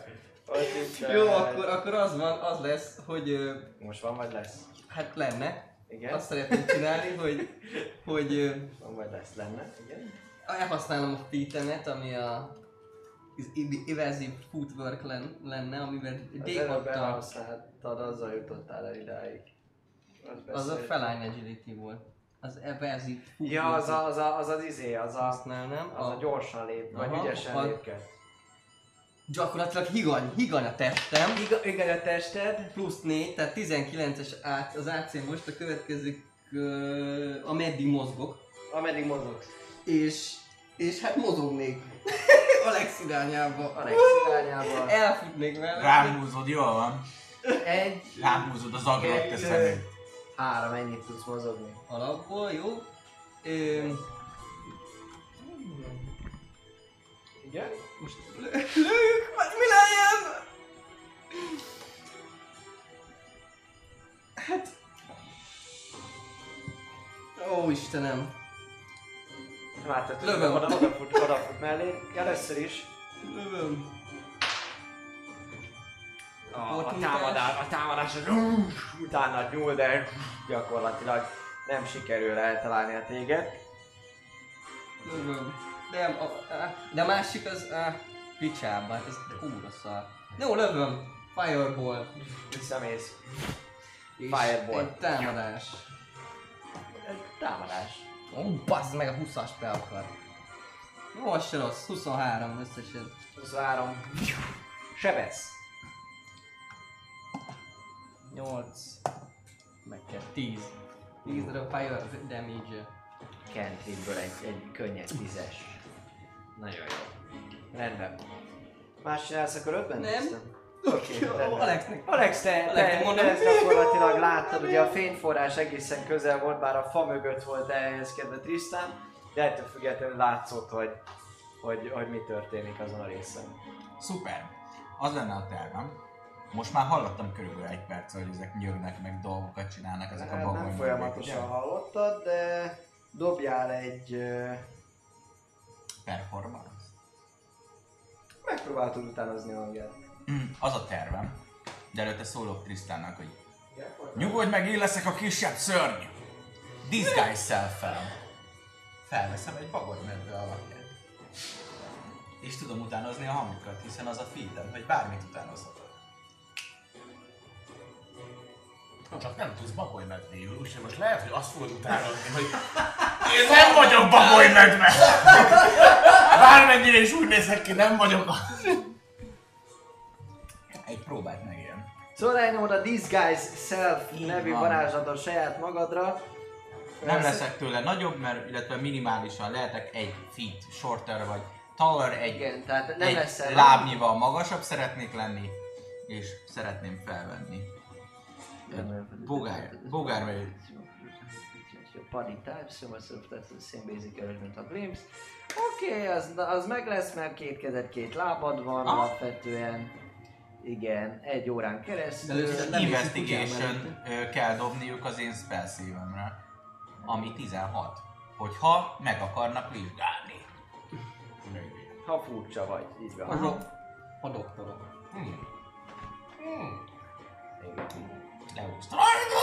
Jó, akkor az lesz, hogy Most van vagy lesz? hát lenne. Igen. Azt szeretném csinálni, hogy Van vagy lesz, lenne, igen. elhasználom a feat-emet, ami a evasive footwork lenne, amivel Az előbb D6-tal, elhasználtad, azzal jutottál el idáig. az a feline agility volt. Az evasive footwork. Ja, az izé, az használnám. a gyorsan lép, vagy Aha, ügyesen lépked. Gyakorlatilag higany a testem. Igen, a tested. Plusz 4, tehát 19-es az AC most a következő, ameddig mozgok. Ameddig mozogsz. És hát mozognék. Alex irányába. Alex irányába. Elfutnék vele. Rámúzod, jól van. Egy, Rámúzod az agrot te szemét. 3, ennyit tudsz mozogni. Alapból, jó. Igen? Most lőjük, mi legyen? Hát... Ó, Istenem. Már te Lövöm. odafut mellé. Először is Lövöm. a támadás az utána nyúl, de gyakorlatilag nem sikerül eltalálni a téged. Lövöm. De a másik az... picsába, hát ez kurva szar. Jó, lövöm. Fireball. Visszamész. És Fireball. egy támadás. Egy támadás. Ó, bazd meg, a 20-as be akar. Jó, az se rossz. 23 összesen. 23. Sebesz. 8. Meg kell 10. 10 darab fire damage. Cantripből egy könnyed 10-es. Nagyon jó. Rendben. Más csinálsz akkor 5-ben? Nem. Oké, rendben. Alexnek. Alex, te mondom. ezt gyakorlatilag láttad, ugye a fényforrás egészen közel volt, bár a fa mögött volt elhelyezkedve Tristan, de ettől függetlenül látszott, hogy mi történik azon a részen. Szuper. Az lenne a tervem. Most már hallottam körülbelül egy perc, hogy ezek nyögnek, meg dolgokat csinálnak ezek a bagoly. Nem folyamatosan hallottad, de dobjál egy... Performance. Megpróbáltad utánozni a hangját. Az a tervem. De előtte szólok Tristannak, hogy nyugodj meg, én leszek a kisebb szörny! Disguise-szel fel. Felveszem egy bagorymedve alakját. És tudom utánozni a hangukat, hiszen az a feedem, hogy bármit utánozhatok. Csak nem tudsz bagolymedvéül, úgyhogy most lehet, hogy azt fogod utánozni, hogy én nem vagyok bagolymedve! Bármennyire is úgy nézek ki, nem vagyok az. Egy próbát megélni. Szóval elnyomod a Disguise Self Így nevű van. varázslatot saját magadra. Nem leszek tőle nagyobb, mert illetve minimálisan lehetek egy feet shorter vagy taller, Igen, tehát nem egy leszel lábnyival magasabb szeretnék lenni, és szeretném felvenni. Bogár Body type, so much of that's the same basic arrangement of limbs. Oké, az meg lesz, mert két kezed, két lábad van alapvetően. Igen, 1 órán keresztül. Először nem Investigation kell dobniuk az én spell save-emre, ami 16. Hogyha meg akarnak vizsgálni. Ha furcsa vagy, így van. A doktorok. Igen. Leúztam.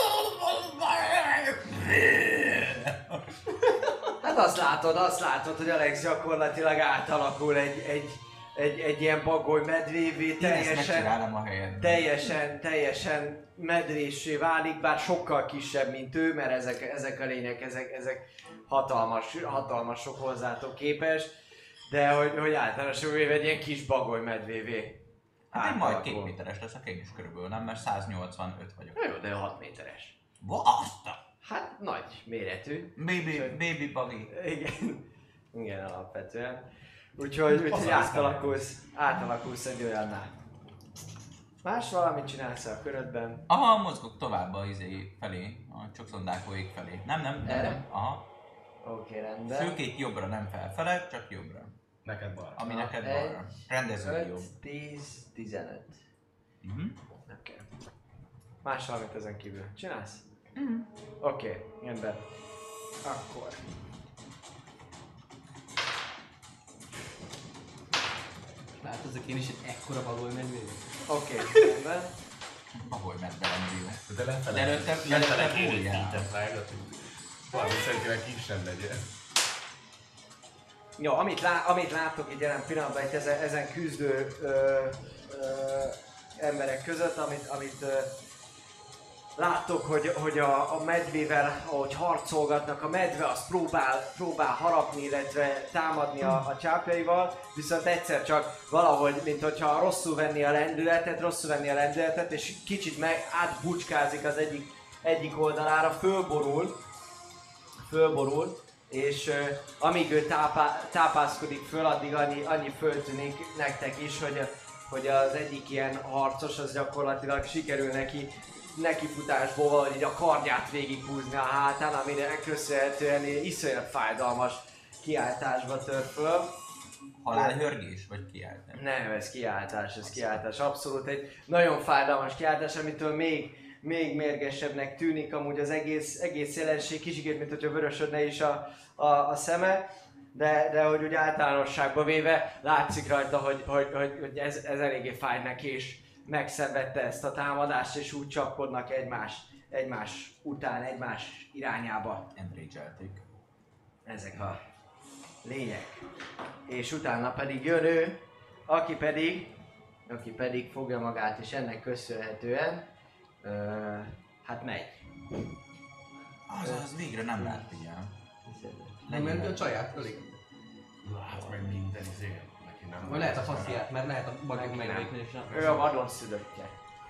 Hát azt látod, hogy Alex gyakorlatilag átalakul egy ilyen bagoly medvévé, Én ezt teljesen, megcsinálom a helyet. teljesen medréssé válik, bár sokkal kisebb, mint ő, mert ezek a lények, ezek hatalmasok hozzátok képest, de hogy általánosan véve egy ilyen kis bagoly medvévé. Hát én majd átalakul. 2 méteres leszek én is körülbelül, nem? Mert 185 vagyok. Na jó, de 6 méteres. Basta! Hát nagy méretű. Baby buggy. Igen, alapvetően. Úgyhogy átalakulsz egy olyannál. Más valamit csinálsz a körödben? Aha, mozgok tovább a izé felé, a csokszondákóig felé. Nem. Erre? Aha. Oké, rendben. Főként jobbra, nem felfele, csak jobbra. Neked balra. Ami neked Egy, balra. Rendező 5, jobb. 10, 15. Oké. Más valamit ezen kívül csinálsz? Oké, rendben. Akkor. Változok én is egy ekkora bagoly medvébe. Oké, rendben. Ahogy medvelendő. De lefele. De előtte bújjál. Szintet vágott. Valami szerintem kisebb legyen. Jó, amit láttok itt jelen pillanatban itt ezen küzdő emberek között, amit láttok, hogy a medvével, ahogy harcolgatnak, a medve az próbál harapni, illetve támadni a csápjaival, viszont egyszer csak valahogy, mint hogyha rosszul venni a lendületet, és kicsit átbucskázik az egyik oldalára, fölborul, és amíg ő tápászkodik föl, addig annyi föltűnik nektek is, hogy az egyik ilyen harcos az gyakorlatilag sikerül neki futásból valahogy így a kardját végighúzni a hátán, amire köszönhetően iszonyat fájdalmas kiáltásba tör föl. Halálhörgés vagy kiáltás? Nem, ez kiáltás. Abszolút egy nagyon fájdalmas kiáltás, amitől még mérgesebbnek tűnik amúgy az egész jelenség, kicsikét, mint hogyha vörösödne is a szeme, de hogy úgy általánosságban véve látszik rajta, hogy ez eléggé fáj neki, és megszenvedte ezt a támadást, és úgy csapkodnak egymás után, egymás irányába. Enrage-elték. Ezek a lények. És utána pedig jön ő, aki pedig fogja magát, és ennek köszönhetően hát megy. Az végre nem lát ilyen. Nem ment a csaját, ölik. Hát meg minden izé. Neki nem. Vagy lehet a fasziát, mert lehet a bagok megvékni és nem. Ő a vadon szülöttje.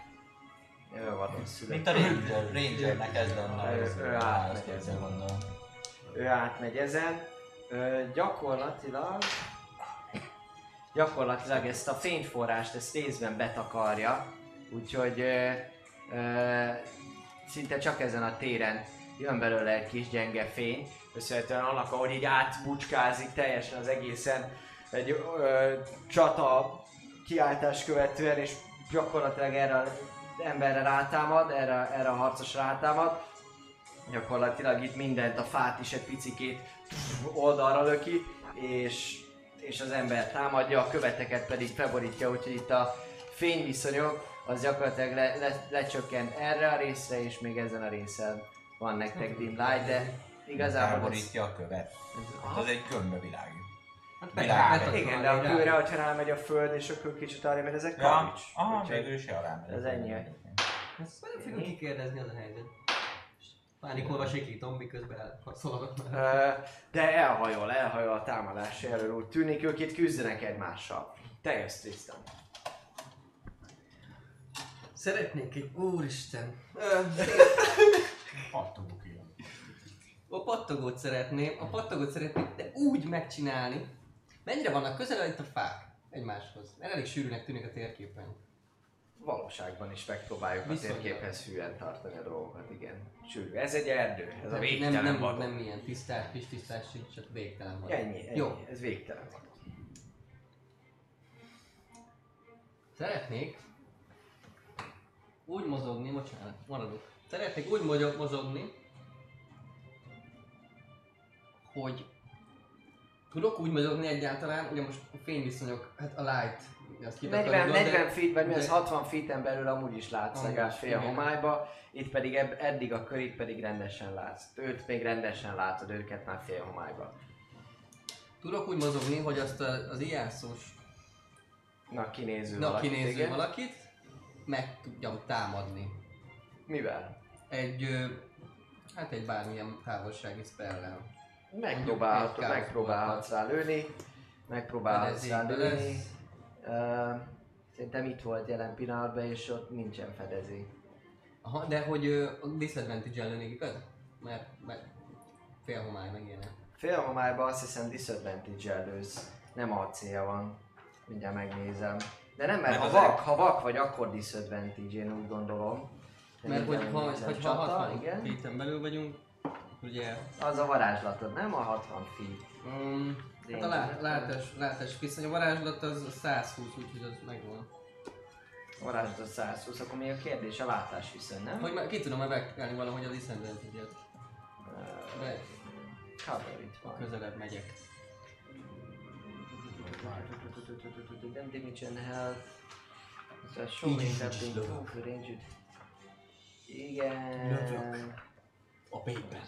Mint a Rangernek ez lenne. Ő átmegy ezen. Gyakorlatilag ezt a fényforrást ezt részben betakarja, úgyhogy szinte csak ezen a téren jön belőle egy kis gyenge fény, köszönhetően annak, ahogy így átbucskázik teljesen az egészen egy csata kiáltás követően, és gyakorlatilag erre az emberre rátámad, erre a harcosra rátámad. Gyakorlatilag itt mindent, a fát is egy picikét oldalra löki, és az ember támadja, a követeket pedig felborítja, úgyhogy itt a fényviszonyok az gyakorlatilag lecsökkent erre a részre, és még ezen a részen van nektek dim light, de igazából Felborítja a követ. Az egy gömbbe világít. igen, de a kőre, hogyha rámegy a föld, és a kő kicsit arra, mert ezek Ja, kavics. aha, Úgyhogy végül is alá megy. ez ennyi. Ezt nem fogok kikérdezni, az a helyzet. Pánikolva sikítom, miközben szaladok már. De elhajol a támadás elől, úgy tűnik, ők itt küzdenek egymással. Te jössz, Tristan. Szeretnék egy... Úristen! Pattogok ilyen. A pattogót szeretném, de úgy megcsinálni. Mennyire vannak közel itt a fák egymáshoz? Mert elég sűrűnek tűnik a térképen. Valóságban is megpróbáljuk Viszonylag. a térképhez hűen tartani a dolgokat, igen. Sűrű. Ez egy erdő, ez a végtelen nem, vadon. nem ilyen tisztás, kis tisztás sincs, csak végtelen van. Ennyi, Jó. ez végtelen van. Szeretnék úgy mozogni, bocsánat, maradok. Szeretnék úgy mozogni, hogy tudok úgy mozogni egyáltalán, ugye most a fényviszonyok, hát a light, azt 40 feet, vagy mi az de- 60 feet-en belül amúgy is látsz Amúgy legalább is, fél igen. homályba, itt pedig eddig a körig pedig rendesen látsz. Őt még rendesen látod, őket már fél homályba. Tudok úgy mozogni, hogy azt az ijászós Kinéző kinéző igen. valakit meg tudjam támadni. Mivel? Hát egy bármilyen távolsági spellel. Megpróbálhatsz rá lőni. Megpróbálhatsz rá Fedezékbe lőni. lesz. Szerintem itt volt jelen pillanatban, és ott nincsen fedezék. Aha, de hogy a disadvantage-el lőnék, igaz? Mert fél homály meg ilyenek. Fél homályban azt hiszem disadvantage-el lősz. Nem AC-ja van. Mindjárt megnézem. De nem, mert ha vak vagy, akkor disadvantage, én úgy gondolom. De Mert mindjárt hogy megnézem. ha Csata, 60 igen. feet-en belül vagyunk, ugye... Az a varázslatod, nem a 60 feet. Hát a látás viszony, a varázslat az 120, úgyhogy az megvan. A varázslatod 120, akkor még a kérdés a látás viszont, nem? Hogy ki tudom megkelni valahogy a disadvantage-et. De Cover itt van. közelebb megyek. Nem damage and health. Ez a show grappling, range. Igen. Lövök. A paper.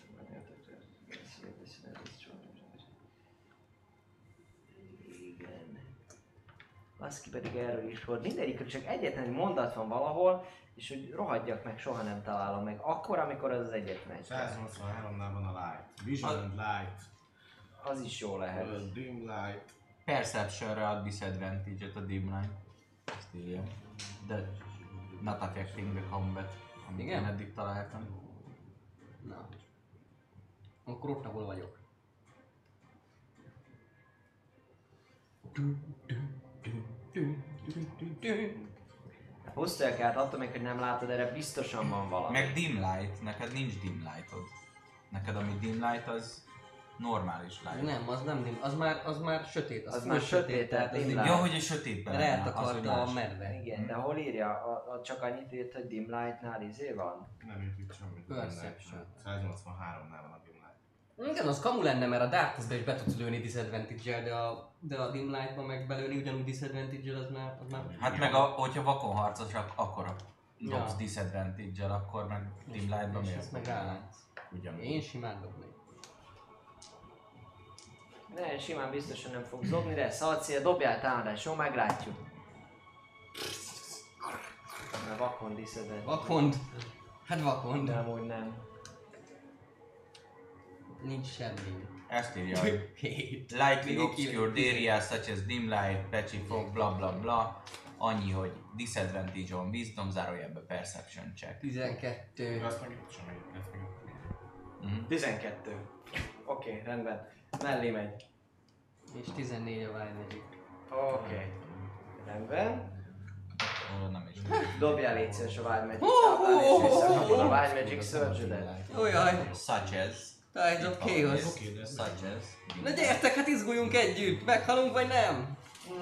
Igen. Baszki pedig erről is volt. Mindegyikről csak egyetlen egy mondat van valahol, és hogy rohadjak meg, soha nem találom meg. Akkor, amikor az egyetlen egy. 183-nál van a light. Vision and light. Az is jó lehet. Dim light. Perception-re ad disadvantage-et a dim light. Ezt írja. De not affecting the combat, amit Igen? én eddig találtam. Na. Akkor ott, ahol vagyok. Pusztolják át, attól még, hogy nem látod, erre biztosan van valami. Meg dim light, neked nincs dim lightod. Neked ami dim light az normális light. Nem, az nem dim, az már sötét. Az már sötét, tehát az dim dim. light. Jó, hogy a sötétben Mert lenne, az, eltakarta hogy a más. medve. Igen, de hol írja? Csak annyit írt, hogy dim lightnál izé van? Nem írt itt semmit. Perception. 183-nál van a dim light. Igen, az kamu lenne, mert a Darkness-be is be tudsz lőni disadvantage-el, de a Dim Light-ban meg belőni ugyanúgy disadvantage-el, az már... Hát meg hogyha vakon harcosak, akkor dobsz disadvantage-el, akkor meg dim lightban És miért? ezt meg rálátsz. Ugyanúgy. Én simán dobnék. Ne, simán biztosan nem fogsz dobni, de Szalcia, dobjál támadáson, meglátjuk. Mert vakon disadvantage. Vakond. Hát vakond. De amúgy nem. Nincs semmi. Ezt írja, hogy Hét. lightly obscured areas such as dim light, patchy fog, bla bla bla. Annyi, hogy disadvantage on wisdom, zárójelbe perception check. 12. De azt meg itt sem írt. Ezt meg itt. 12. Oké, rendben. Mellé megy. És 14 a Wild Magic. Oké. Rendben. Ó, nem is. Dobjál légy szíves a Wild Magic táblán, és visszakapod a Wild Magic Surge-ödet. Ojaj, Such as. Tides of Chaos. Oké, de ez Such as. Na gyertek, hát izguljunk együtt! Meghalunk vagy nem?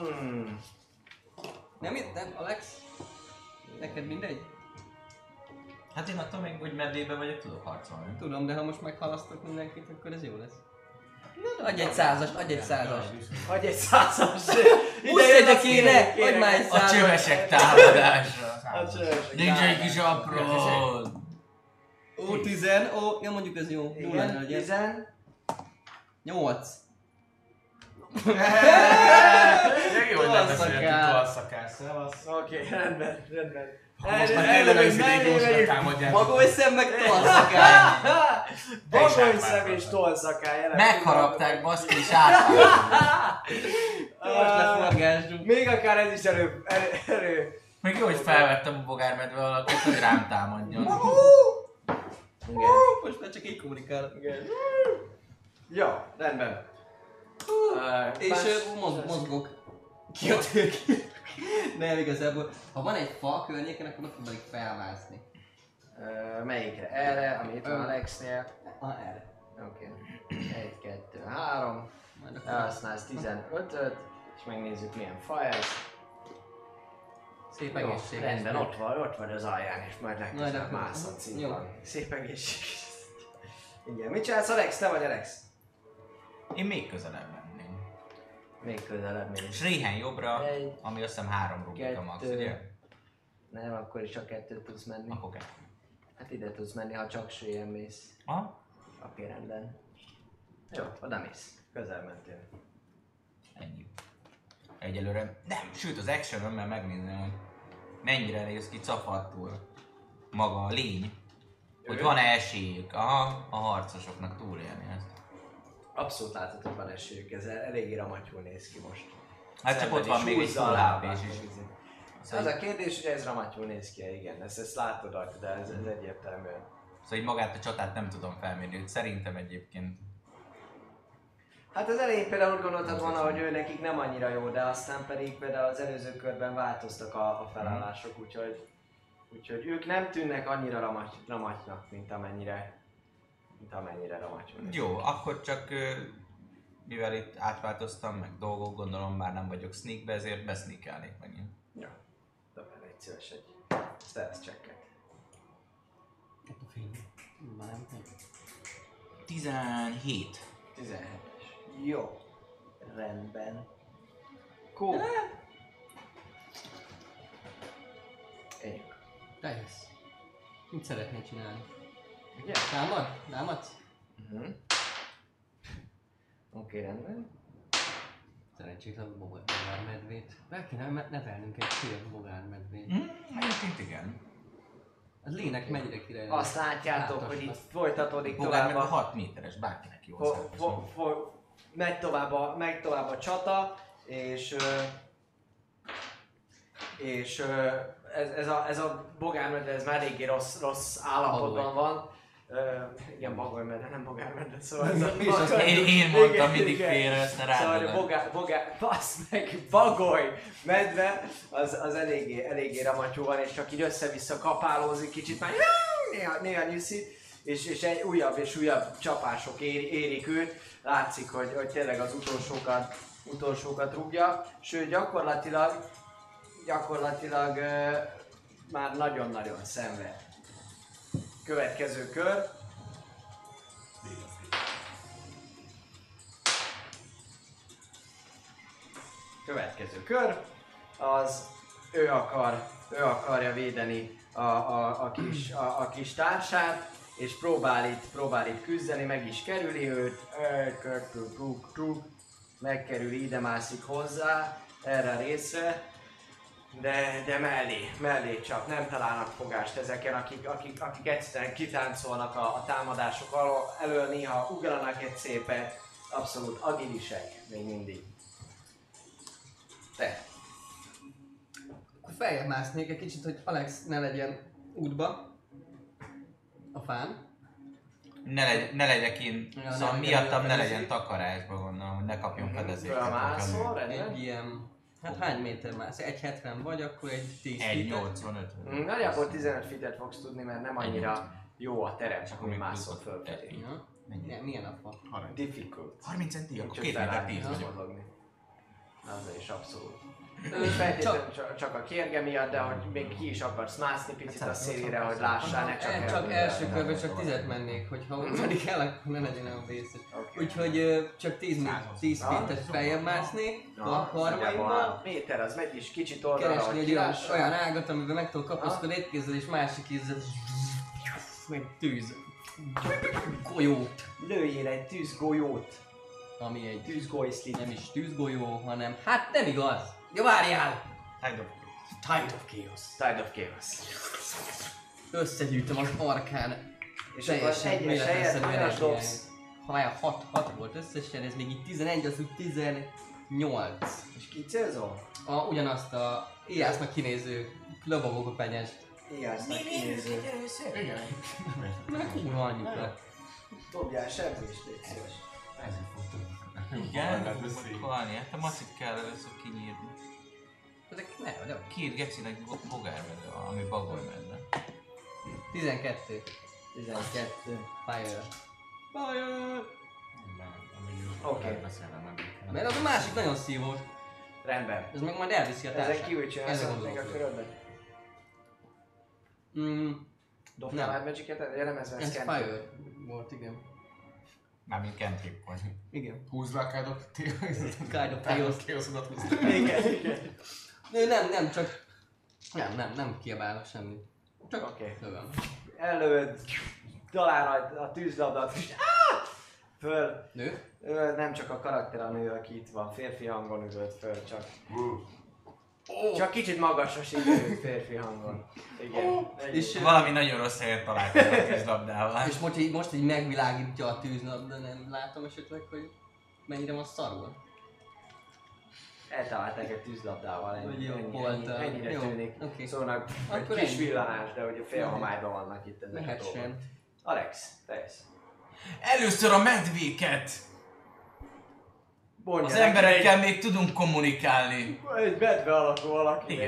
Nem itt, nem, Alex? Neked mindegy? Hát én attól még, hogy medvébe vagyok, tudok harcolni. Tudom, de ha most meghalasztok mindenkit, akkor ez jó lesz. Adj egy százast, adj egy százast. Hagyj egy 100-as. Húsz egyre kéne, adj már egy A százast. csövesek támadása. A csövesek. Nincs egy kis apród. Ó, 10, ó, ja mondjuk ez jó. Jó lenne, Igen, hogy 10. 8. Jó, hogy lebeszéltük tolszakás, szevasz. Oké, rendben, rendben. Most már tényleg az idei gyorsra támadják. Magoly szem meg tolszakály. Bagoly szem és tolszakály jelen. Megharapták baszki és átvágták. Most leforgásunk. Még akár ez is erő. Még jó, hogy felvettem a bogármedve alakot, hogy rám támadjon. Igen. Most már csak így kommunikálok. Igen. Jó, rendben. És mozgok. Ki a tőké? Nem, igazából. Ha van egy fa a környéken, akkor megpróbáljuk felmászni. Melyikre? Erre, ami itt van Alexnél. Erre. Oké. 1, 2, 3. Majd akkor Elhasználsz 15-öt, és megnézzük milyen fa ez. szép Jó, egészség. rendben, ott vagy az alján, és majd Majd legközelebb akkor- mászhatsz, így jó. van. Szép egészség. Igen, mit csinálsz Alex? Te vagy Alex? Én még közelebb lennék. Még közelebb még. Sréhen jobbra, Egy, ami azt hiszem 3 rubik a max, kettő. ugye? Nem, akkor is csak 2 tudsz menni. Akkor 2. Hát ide tudsz menni, ha csak sréjen mész. Aha. Oké, rendben. Jó, oda mész. Közel mentél. Ennyi. Egyelőre nem, sőt az actionömmel megnézném, hogy mennyire néz ki cafattul maga a lény. Hogy van-e esélyük a harcosoknak túlélni ezt. Abszolút láthatod, hogy van esélyük, ez eléggé ramatyul néz ki most. Hát csak ott van még egy full HP-s is. Az a kérdés, hogy ez ramatyul néz ki, igen, ezt látod rajta, de ez egyértelműen. Szóval így magát a csatát nem tudom felmérni, hogy szerintem egyébként. Hát az elején például úgy gondoltad volna, hogy ő nekik nem annyira jó, de aztán pedig például az előző körben változtak a felállások, úgyhogy ők nem tűnnek annyira ramatynak, mint amennyire ramatyul néz ki. Jó, akkor csak mivel itt átváltoztam, meg dolgok, gondolom már nem vagyok sneakbe, ezért beszneakelnék megint. Ja, dobjál egy szíves egy stealth checket. Ott a film. Már nem tudom. 17. 17-es. Jó. Rendben. Cool. Én. Teljesz. Mit szeretnél csinálni? Ugye? Támad? Támadsz? Oké, rendben. Szerencsétlen bogármedvét. Be kéne nevelnünk egy fél bogármedvét. Egyébként igen. A lének mennyire király. Azt látjátok, hogy itt folytatódik Bogár meg tovább a a... 6 méteres, bárkinek jó az. Megy tovább a csata, és ez a bogármedve, ez már eléggé rossz állapotban van. Igen, bagolymedve, nem bogármedve, szóval ez a... Én mondtam mindig félre ezt a Szóval bassz meg, bagoly medve, az eléggé ramatyú van, és csak így össze-vissza kapálózik, kicsit már néha nyűszi, és egy újabb és újabb csapások érik őt. Látszik, hogy tényleg az utolsókat rúgja, sőt gyakorlatilag már nagyon-nagyon szenved. Következő kör. Következő kör, az ő akarja védeni a kis társát, és próbál itt küzdeni, meg is kerüli őt, megkerüli, ide mászik hozzá, erre a részre, de mellé csap, nem találnak fogást ezeken, akik egyszerűen kitáncolnak a támadások elől, néha ugranak egy szépet, abszolút agilisek még mindig. Te. Akkor feljebb másznék egy kicsit, hogy Alex ne legyen útba. A fán. Ne legyek én, Ja, szóval ne miattam legyen ne legyen fedezék. takarásba, gondolom, hogy ne kapjon fedezéket. Fölmászol, rendben? Egy ilyen... Hát hány méter mász? 1,70 vagy, akkor egy 10 1,85. Nagyjából 15 fitet fogsz tudni, mert nem annyira jó a terem, csak Akkor úgy még mászol plusz fölfelé. Ja. Mennyi? Milyen a fa? Difficult. 30 centi, akkor Csak 2 méter felállni 10 és vagyok. mozogni. Az is abszolút. És feltétlenül csak a kérge miatt, de hogy még ki is akarsz mászni picit a szélére, hogy lássál, ne csak Csak első körben csak 10-et mennék, hogyha úgy kell, akkor ne legyen olyan vészes. Úgyhogy csak 10 feet-et feljebb másznék, a harmaimmal. Méter, az megy is kicsit oldalra, Keresni hogy egy olyan kilássa. ágat, amiben meg tudok kapaszkodni egy kézzel és másik kézzel. Meg tűz. Golyót. Lőjél egy tűzgolyót. Ami egy Tűzgolyszlit. nem is tűzgolyó, hanem hát nem igaz. Ja, várjál! Tide of Chaos. Tide of Chaos. Összegyűjtöm az arkán. És akkor egyes helyet hányat dobsz? Ha már 6 volt összesen, ez még így 11, az úgy 18. És ki célzol? Ugyanazt a éjásznak kinéző lobogó penyest. Ijásznak kinéző. Igen. Na kurva anyjukat. Dobjál sebzést, légy szíves. Ezért fogtok. Igen, fogok halni, hát a macit kell először kinyírni. Ezek ne. Kiírt gecinek bogármedve, ami bagolymedve. 12. 12. Fire. Fire! Oké. Mert az a másik nagyon szívós. Rendben. Ez meg majd elviszi a társát. Ezen kívül csinálsz Ezen még a gondolok. körödben? Dobtál Nem. már Magic-et? Nem ez Ez cantrip. Fire volt, igen. Mármint cantrip vagy. Igen. Húzd le a Kind of Kind of Chaos. Chaos-odat húzd. Igen. Nem, csak... Nem kiabálok semmit. Csak Oké. lövöm. Ellövöd, talál a tűzlabdát, és föl. Nő? Nem csak a karakter a nő, aki itt van, férfi hangon üvölt föl, csak. Csak kicsit magasra sikerült férfi hangon. Igen. És, Valami nagyon rossz helyen találkozom a tűzlabdával. és most így megvilágítja a tűznap, de nem látom esetleg, hogy mennyire van szarul. Eltalálták egy tűzlabdával, Hogy jó volt. ennyire Jó, tűnik. oké. Szóval egy Akkor kis ennyi. villanás, de hogy a félhomályban vannak itt ezek a dolgok. Mehessen. Alex, te jössz. Először a medvéket! Mondja Az neki emberekkel még tudunk kommunikálni. egy medve alakú valaki. Igen.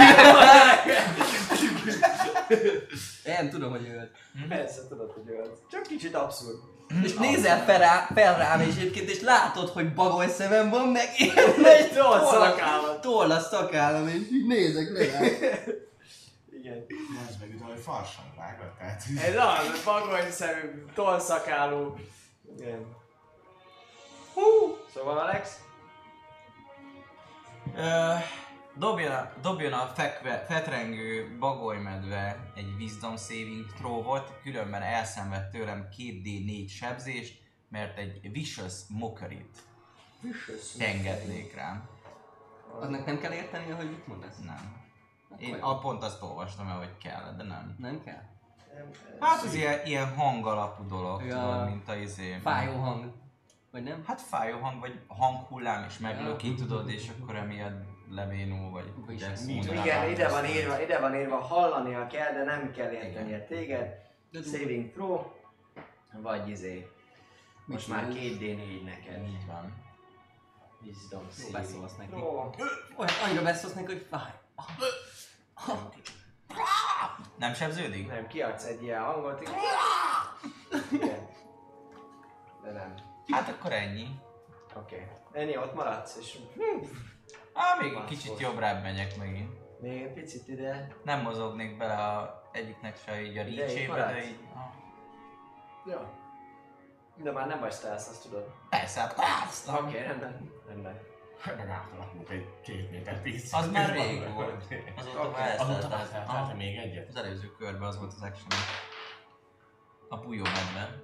Én tudom, hogy ő. Persze tudod, hogy ő az. Csak kicsit abszurd. És nézel fel rám és egyébként, és látod, hogy bagoly szemem van, meg én egy toll a szakállam, és így nézek le rá. Igen. Ez meg itt valami farsang vágott, tehát... Ez az, bagoly szemű, tollszakálú. Igen. Hú! Szóval Alex? Dobjon a fetrengő bagolymedve egy wisdom saving throw-ot, különben elszenved tőlem 2d4 sebzést, mert egy vicious mockery-t engednék rám. Annak nem kell érteni, hogy mit mondasz? Nem. Én Akkor pont azt olvastam el, hogy kell, de nem. nem kell? Hát ez ilyen hangalapú dolog, Ja. tudod, mint a Fájó hang. Vagy nem? Hát fájó hang, vagy hanghullám és meglöki, tudod, és akkor emiatt levénul, vagy ugye Igen, ide van írva, hallania kell, de nem kell értenie téged. Saving throw, vagy most már 2d4 neked. Így van. Wisdom saving Beszólsz neki. throw. Olyan annyira beszólsz neki, hogy fáj. Nem sebződik? Nem, kiadsz egy ilyen hangot. Igen. De nem. Hát akkor ennyi. Oké. Ennyi, ott maradsz, és Még egy kicsit jobbrább megyek megint. még egy picit ide. Nem mozognék bele egyiknek se így a Ide így reach-ébe, maradsz? de így... Ja. De már nem vagy stealth, azt tudod. Persze, hát azt. Oké, rendben. Meg átalakunk egy 2 méter 10. Az már rég volt. Azóta Oké. már Azóta elszállt. már tehát még egyet. Az előző körben az volt az action. A bujó medve.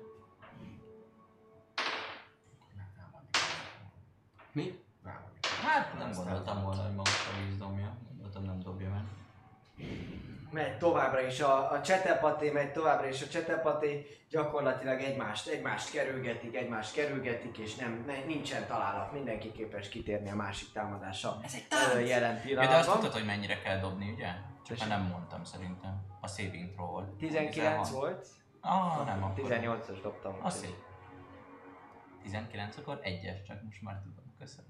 Mi? Hát nem gondoltam volna, hogy magas a vízdomja. Gondoltam, nem dobja meg. Megy továbbra is, a csetepaté megy továbbra is, a csetepaté gyakorlatilag egymást kerülgetik, és nincsen találat, mindenki képes kitérni a másik támadásra. Ez egy tánc! Jelen Ja, de azt pillanatban. tudtad, hogy mennyire kell dobni, ugye? Csak már nem mondtam szerintem. A saving throw volt. 19 volt, Nem, akkor... 18-as dobtam. Az szép. 19, akkor 1-es, csak most már tudom. Köszönöm.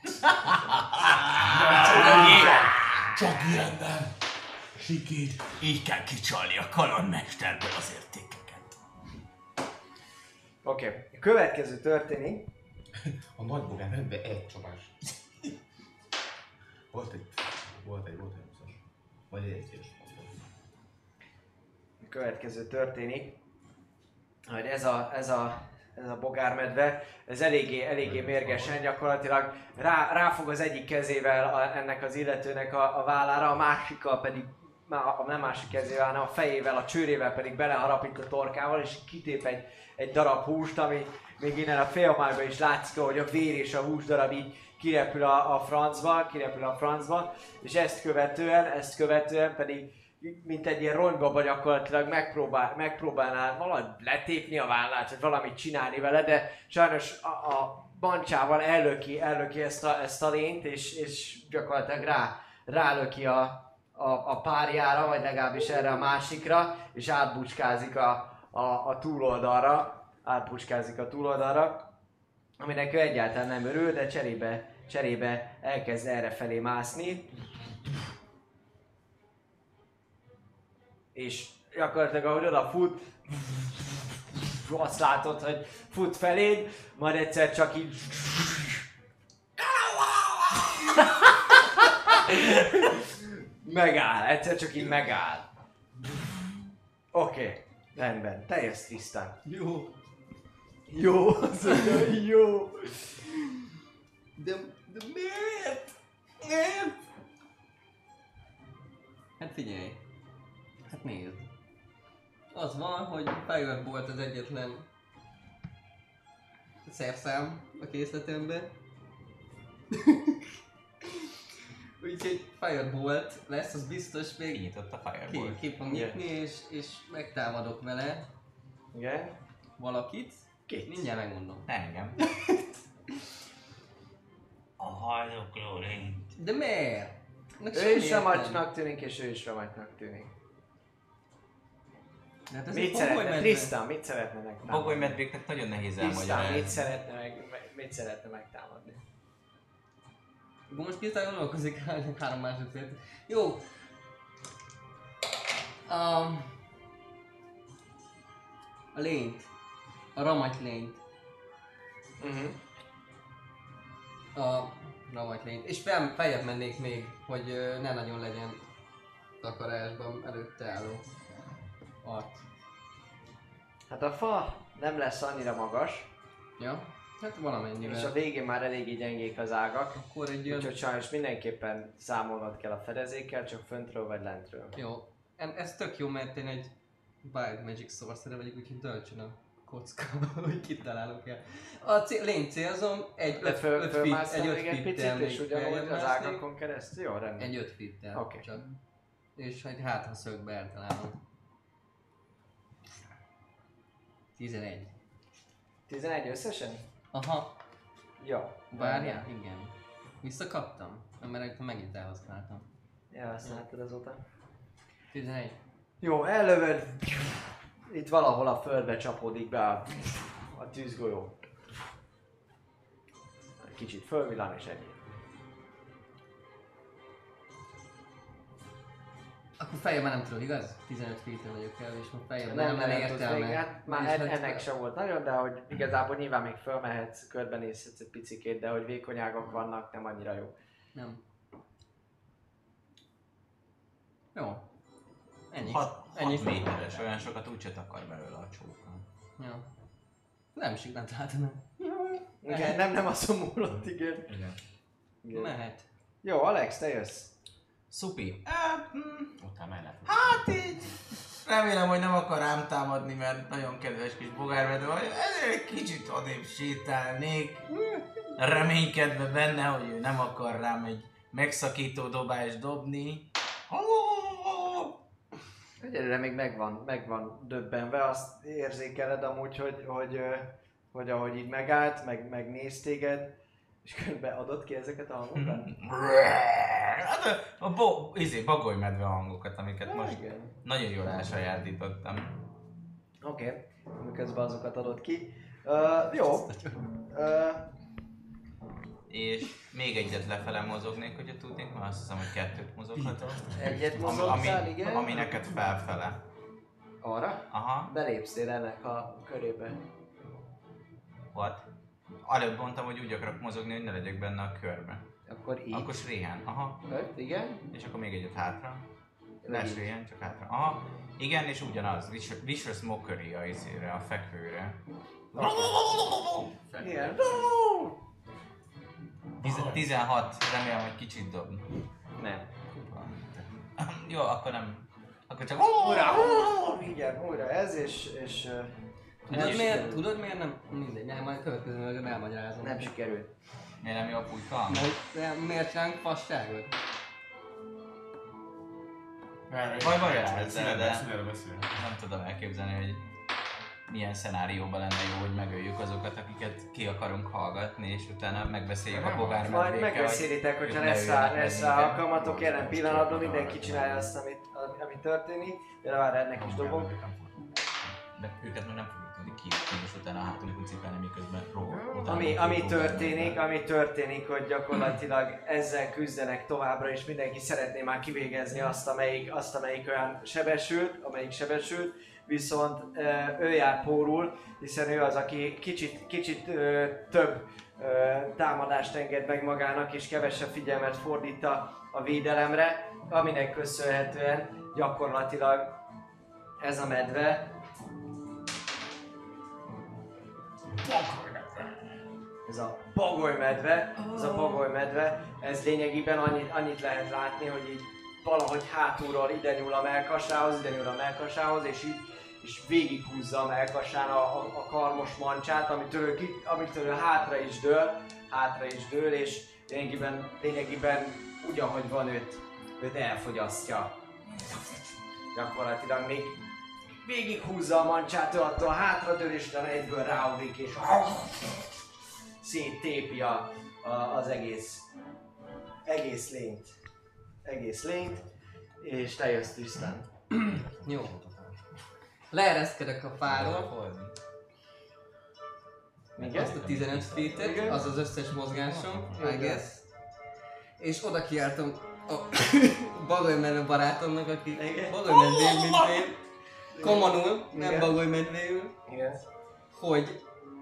Csak ilyenben! Sikít! Így kell kicsalni a kalandmesterből az értékeket. Oké, a következő történik. A nagy bogán rendben egy csapás. Volt egy 20-as. Vagy egy 1-es. A következő történik, hogy ez a bogármedve, ez eléggé mérgesen gyakorlatilag ráfog az egyik kezével ennek az illetőnek a vállára, a másikkal pedig, nem másik kezével, hanem a fejével, a csőrével pedig beleharapít a torkával, és kitép egy darab húst, ami még innen a félhomályban is látszik, hogy a vér és a húsdarab így kirepül a francba, és ezt követően pedig mint egy ilyen ronybaba gyakorlatilag megpróbálnál valahogy letépni a vállát, vagy valamit csinálni vele, de sajnos a bancsával ellöki ezt a lényt, és gyakorlatilag rálöki a párjára, vagy legalábbis erre a másikra, és átbucskázik a túloldalra, aminek ő egyáltalán nem örül, de cserébe elkezd errefelé mászni. És gyakorlatilag ahogy odafut, azt látod, hogy fut feléd, majd egyszer csak így... egyszer csak így megáll. Oké, rendben, teljes tisztán. Jó, azt mondja, jó. De miért? Hát figyelj. Hát nézd. Az van, hogy Firebolt az egyetlen szerszám a készletemben. Úgyhogy Firebolt lesz, az biztos még Kinyitott a firebolt. ki fog nyitni, és megtámadok vele Igen? valakit. Kit? Mindjárt megmondom. Engem. A haldokló lényt. De miért? Ő is ramacsnak tűnik, és ő is ramacsnak tűnik. Hát ez Mit egy szeretne? fogolymedve. Tristan, mit szeretne megtámadni? Bagolymedvéknek nagyon nehéz Tristan, elmagyarázni. mit szeretne megtámadni? Most Krisztán gondolkozik 3 másodperc. Jó. A lényt. A ramaty lényt. A ramaty lényt. És feljebb mennék még, hogy ne nagyon legyen takarásban előtte álló arc. Hát a fa nem lesz annyira magas, Ja? Hát valamennyivel. És a végén már eléggé gyengék az ágak. Akkor egy ilyen... Úgyhogy sajnos mindenképpen számolnod kell a fedezékkel, csak föntről vagy lentről. Jó. Ez tök jó, mert én egy Wild Magic Sorcerer vagyok, úgyhogy döltsön a kocka, hogy kitalálok el. Lény célzom, egy 5 picit, és ugyanúgy az ágakon keresztül? Jó, rendben. Egy 5 fittel Oké. csak. És hogy hát ha szögbe eltalálom. 11. 11 összesen? Aha. Jó. Várjál? Igen. Visszakaptam? Nem, mert megint elhasználtam. Elhasználtad azóta. 11. Jó, ellövöd. Itt valahol a földbe csapódik be a tűzgolyó. Kicsit fölvillan és ennyi. Akkor feljebb már nem tudod, igaz? 15 feet-en vagyok el, és most feljebb nem értelme. Hát már ennek sem volt nagyon, de hogy igazából nyilván még fölmehetsz, körbenézhetsz egy picikét, de hogy vékony ágak vannak, nem annyira jó. Nem. Jó. Ennyi. 6 Ennyi. méteres, olyan sokat úgyse takar belőle a csóka. Ja. Nem siklát látom. Igen, nem a szomorút, igen. Igen. Mehet. Jó, Alex, te jössz. Szupi. Utána mellett. Hát így remélem, hogy nem akar rám támadni, mert nagyon kedves kis bogárvedő vagy. Ezért egy kicsit odébb sétálnék. Reménykedve benne, hogy ő nem akar rám egy megszakító dobást dobni. Egyelőre még megvan döbbenve, azt érzékeled amúgy, hogy ahogy így megállt, megnéz téged, és körbe adott ki ezeket a hangokat? Hát bagolymedve hangokat, amiket most Igen. nagyon jól elsajátítottam. Oké, miközben azokat adott ki. Jó. És még egyet lefele mozognék, hogyha tudnék, mert azt hiszem, hogy 2 mozoghatok. Egyet mozogtál, igen. Ami neked felfele. Arra? Aha. Belépszél ennek a körébe. What? Előbb mondtam, hogy úgy akarok mozogni, hogy ne legyek benne a körbe. Akkor így. Akkor Sréhán. Aha. 5, igen. És akkor még egyet hátra. Ne Sréhán, csak hátra. Aha. Igen, és ugyanaz. Vicious Mockery a izére, a fekvőre. Igen. 16, remélem, hogy kicsit dob. Nem. Jó, akkor nem. Akkor csak... Igen, újra ez, és Tudod miért nem? Mindegy, nem, majd következő mögön elmagyarázom. nem sikerült. Miért nem jó a pulyka hang? Miért csinálunk fasságot? Vagy magyarázz el, de Szüleről beszélünk. nem tudom elképzelni, hogy milyen szenárióban lenne jó, hogy megöljük azokat, akiket ki akarunk hallgatni, és utána megbeszéljük a Majd bogármedvékkel, megbeszélitek, hogyha lesz rá alkalmatok, jelen pillanatban mindenki csinálja azt, ami történik. De várj, ennek is dobok. De őket meg nem fogjuk tudni kiírni, és utána hátunkon cipelni, miközben Ami történik, hogy gyakorlatilag ezzel küzdenek továbbra, és mindenki szeretné már kivégezni azt, amelyik olyan sebesült, viszont ő jár pórul, hiszen ő az, aki kicsit több támadást enged meg magának, és kevesebb figyelmet fordít a védelemre, aminek köszönhetően gyakorlatilag ez a medve ez a bagolymedve, ez lényegében annyit lehet látni, hogy így valahogy hátulról ide nyúl a mellkasához, és végighúzza a mellkasán a karmos mancsát, amitől hátra is dől, és lényegében úgy, ahogy van őt elfogyasztja. Gyakorlatilag még végighúzza a mancsát, attól hátradől, és utána egyből ráugrik, és széttépi az egész lényt, és te jössz tisztán. Jó. Leereszkedek a fáról. Igen? Azt a 15 feet-et, az az összes mozgásom, I guess. És oda kiáltom a bagolymedve barátomnak, aki bagolymedvéül, mint én. Komonul, nem Igen. bagolymedvéül. Igen. Hogy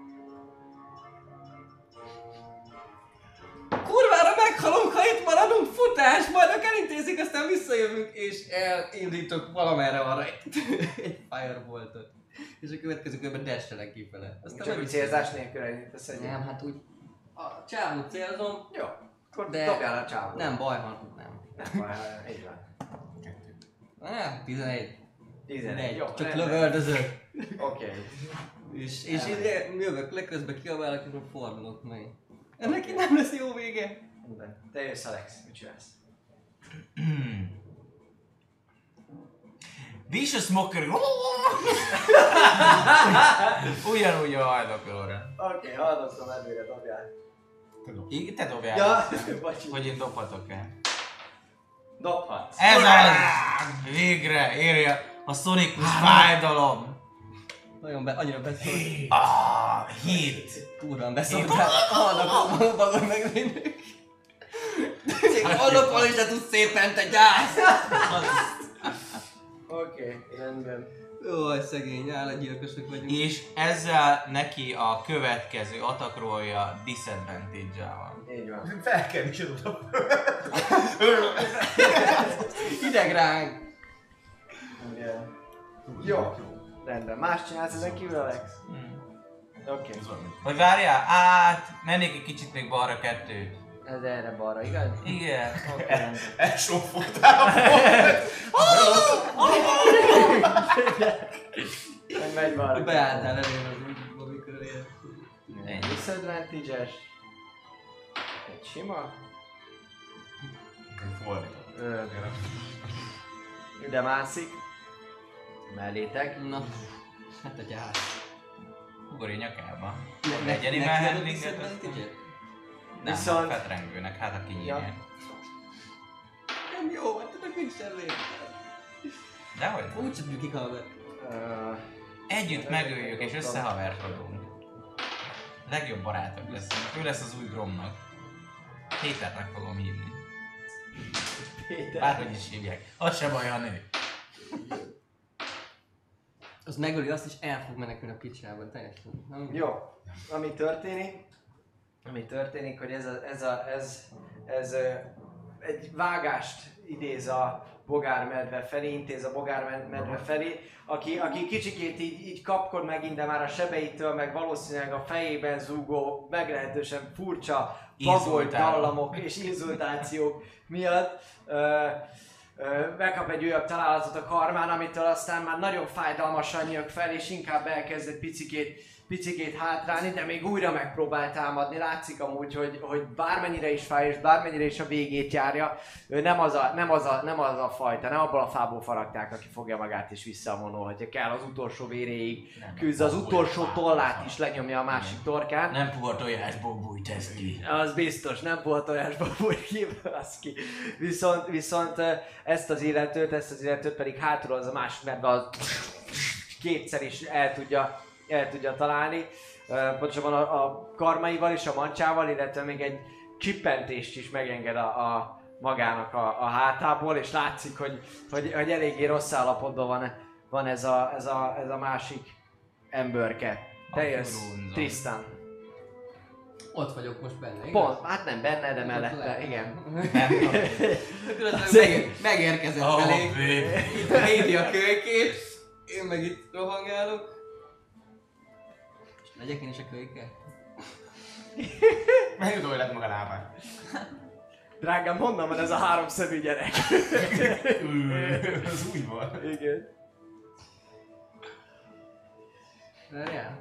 kurvára meghalunk, ha itt maradunk, futás, majd elintézik, aztán visszajövünk, és elindítok valamerre arra egy fireboltot. És a következő körben dashelek kifele. Csak úgy célzás nélkül elindítasz egy. Nem, hát úgy a csávót célzom, Jó, akkor de dobjál a csávót. nem baj, van, nem. Nem baj, így van. 11. 11, jó. Csak rendben. lövöldözök. Oké. És én jövök le, közben kiabálok, és fordulok meg. Ennek így nem lesz jó vége. Te jössz, Alex, mit csinálsz? Vicious Mockery! Ugyanúgy a hajlapolóra. Oké, hallottam előre, dobjál. Te dobjál. Ja, bocsi. Hogy én dobhatok-e? Dobhatsz. Ez az! Végre érje a szonikus fájdalom! Annyira beszólt. Hit! Kurvan beszólt rá. Annak magad megvédők. Annak van is, de tudsz szépen, te gyász! Oké, rendben. Jaj, szegény, állatgyilkosok vagyunk. És ezzel neki a következő attack-rollja disadvantage-el van. Így van. Fel kell is oda. Ideg ránk! Igen. Jó. Rendben. Más csinálsz ezen kívül, Alex? Oké. Vagy várjál, mennék egy kicsit még balra 2. Ez erre balra, igaz? Igen. Oké, rendben. Elsófogtál. Meg megy balra. Beálltál elém az amikor elértünk. Egy disadvantage-es. Egy sima. Fordított. Ide mászik. Mellétek. Na, hát a gyász. Ugorj nyakába. Ne- Egyeni ne- mellett nem, Viszont- a fetrengőnek, hát aki nyírja. Ja. Nem jó, hát tudok nincsen lép. Dehogy nem. Úgy sem kihallgat. Együtt megöljük és összehaverkodunk. Legjobb barátok leszünk. Ő lesz az új Gromnak. Péternek fogom hívni. Péter. Bárhogy is hívják. Az se baj, ha nő. Az megöli azt, és el fog menekülni a picsába, teljesen. Nem? Jó. Ami történik, hogy ez egy vágást idéz a bogármedve felé, intéz a bogármedve felé, aki kicsikét így kapkod megint, de már a sebeitől, meg valószínűleg a fejében zúgó, meglehetősen furcsa bagolt dallamok és inzultációk miatt megkap egy újabb találatot a karmán, amitől aztán már nagyon fájdalmasan nyög fel, és inkább elkezd egy picikét hátrálni, de még újra megpróbál támadni. Látszik amúgy, hogy bármennyire is fáj, és bármennyire is a végét járja, ő nem az a fajta, nem abból a fából faragták, aki fogja magát és visszavonul, hogyha kell az utolsó véréig küzd, az utolsó tollát is lenyomja a másik torkán. Nem puha tojásból bújt ez ki. Az biztos, nem volt tojásba bújt ki, az ki. Viszont ezt az illetőt pedig hátulról az a másik medve az kétszer is el tudja találni. Pontosabban a karmaival és a mancsával, illetve még egy csippentést is megenged a magának a hátából, és látszik, hogy eléggé rossz állapotban van ez a másik emberke. Te jössz, Tristan. Ott vagyok most benne, igaz? Pont, hát nem benne, de mellette, igen. Megérkezett felé. Itt védi a kölykét. Én meg itt rohangálok. És megyek én is a kölyke? Megüdolj lett maga lábát. Drágám, honnan van ez a háromszemű gyerek? Az úgy van. Igen. Várjál.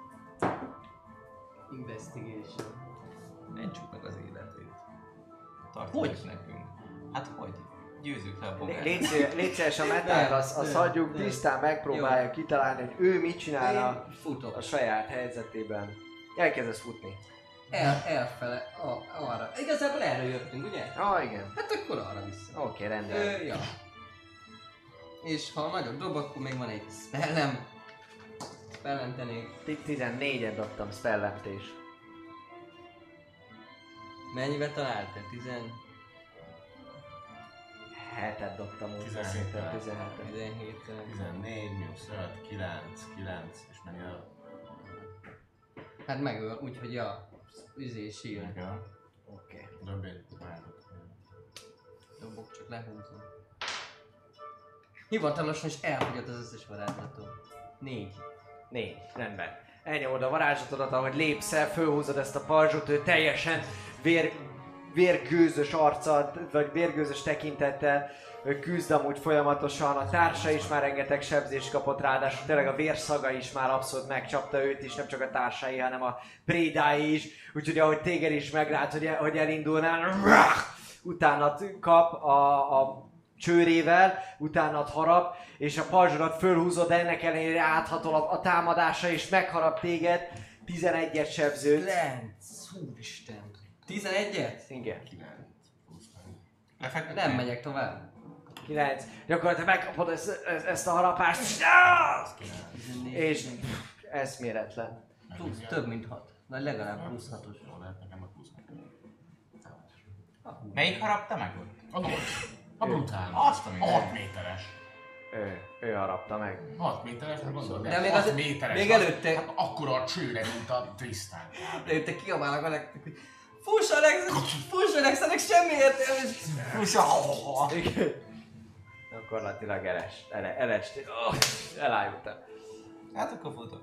Investigation. Mentsük meg az életét. Tartjuk nekünk. Hát hogy? Győzzük le a bogárt. Légy szíves, a metát, azt hagyjuk, nem. tisztán megpróbálja kitalálni, hogy ő mit csinálna Én futok. a saját helyzetében. Elkezdesz futni. Elfele, arra. Igazából erre jöttünk, ugye? Igen. Hát akkor arra vissza. Oké, rendben. Ja. És ha nagyot dob, akkor még van egy spellem. Spellentenék. 14-et dobtam spellemtés. Mennyivel találtál? 7-et dobtam úgy, 17-tel. szerintem 17-et. 17-tel. 14, mínusz 5, 9, és mennyi a... Hát megöl, úgyhogy ja. Shield. Nekem. Oké. Dobjél, várjad. Dobok, csak lehúzom. Hivatalosan is elfogyott az összes varázslatom. 4. Rendben. Elnyomod a varázslatodat, ahogy lépsz el, fölhúzod ezt a pajzsot, ő teljesen vérgőzös arccal, vagy vérgőzös tekintettel küzd amúgy folyamatosan, a társa is már rengeteg sebzést kapott, ráadásul tényleg a vérszaga is már abszolút megcsapta őt is, nem csak a társai, hanem a prédái is, úgyhogy ahogy téged is meglát, hogy elindulnál, utánad kap a csőrével, utánad harap, és a pajzsodat fölhúzod, ennek ellenére áthatol a támadása, és megharap téged 11-es sebzőt. 9! Úristen! 11-et? Igen. Nem megyek tovább. 9. Gyakorlatilag megkapod ezt a harapást. És eszméletlen. Plusz több mint 6. Vagy legalább plusz 6-os. Melyik harapta meg ott? A nagy. A brutál. Azt a A mindenit. 6 méteres. Ő harapta meg. 6 méteres, nem gondolod? De még 6 az- méteres. még az- előtte- Hát akkora a csőre, mint a Tristan. Előtte kiabálnak a nektek, hogy fuss Alex, ennek semmi értelme. Igen. Gyakorlatilag elest. Elájultam. Hát akkor futok.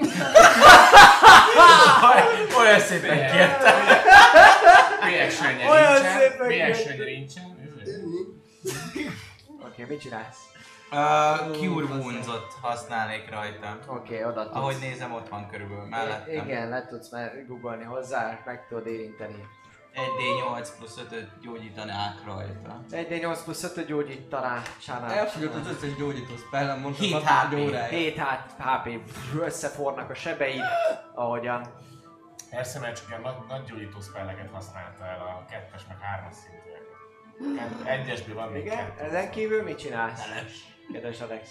Olyan szépen kértem. Olyan szépen Reaction nincsen. Oké, mit csinálsz? Cure Wounds-ot használnék rajta. Oké, oda tudsz. Ahogy nézem, ott van körülbelül mellettem. Igen, le tudsz már googolni hozzá, meg tudod érinteni. 1d8 plusz 5-öt gyógyítanák rajta. 1d8 plusz 5 gyógyítanásánál. Elfogyott az összes gyógyító spellem, mondtam 7 azt, HP. hogy órája. 7 HP összefornak a sebeid, ahogyan. Persze, mert csak ilyen nagy gyógyító spelleket használta el a 2-es meg 3-as szintűeket. Egyesből van még Igen, 2. ezen kívül mit csinálsz? Kedves Alex.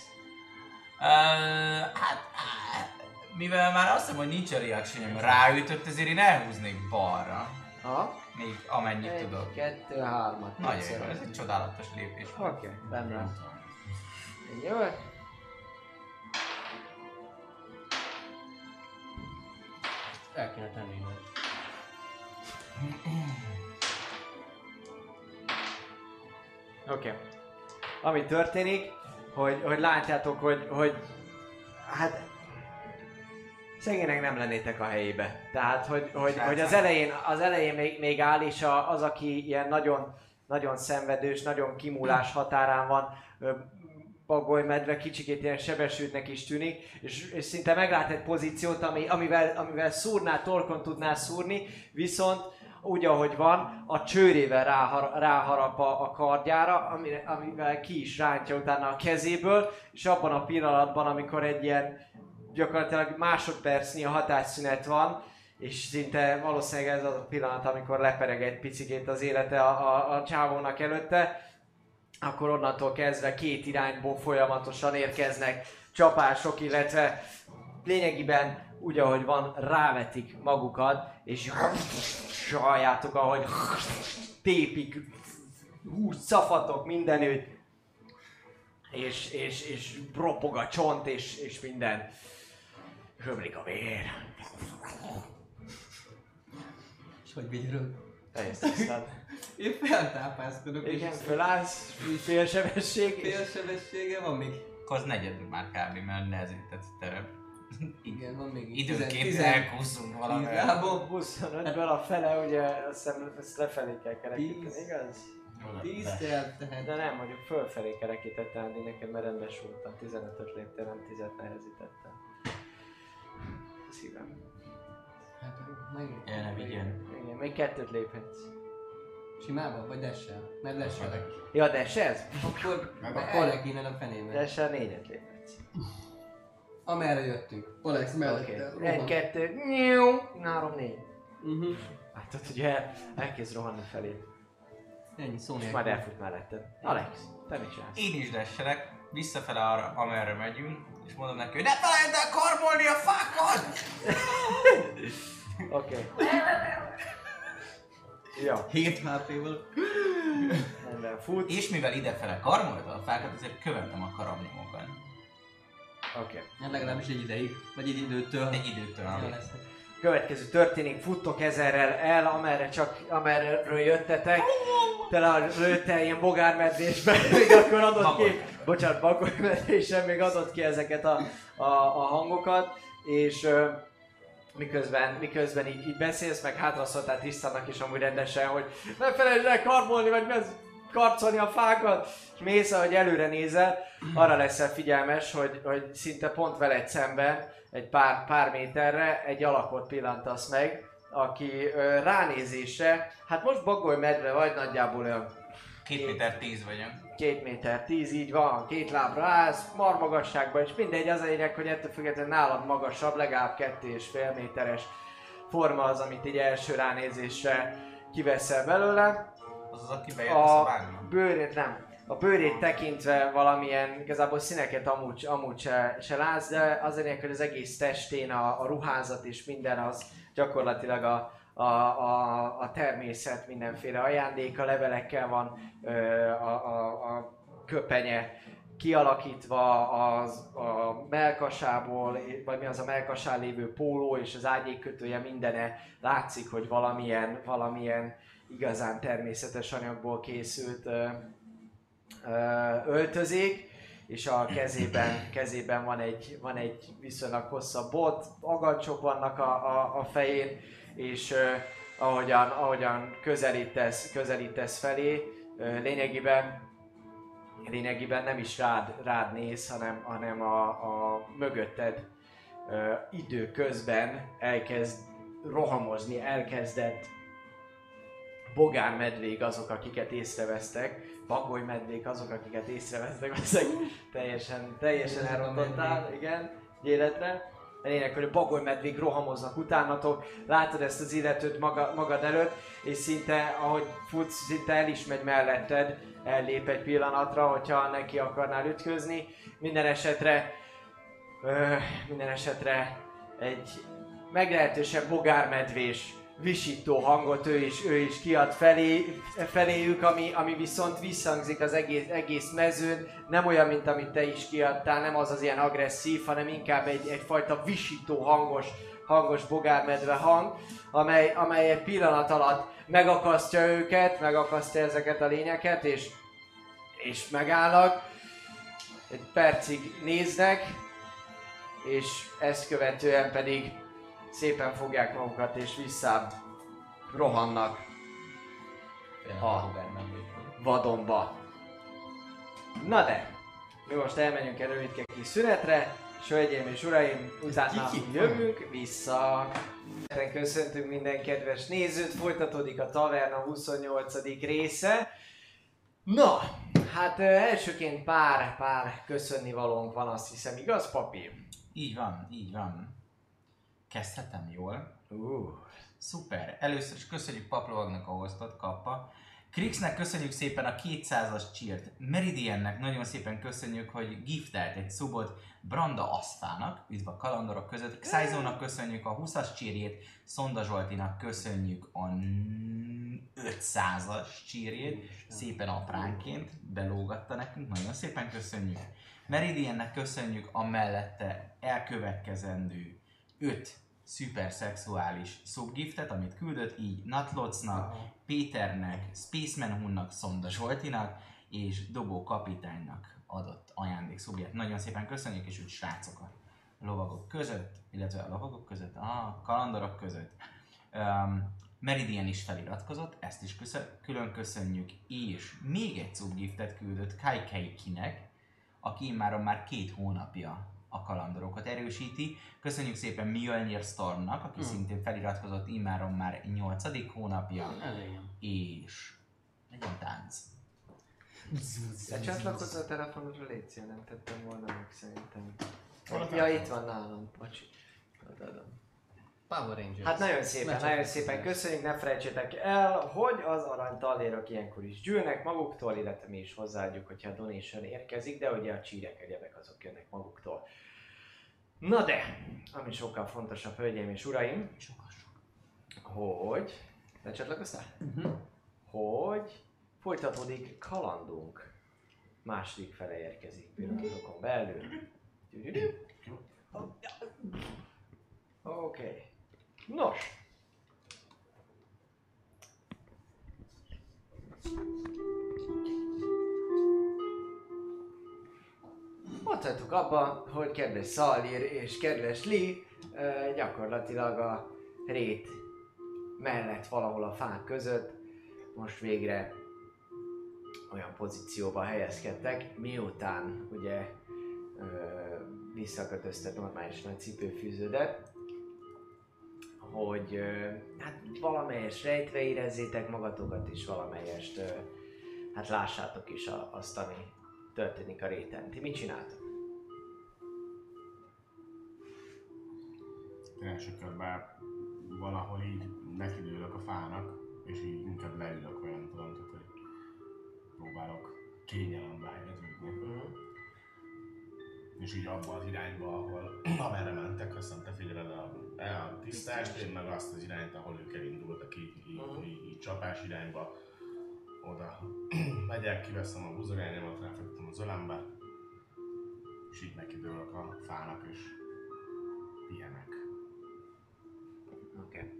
Mivel már azt hiszem, hogy nincs a reaction ráütött, ezért én elhúznék balra. Aha. Még amennyit 1, tudok. 2, 3. Nagyon jó, ez egy csodálatos lépés. Oké, rendben. Jó. El kéne tenni innen. Oké. Ami történik, hogy látjátok, hogy hát szegénynek nem lennétek a helyébe. Tehát, hogy az elején még áll, és az, aki ilyen nagyon szenvedős, nagyon kimúlás határán van, bagolymedve, kicsikét ilyen sebesültnek is tűnik, és szinte meglát egy pozíciót, amivel szúrnál, torkon tudnál szúrni, viszont úgy, ahogy van, a csőrével ráharap a kardjára, amivel ki is rántja utána a kezéből, és abban a pillanatban, amikor egy ilyen gyakorlatilag másodpercnyi a hatásszünet van, és szinte valószínűleg ez az a pillanat, amikor lepereg egy picikét az élete a csávónak előtte, akkor onnantól kezdve két irányból folyamatosan érkeznek csapások, illetve lényegében úgy, ahogy van, rávetik magukat, és halljátok, ahogy tépik, szafatok mindenütt, és ropog a csont, és minden. Hömlik a vér. És hogy vigyörög? Teljesen tisztán. Én feltápászkodok, és Igen, fölállsz, félsebesség, és félsebessége van még. Akkor az negyed már kb. Mert nehezített terep. Igen, van még Időnként elkúszunk valamivel. Igazából 25-ből a fele, ugye azt hiszem ezt lefelé kell kerekíteni, 10. igaz? 10 tehát. De nem, mondjuk fölfelé kerekítettem, eddig nekem mert rendesültem, 15-öt léptél, nem 10-et nehezítettem. Szívem. Hát megint. El ne vigyen. Igen, még 2-t léphetsz. Simában? Vagy dessel? Mert desselek. Ja, de se ez? Akkor Akkor- elnek innen a fenébe. De se 4-et léphetsz. Amerre jöttünk. Alex mellette. Oké. 1, 2, 3, 4. Látod, hogy elkezd rohanni felé. Ennyi szó És nélkül. majd elfut melletted. Alex, te mit csinálsz? Én is desselek, visszafele arra, amerre megyünk, és mondom neki, hogy ne felejtsd el karmolni a fákat! Oké. Jó, 7 HP-val. rendben, fut. És mivel idefele karmolta a fákat, ezért követem a karamnyomokat. Oké. Hát legalábbis egy ideig. Vagy egy időtől. Egy időtől. Jó lesz. következő történik, futtok ezerrel el, amerről jöttetek. Tele a lőtte ilyen bogármedvésben, még akkor adott ki, bocsánat, bagolymedvésen még adott ki ezeket a hangokat, és miközben így beszélsz, meg hátraszóltál Tristannak is amúgy rendesen, hogy ne felejtsd el karbolni, vagy karcolni a fákat, és mész, ahogy előre nézel, arra leszel figyelmes, hogy szinte pont veled szemben, egy pár méterre egy alakot pillantasz meg, aki ránézésre, hát most bagolymedve vagy, nagyjából olyan 2 méter 10 vagyok. 2 méter 10, így van, 2 lábra állsz, marmagasságban, és mindegy, az a lényeg, hogy ettől függetlenül nálad magasabb, legalább 2,5 méteres forma az, amit így első ránézésre kiveszel belőle. Az az, aki bejött a szobákba? Bőrét nem. A bőrét tekintve valamilyen, igazából színeket amúgy se látsz, de az a lényeg, hogy az egész testén a ruházat és minden az gyakorlatilag a természet mindenféle ajándéka, levelekkel van a köpenye kialakítva, a mellkasából, vagy mi az a mellkasán lévő póló és az ágyékkötője mindene látszik, hogy valamilyen igazán természetes anyagból készült öltözék, és a kezében van egy viszonylag hosszabb bot, agancsok vannak a fején, és ahogyan közelítesz felé, lényegében nem is rád néz, hanem a mögötted időközben elkezd rohamozni, elkezdett bogármedvék azok, akiket észrevesztek, bagolymedvék azok, akiket észrevesztek, azok teljesen elrontottál, igen, egy életre. A lényeg, hogy a bagolymedvék rohamoznak utánatok, látod ezt az illetőt magad előtt, és szinte, ahogy futsz, szinte el is megy melletted, ellép egy pillanatra, hogyha neki akarnál ütközni. Minden esetre egy meglehetősen bogármedvés, visító hangot ő is kiad feléjük, ami viszont visszhangzik az egész mezőn, nem olyan, mint amit te is kiadtál, nem az ilyen agresszív, hanem inkább egyfajta visító hangos bogármedve hang, amely egy pillanat alatt megakasztja őket, megakasztja ezeket a lényeket, és megállnak, egy percig néznek, és ezt követően pedig szépen fogják magukat és visszább rohannak a vadonba. Na de, mi most elmenjünk egy rövidke kis szünetre, és hölgyeim és uraim, utána jövünk vissza. Köszöntünk minden kedves nézőt, folytatódik a Taverna 28. része. Na, hát elsőként pár köszönnivalónk van, azt hiszem, igaz, papi? Így van. Kezdhetem jól. Szuper. Először is köszönjük Paplovagnak a hostot, kappa. Krixnek köszönjük szépen a 200-as cheert. Meridiannek nagyon szépen köszönjük, hogy giftelt egy szubot Branda Aszfának, üdv a kalandorok között. Xyzónak köszönjük a 20-as cheerjét, Szonda Zsoltinak köszönjük a 500-as cheerjét, szépen apránként belógatta nekünk, nagyon szépen köszönjük. Meridiannek köszönjük a mellette elkövetkezendő 5 szuperszexuális subgiftet, amit küldött, így Natlocnak, Péternek, Spaceman Hunnak, Szonda Zsoltinak és Dobó Kapitánynak adott ajándékszubját. Nagyon szépen köszönjük, és úgy srácok a lovagok között, illetve a lovagok között, a kalandorok között. Meridian is feliratkozott, ezt is külön köszönjük, és még egy subgiftet küldött Kai Keikinek, aki immáron már 2 hónapja a kalandorokat erősíti. Köszönjük szépen Mjölnir Stormnak, aki szintén feliratkozott immáron már 8. hónapja. És legyen tánc. De csatlakozz a telefonodra, légy szíves, nem tettem volna meg szerintem. Ja, itt van nálam, bocsi. Power Rangers. Hát nagyon szépen köszönjük, ne felejtsétek el, hogy az aranytallérok ilyenkor is gyűlnek maguktól, illetve mi is hozzáadjuk, hogyha a donation érkezik, de ugye a csírek, egyebek azok jönnek maguktól. Na de, ami sokkal fontosabb, hölgyeim és uraim, hogy... Lecsatlakoztál? Hogy folytatódik kalandunk. Második fele érkezik pillanatokon belül. Oké. Nos. Ott hagytuk abba, hogy kedves Szalír és kedves Lee gyakorlatilag a rét mellett valahol a fák között most végre olyan pozícióba helyezkedtek, miután ugye visszakötöztet normális nagy cipőfűződet, hogy hát valamelyest rejtve érezzétek magatokat is, valamelyest hát lássátok is azt, ami történik a réten. Ti mit csináltok? Első körben valahol így nekidőlök a fának, és így inkább leülök olyan tudom, tehát, hogy próbálok kényelembe helyeződni. És így abba az irányba, amerre mentek, aztán te figyeled a tisztást, én meg azt az irányt, ahol ők elindultak így csapás irányba. Oda megyek, kiveszem a buzogányomat, ráfektem az ölembe, és így nekidőlök a fának, és pihenek. Oké.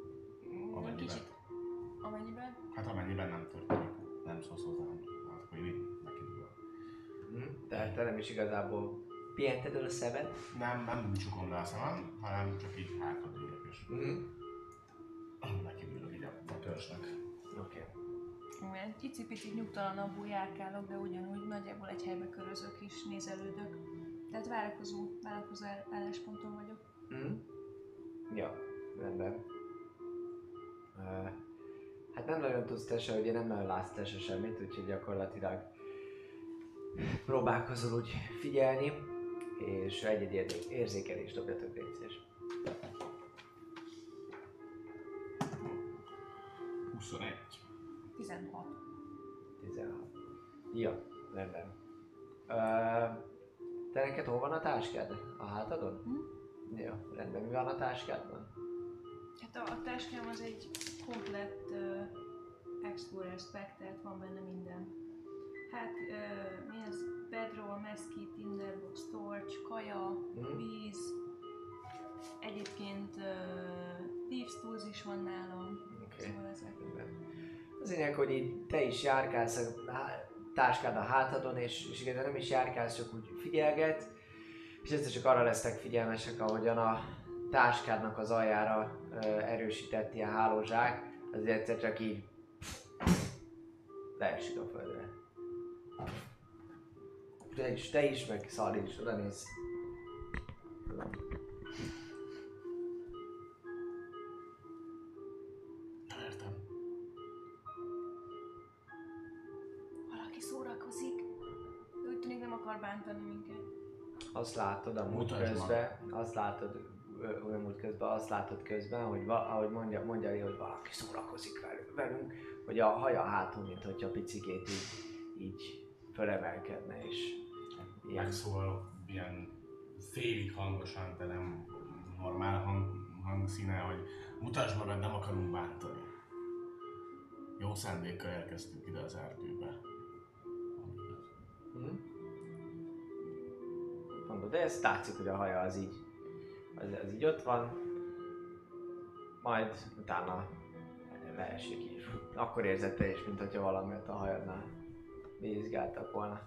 Amennyiben? Hát amennyiben nem történik, nem szólsz hozzám, akkor én így nekidőlök. Tehát te nem is igazából pihented el a szemed? Nem úgy csukom le a szemem, hanem csak így hátradőlök, és nekidőlök így a törzsnek. Oké. Egy icipicit nyugtalanabbul járkálok, de ugyanúgy nagyjából egy helybe körözök és nézelődök. Tehát várakozó állásponton vagyok. Ja, rendben. Hát nem nagyon tudsz te se, ugye nem nagyon látsz te se semmit, úgyhogy gyakorlatilag próbálkozol úgy figyelni, és egy érzékelést dobjatok, légy szíves. 21. 16. 16. Ja, rendben. Te neked hol van a táskád? A hátadon? Ja, rendben. Mi van a táskádban? Hát a táskám az egy komplett Explorer Spec, tehát van benne minden. Hát mi ez? Bedroll, Mesquite, Tinderbox, Torch, kaja, víz. Egyébként Thieves Tools is van nálam. Oké. Szóval ezek. Az lényeg, hogy így te is járkálsz a táskád a hátadon, és igazán nem is járkálsz, csak úgy figyelgetsz. És egyszer csak arra lesztek figyelmesek, ahogyan a táskádnak az aljára erősített ilyen hálózsák, az egyszer csak így leesik a földre. Te is, meg Szalír is oda néz. Értem. Valaki szórakozik. Úgy tűnik nem akar bántani minket. Azt látod amúgy Mutasd közben, azt látod közben, hogy ahogy mondja, hogy valaki szórakozik velünk, hogy a haja hátul, mint hogyha picikét így fölemelkedne, és ilyen. Megszól ilyen félig hangosan, de nem normál hangszíne, hogy mutasd magad, nem akarunk bántani. Jó szándékkal elkezdtünk ide az erdőbe. Mondod, de ez látszik, hogy a haja az így ott van, majd utána leesik így. Akkor érzed te is, mint hogyha valamit a hajadnál vizsgáltak volna.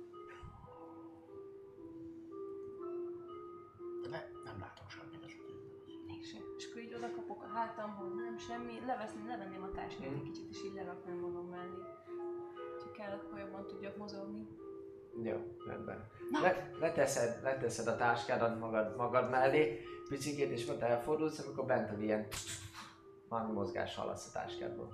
De nem látok semmit a sötétben. Én sem. És akkor így oda kapok a hátamhoz, nem semmi. Levenném a táskát egy kicsit, és így leraknám magam mellé. Ha kell, akkor jobban tudjak mozogni. Jó, rendben. Leteszed a táskádat magad mellé, picikét, és ott elfordulsz, amikor bent vagy ilyen valami mozgás hallasz a táskádból.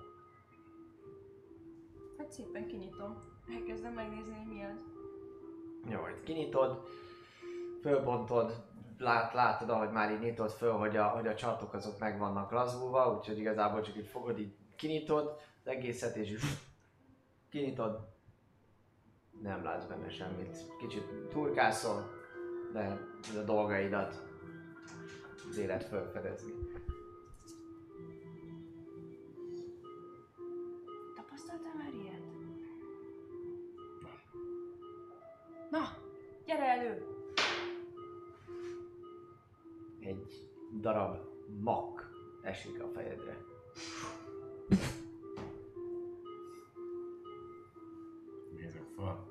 Hát szépen kinyitom. Elkezdem megnézni, hogy mi az. Jó, itt kinyitod, fölbontod, látod, ahogy már így nyitod föl, hogy a csatok azok meg vannak lazulva, úgyhogy igazából csak így fogod, így kinyitod az egészet, és kinyitod. Nem látsz benne semmit. Kicsit turkászol, de a dolgaidat az élet felfedezni. Tapasztaltál már ilyet? Na, gyere elő! Egy darab mak esik a fejedre. Nézzük fel.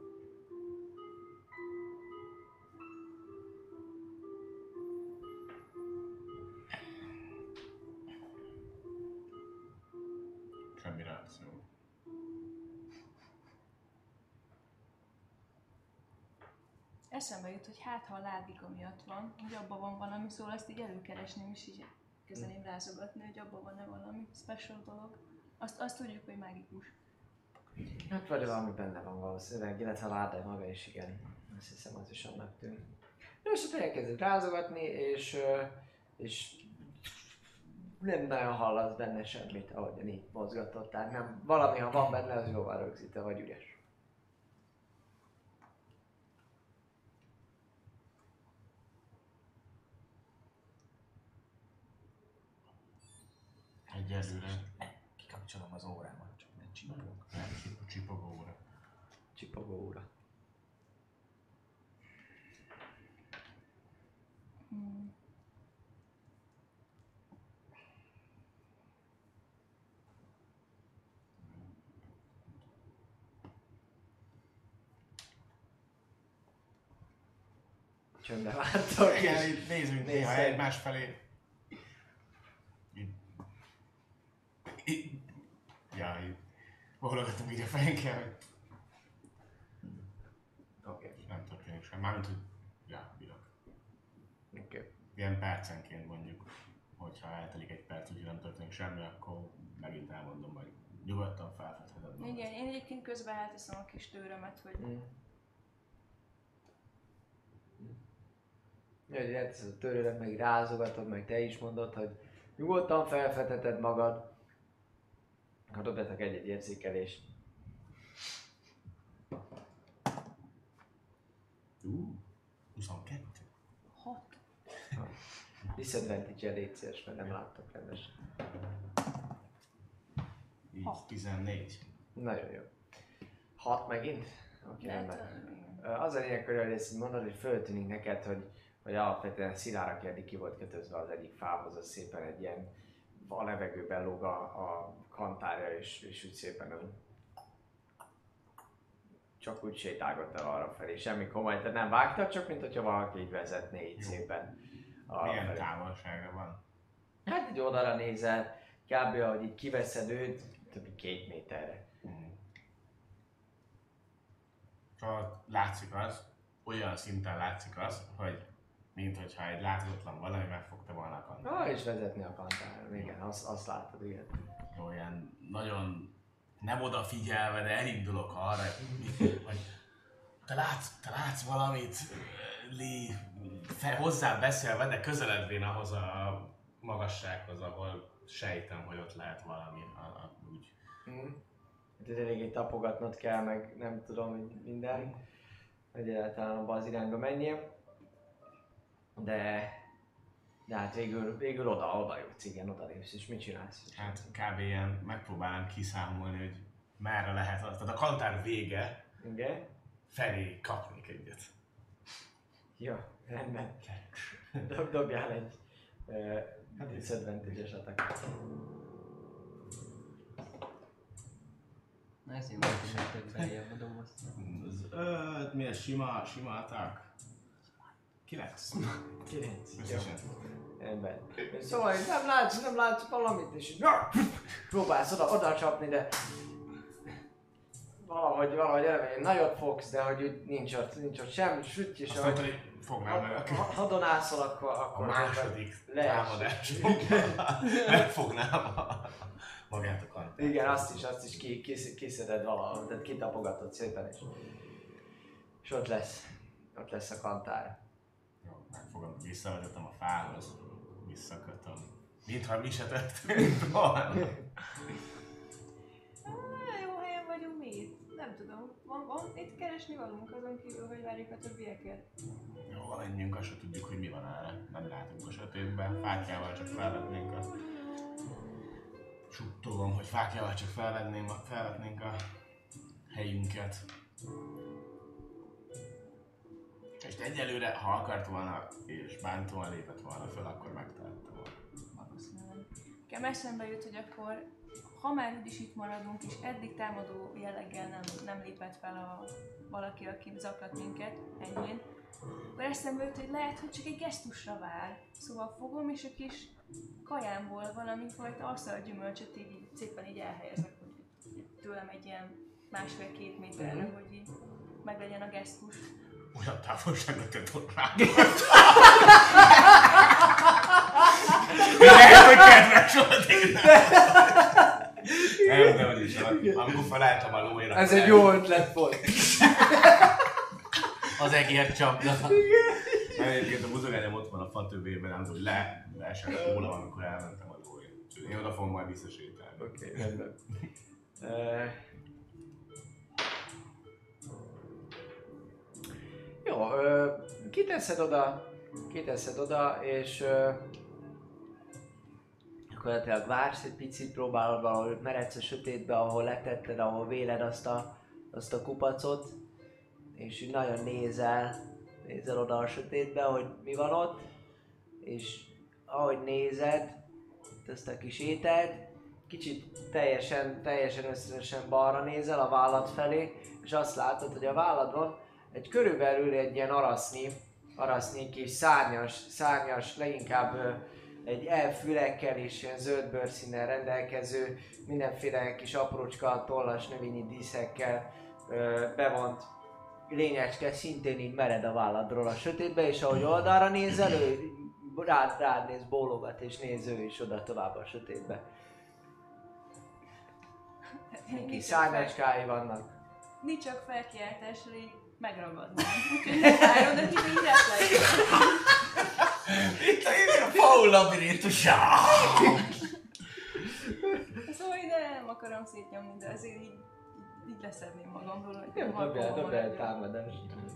Semmi reakció. Eszembe jut, hogy hát ha a lábika miatt van, hogy abban van valami, szóval ezt így előkeresném és így kezdeném rázogatni, hogy abban van-e valami special dolog. Azt tudjuk, hogy mágikus. Hát vagy valami benne van valószínűleg, illetve a láda maga is igen. Azt hiszem az is annak tűnik. És ott elkezdett rázogatni, és nem nagyon hallasz benne semmit, ahogyan így mozgatott. Tehát nem, valami, ha van benne, az jóval rögzítve, vagy üres. Egyelőre Kikapcsolom az órámat, csak ne csipog. csipogó óra. Csipogó óra. Csöndbe vártok Igen, és itt nézzünk néha néztek. egymás felé. Ja, így bólogatunk így a fejünkkel, hogy Oké. nem történik sem. Mármint, hogy ja, bírok. Oké. Ilyen percenként mondjuk, hogyha eltelik egy perc, úgyhogy nem történik semmi, akkor megint elmondom, hogy nyugodtan felfedheted magad. Igen, én egyébként közben elteszem a kis tőrömet, hogy Hogy elteszed a törőre, meg rázogatod, meg te is mondod, hogy nyugodtan felfedheted magad. Ha dobjatok egy érzékelést. 22. 6. Disadvantage-el légy szíves, mert nem láttok rendesen. Így Hat. 14. Nagyon jó. 6 megint? Oké, rendben. Az a lényeg, hogy ezt mondod, hogy föltűnik neked, hogy alapvetően Szilára eddig ki volt kötözve az egyik fához, az szépen egy ilyen a levegőben lóg a kantárja, és úgy szépen csak úgy sétálgott el arra felé. Semmi komoly, tehát nem vágtad, csak mint hogyha valaki így vezetné így Jó. szépen. Milyen távolsága van? Hát egy oldalra nézel, kb. Ahogy így kiveszed őt, többi 2 méterre. Csak látszik az, olyan szinten látszik az, hogy mint hogyha egy láthatatlan valami megfogta volna a kantát. És vezetni a kantára, igen, azt látod, igen. Olyan nagyon nem odafigyelve, de elindulok arra, hogy te látsz valamit, Lee, hozzá beszélve, de közeledvén ahhoz a magassághoz, ahol sejtem, hogy ott lehet valami, úgy. Hát eléggé tapogatnod kell, meg nem tudom, hogy minden, hogy egyáltalán abban az irányba menjél. De hát végül oda jutsz, igen, oda lépsz, és mit csinálsz? Hát kb. Ilyen megpróbálom kiszámolni, hogy merre lehet az. Tehát a kantár vége Igen? felé kapnék egyet. Jó, rendben. Dobjál egy disadvantage-es attack. Na ezért nem tudom, hogy több beljebb adom azt. Az 5, mi ez? Sima attack? 9. 9. Jó. Összesen. Rendben. Szóval hogy nem látsz valamit, és így próbálsz oda csapni, de valahogy eleve nagyot fogsz, de hogy úgy nincs ott semmi sütty, és Azt mondta, hogy fognám meg. ha donászol, A akkor második leesik. támadásomban megfognám magát a kantát. Igen, azt is kiszeded valahol, tehát kitapogatod szépen, és ott lesz a kantár. Jó, megfogom, visszavezetem a fához, visszakötöm. Mintha mi se történt volna. Jó helyen vagyunk mi itt. Nem tudom. Van itt keresni valunk azon kívül, hogy várjuk a többieket? Jó, menjünk, azt se tudjuk, hogy mi van erre. Nem látunk a sötétben, fákjával csak felvetnénk a... Suttogom, hogy fákjával csak felvetnénk a helyünket. És egyelőre, ha akart volna és bántóan lépett volna föl, akkor megtalálta volna. Valószínűleg. Nekem eszembe jut, hogy akkor, ha már úgyis itt maradunk, és eddig támadó jelleggel nem lépett fel valaki, aki zaklat minket, ennyien, akkor eszembe jut, hogy lehet, hogy csak egy gesztusra vár. Szóval fogom, és a kis kajámból valami fajta asztalgyümölcsöt így szépen így elhelyezek, hogy tőlem egy ilyen 1,5-2 méterre, hogy így meglegyen a gesztus. Olyan távolságra te rá. Lehet, hogy kedves volt én. De vagyis, amikor felálltam a lóéra. Ez egy jó ötlet volt. Az egér csapda. Egyébként a buzogányom ott van a fa többében, nem tudom, hogy leesett róla, amikor elmentem a lóért. Én oda fogom majd visszasétálni. Oké, rendben. Jó, kiteszed oda, és gyakorlatilag vársz egy picit, próbálod valahogy meredsz a sötétbe, ahol letetted, ahol véled azt a kupacot, és így nagyon nézel oda a sötétbe, hogy mi van ott, és ahogy nézed ezt a kis ételt, kicsit teljesen összesen balra nézel a vállad felé, és azt látod, hogy a válladon körülbelül egy ilyen arasznyi kis szárnyas, leginkább egy elfülekkel és ilyen zöld bőrszínnel rendelkező, mindenféle kis aprócska, tollas növényi díszekkel bevont lényecske szintén így mered a válladról a sötétbe, és ahogy oldalra nézel, ő rád néz, bólogat, és néz ő is oda tovább a sötétbe. Kis szárnyacskái vannak. Nincs csak felkiáltásra így megragadnám. Úgyhogy ne várjon, de így repleg. Itt a faul labirintus. Szóval én nem akarom szétnyomni, de azért így leszedném magamról, hogy Jó, dobd el támadást.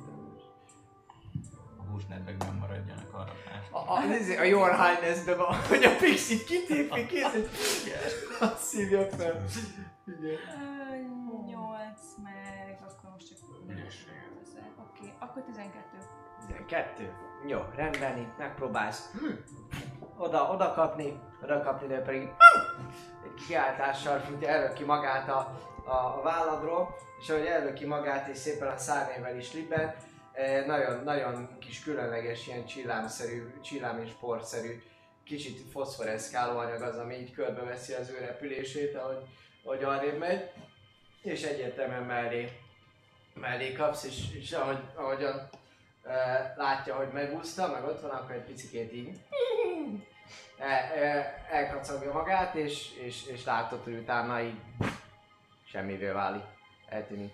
A húsnedvekben maradjanak arra más. A Your Highness-ben van, hogy a Pixit kitépi, készít. Azt szívja fel. Igen. 8 meg, akkor most csak... Oké, akkor 12. 12. Jó, rendben, itt megpróbálsz oda kapni, de pedig egy kiáltással előki magát a válladról, és ahogy előki magát és szépen a szárnyaival is libben, nagyon kis különleges, ilyen csillám és porszerű, kicsit foszforeszkáló anyag az, ami így körbeveszi az ő repülését, ahogy arrébb megy, és egyértelműen mellé kapsz, és ahogyan látja, hogy megúszta, meg ott van, akkor egy picikét így elkacagja magát, és látod, hogy utána így semmivé válik, eltűnik.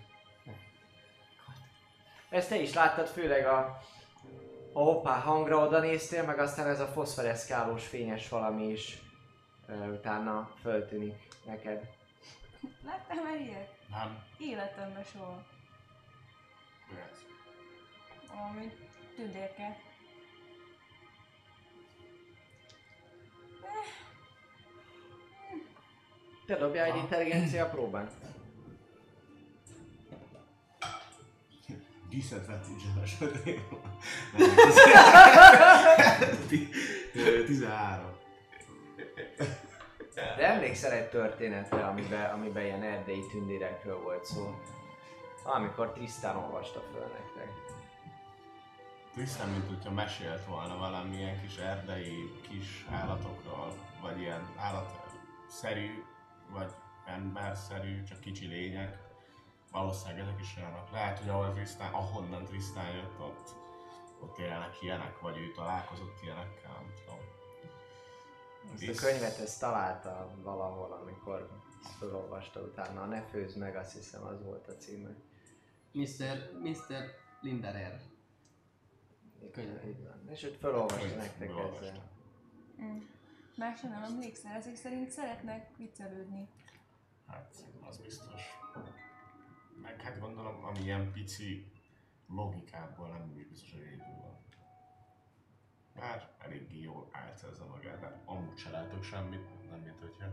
Ezt te is láttad, főleg a hoppá hangra oda néztél, meg aztán ez a foszforeszkálós fényes valami is utána föltűnik neked. Láttál már ilyet? Nem. Életemben soha. Valami tündérke. Te dobjál egy intelligencia próbán. Disadvantage-en esetén. 13. De emlékszel egy történetre, amiben ilyen erdei tündérekről volt szó. Amikor Tristan olvasta föl nektek. Tristan, mint hogyha mesélt volna valamilyen kis erdei kis állatokról, vagy ilyen állatszerű, vagy emberszerű, csak kicsi lények. Valószínűleg ezek is olyanok. Lehet, hogy ahonnan Tristan jött, ott élnek ilyenek, vagy ő találkozott ilyenekkel, nem tudom. Ezt a könyvet ezt találta valahol, amikor felolvasta utána. A Ne főzd meg, azt hiszem az volt a címe. Mr. Linderer. Könyve, így van. És őt felolvasta nektek ezzel. Másra nem emlékszel, ezek szerint szeretnek viccelődni. Hát, az biztos. Meg hát gondolom, ami ilyen pici logikából nem is biztos, hogy egyedül van. Bár eléggé jól álcázza magát, de amúgy se látok semmit, nem mint hogyha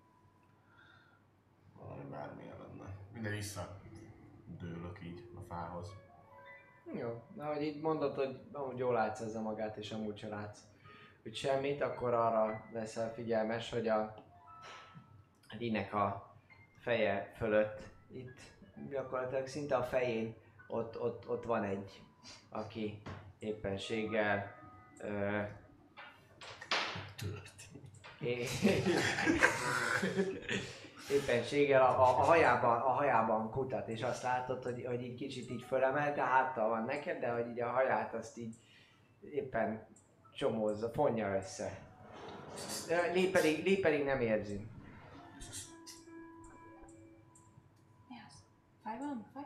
valami bármilyen lenne. Minden visszadőlök így a fához. Jó, de ahogy így mondod, hogy amúgy jól látsz ezzel magát, és amúgy se látsz hogy semmit, akkor arra leszel figyelmes, hogy a Rinek a feje fölött, itt gyakorlatilag szinte a fején, ott van egy, aki éppenséggel éppenséggel a hajában kutat, és azt látod, hogy így kicsit így fölemelte, háttal van neked, de hogy így a haját azt így éppen csomózza, fonja össze. Lé pedig nem érzi. Mi az? Fáj valami? Fáj?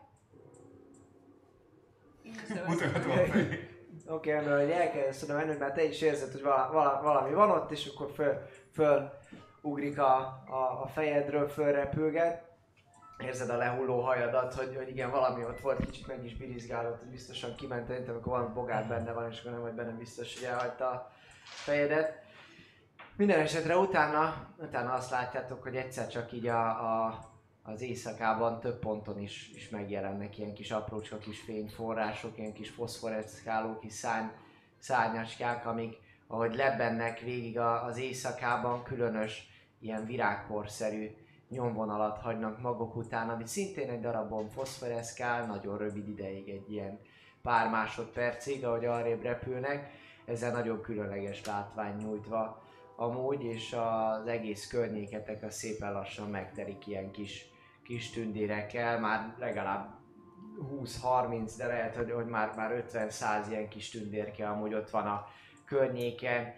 Mutathatom a fejét. Oké, mert hogy elkezdesz oda menni, mert te is érzed, hogy valami van ott, és akkor fölugrik a fejedről, fölrepülget. Érzed a lehulló hajadat, hogy igen, valami ott volt, kicsit meg is birizgálod, hogy biztosan kiment, amikor valami bogár benne van, és akkor nem vagy benne biztos, hogy elhagyta a fejedet. Minden esetre utána azt látjátok, hogy egyszer csak így az éjszakában több ponton is megjelennek ilyen kis aprócska kis fényforrások, ilyen kis foszforeszkáló kis szárnyacskák, amik ahogy lebennek végig az éjszakában különös ilyen virágporszerű nyomvonalat hagynak maguk után, ami szintén egy darabon foszforeszkál, nagyon rövid ideig, egy ilyen pár másodpercig, ahogy arrébb repülnek. Ezzel nagyon különleges látvány nyújtva amúgy, és az egész környéketek az szépen lassan megterik ilyen kis tündérekkel, már legalább 20-30, de lehet, hogy már 50-100 ilyen kis tündérke amúgy ott van a környéken,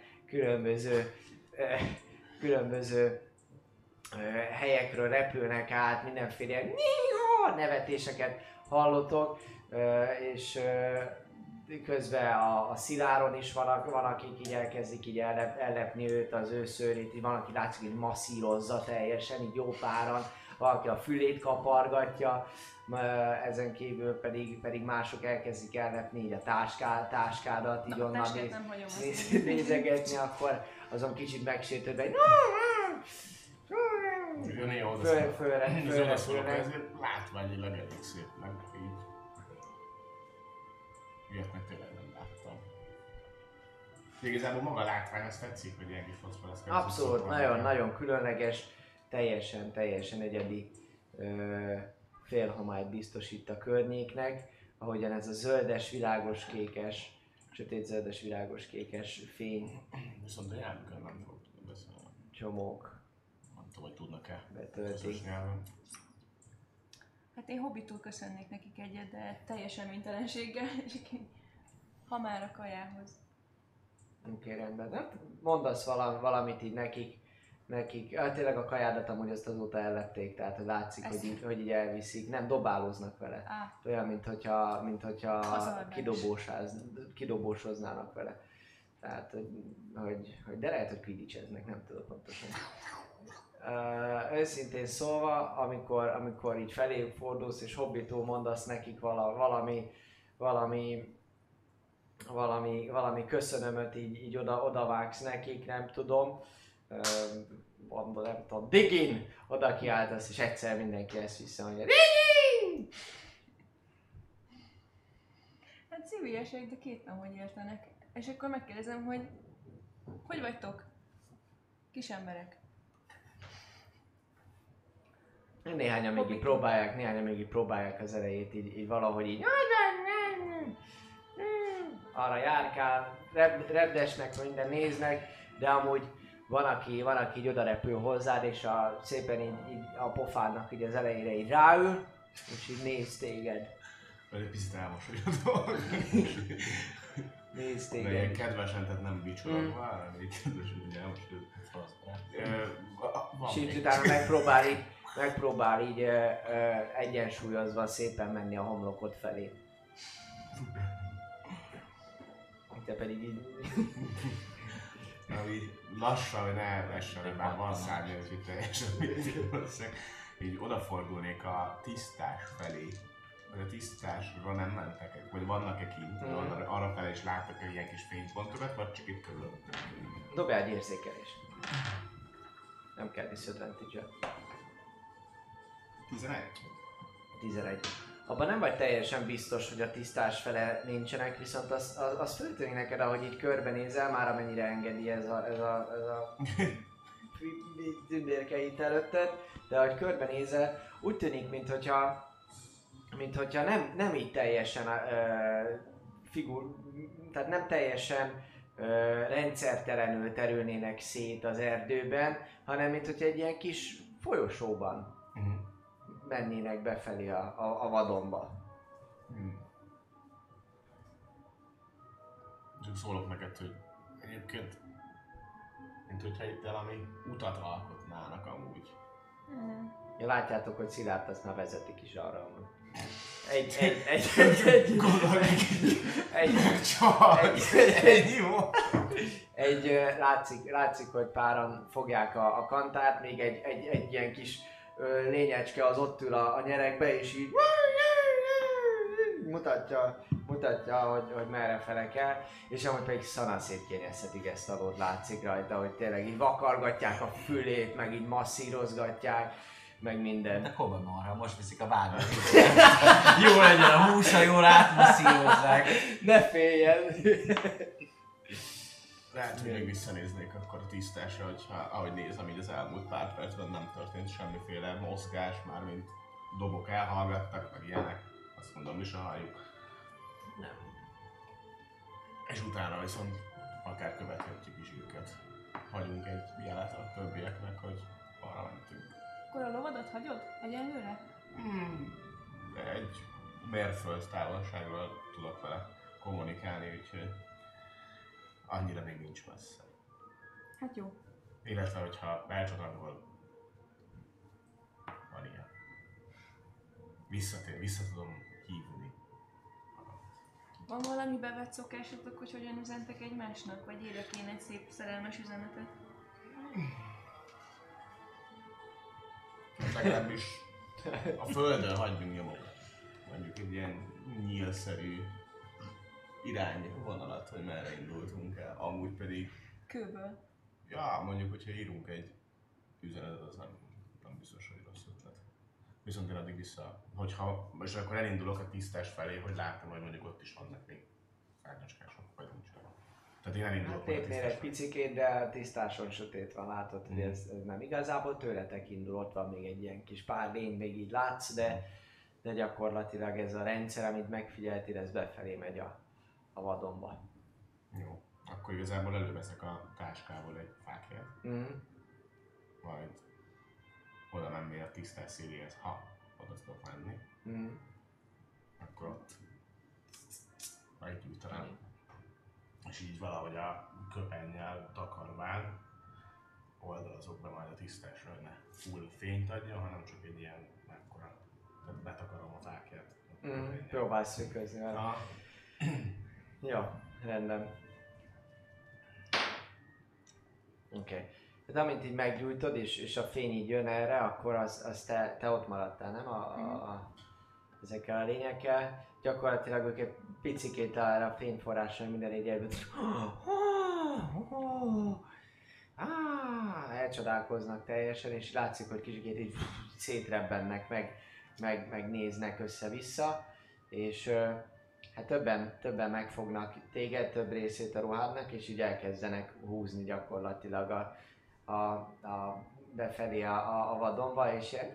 különböző helyekről repülnek át, mindenféle nevetéseket hallotok, és közben a sziláron is van akik így elkezdik így ellepni őt, az ő szőrét, így van, aki látszik, hogy masszírozza teljesen, így jó páran, valaki a fülét kapargatja, ezen kívül pedig mások elkezdik ellepni így a táskádat, így onnan nézegetni, akkor azon kicsit megsértődve, hogy Jönné fölrepülnek. ezért látványilag elég szép, meg így. Ilyet meg tényleg nem láttam. Igazából maga a látvány, azt tetszik, hogy ilyen kis foszforeszkál. Abszolút, nagyon különleges, teljesen egyedi félhomályt biztosít a környéknek, ahogyan ez a zöldes, világos kékes, sötét zöldes, világos kékes fény. Viszont a nyelvükön nem fogok tudni beszélni. Csomók. Nem tudom, hogy tudnak-e Betöltik. közös nyelven. Hát én hobbitul köszönnék nekik egyet, de teljesen mintelenséggel, és ha már a kajához. Oké, rendben. Nem? Mondasz valamit így nekik. Hát tényleg a kajádat amúgy azt azóta ellették, tehát hogy látszik, hogy így elviszik. Nem, dobálóznak vele. Olyan, mint hogyha kidobósoznának vele. Tehát, hogy de lehet, hogy quidditcheznek, nem tudok pontosan. Őszintén szólva, amikor így feléjük fordulsz és hobbitul mondasz nekik valami köszönömöt, így odavágsz nekik, nem tudom. Nem tudom, Digin! Oda kiáltasz, és egyszer mindenki ezt vissza, hogy Digin! Hát szívélyesek, de két nem, hogy értenek. És akkor megkérdezem, hogy vagytok? Kis emberek. Néhányan még így próbálják az elejét, így valahogy így arra járkál, repdesnek, minden néznek, de amúgy van, aki így oda repül hozzád, és szépen így a pofádnak így az elejére így ráül, és így néz téged. Vagy egy picit elmosolyodom. Néz De ilyen téged. kedvesen, tehát nem bicsologva, hanem így kedvesen, hogy elmosolyodom. És így utána megpróbál így egyensúlyozva szépen menni a homlokod felé. Te pedig így... Így lassan, hogy ne essen, hogy már van szárnya, hogy teljesen így odafordulnék a tisztás felé. Vagy a tisztásra nem mentek, vagy vannak-e kint, arra felé is láttak-e ilyen kis fénypontokat, vagy csak itt körülöttük? Dobjál egy érzékelést. Nem kell disadvantage-el. 11. 11. abban nem vagy teljesen biztos, hogy a tisztás fele nincsenek, viszont az föltűnik neked, ahogy így körbenézel, már amennyire engedi ez a tündérkeit előtted, de ahogy körbenézel, úgy tűnik, minthogyha nem így teljesen tehát nem teljesen rendszertelenül terülnének szét az erdőben, hanem minthogyha egy ilyen kis folyosóban mennének befelé a vadonba. Csak szólok neked, hogy egyébként, mint hogyha itt valami utat alkotnának amúgy. Ja, látjátok, hogy Szilárd azt már vezetik is arra amúgy. Látszik, hogy páran fogják a kantárt, még egy ilyen kis lényecske az ott ül a nyerekbe, és így mutatja, hogy merre fele kell, és amúgy pedig szanaszét kényeztetik ezt a lót, látszik rajta, hogy tényleg így vakargatják a fülét, meg így masszírozgatják, meg minden. De komoly marha, most viszik a vágót. Jó legyen a húsa, jól átmasszírozzák. Ne féljen! Lehet, hogy még visszanéznék akkor a tisztásra, ahogy nézem, így az elmúlt pár percben nem történt semmiféle mozgás, mármint dobok elhallgattak, meg ilyenek. Azt mondom, mi se halljuk. Nem. És utána viszont akár követhetjük is őket. Hagyunk egy jelet a többieknek, hogy arra mentünk. Akkor a lovadat hagyod egyenlőre? Egy mérföld távolságról tudok vele kommunikálni, úgyhogy annyira még nincs messze. Hát jó. Illetve, hogyha elcsatangol, van ilyen. Vissza tudom hívni. Van valami bevett szokásotok, hogy hogyan üzentek egymásnak? Vagy írjak én egy szép szerelmes üzenetet? Legalábbis a földön hagyjunk nyomokat. Mondjuk egy ilyen nyílszerű irányvonalat, hogy merre indultunk el. Amúgy pedig... Kőből. Ja, mondjuk, hogyha írunk egy üzenetet, az nem biztos, hogy rossz ötlet. Viszont én addig vissza, hogyha, és akkor elindulok a tisztás felé, hogy láttam, hogy mondjuk ott is vannak még szárnyacskások, vagy nincs. Tehát én elindulok Hát lépnél egy picikét, de a tisztáson sötét van, látod, hogy ez nem igazából tőletek indul, ott van még egy ilyen kis pár lény, még így látsz, de gyakorlatilag ez a rendszer, amit megfigyeltél, ez befelé megy a vadonba. Jó, akkor igazából előveszek a táskából egy fákját. Majd oda mennél a tisztás széléhez, ha oda tudok menni. Akkor ott meggyújtanám. És így valahogy a köpennyel takarván oldalazok be majd a tisztásra, hogy ne full fényt adja, hanem csak egy ilyen mekkora. Tehát betakarom a fákját. Próbálsz szűközni vele. Jó, rendben. Oké. Tehát amint így meggyújtod és a fény így jön erre, akkor az te ott maradtál, nem? Ezekkel a lényekkel. Gyakorlatilag ők egy picikét arra a fényforrással minden így elcsodálkoznak teljesen, és látszik, hogy kicsikét így szétrebbennek, meg néznek össze-vissza, és hát többen megfognak téged, több részét a ruhádnak, és így elkezdenek húzni gyakorlatilag a befelé a vadonba, és ilyen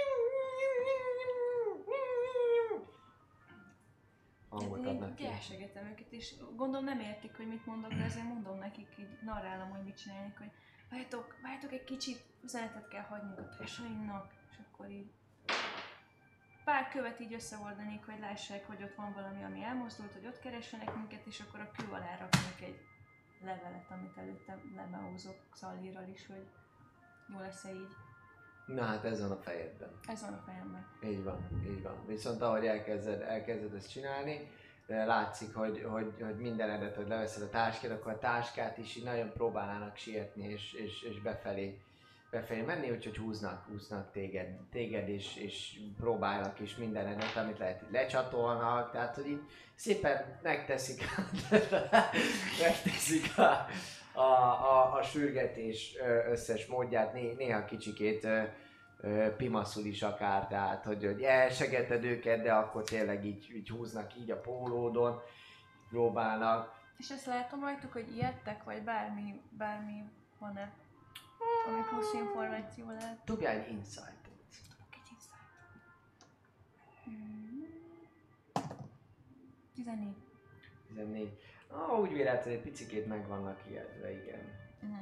hangot adnak ki. Elsegetem őket, és gondolom nem értik, hogy mit mondok, de ezért mondom nekik, így narrálom, hogy mit csinálják, hogy várjatok egy kicsit, üzenetet kell hagynunk a társaimnak, és akkor így pár követ így összeoldanék, hogy lássák, hogy ott van valami, ami elmozdult, hogy ott keressenek minket, és akkor a kő alá raknak egy levelet, amit előtte lemeózok Szallírral is, hogy jó lesz-e így. Na hát ez van a fejedben. Ez van a fejemben. Így van. Viszont ahogy elkezded ezt csinálni, látszik, hogy mindenedet, hogy leveszed a táskát, akkor a táskát is így nagyon próbálnának sietni és befelé menni, úgyhogy húznak téged és próbálnak is mindenedet, amit lehet, hogy lecsatolnak, tehát hogy így szépen megteszik a sürgetés összes módját, néha kicsikét pimaszul is akár, tehát hogy elsegeted őket, de akkor tényleg így húznak így a pólódon, próbálnak. És ezt látom rajtuk, hogy ijedtek, vagy bármi van-e, ami plusz információ lehet. Dobjál egy insight-ot. Egy insight. 14. 14. Úgy véled, hogy egy picikét meg vannak ijedve, igen.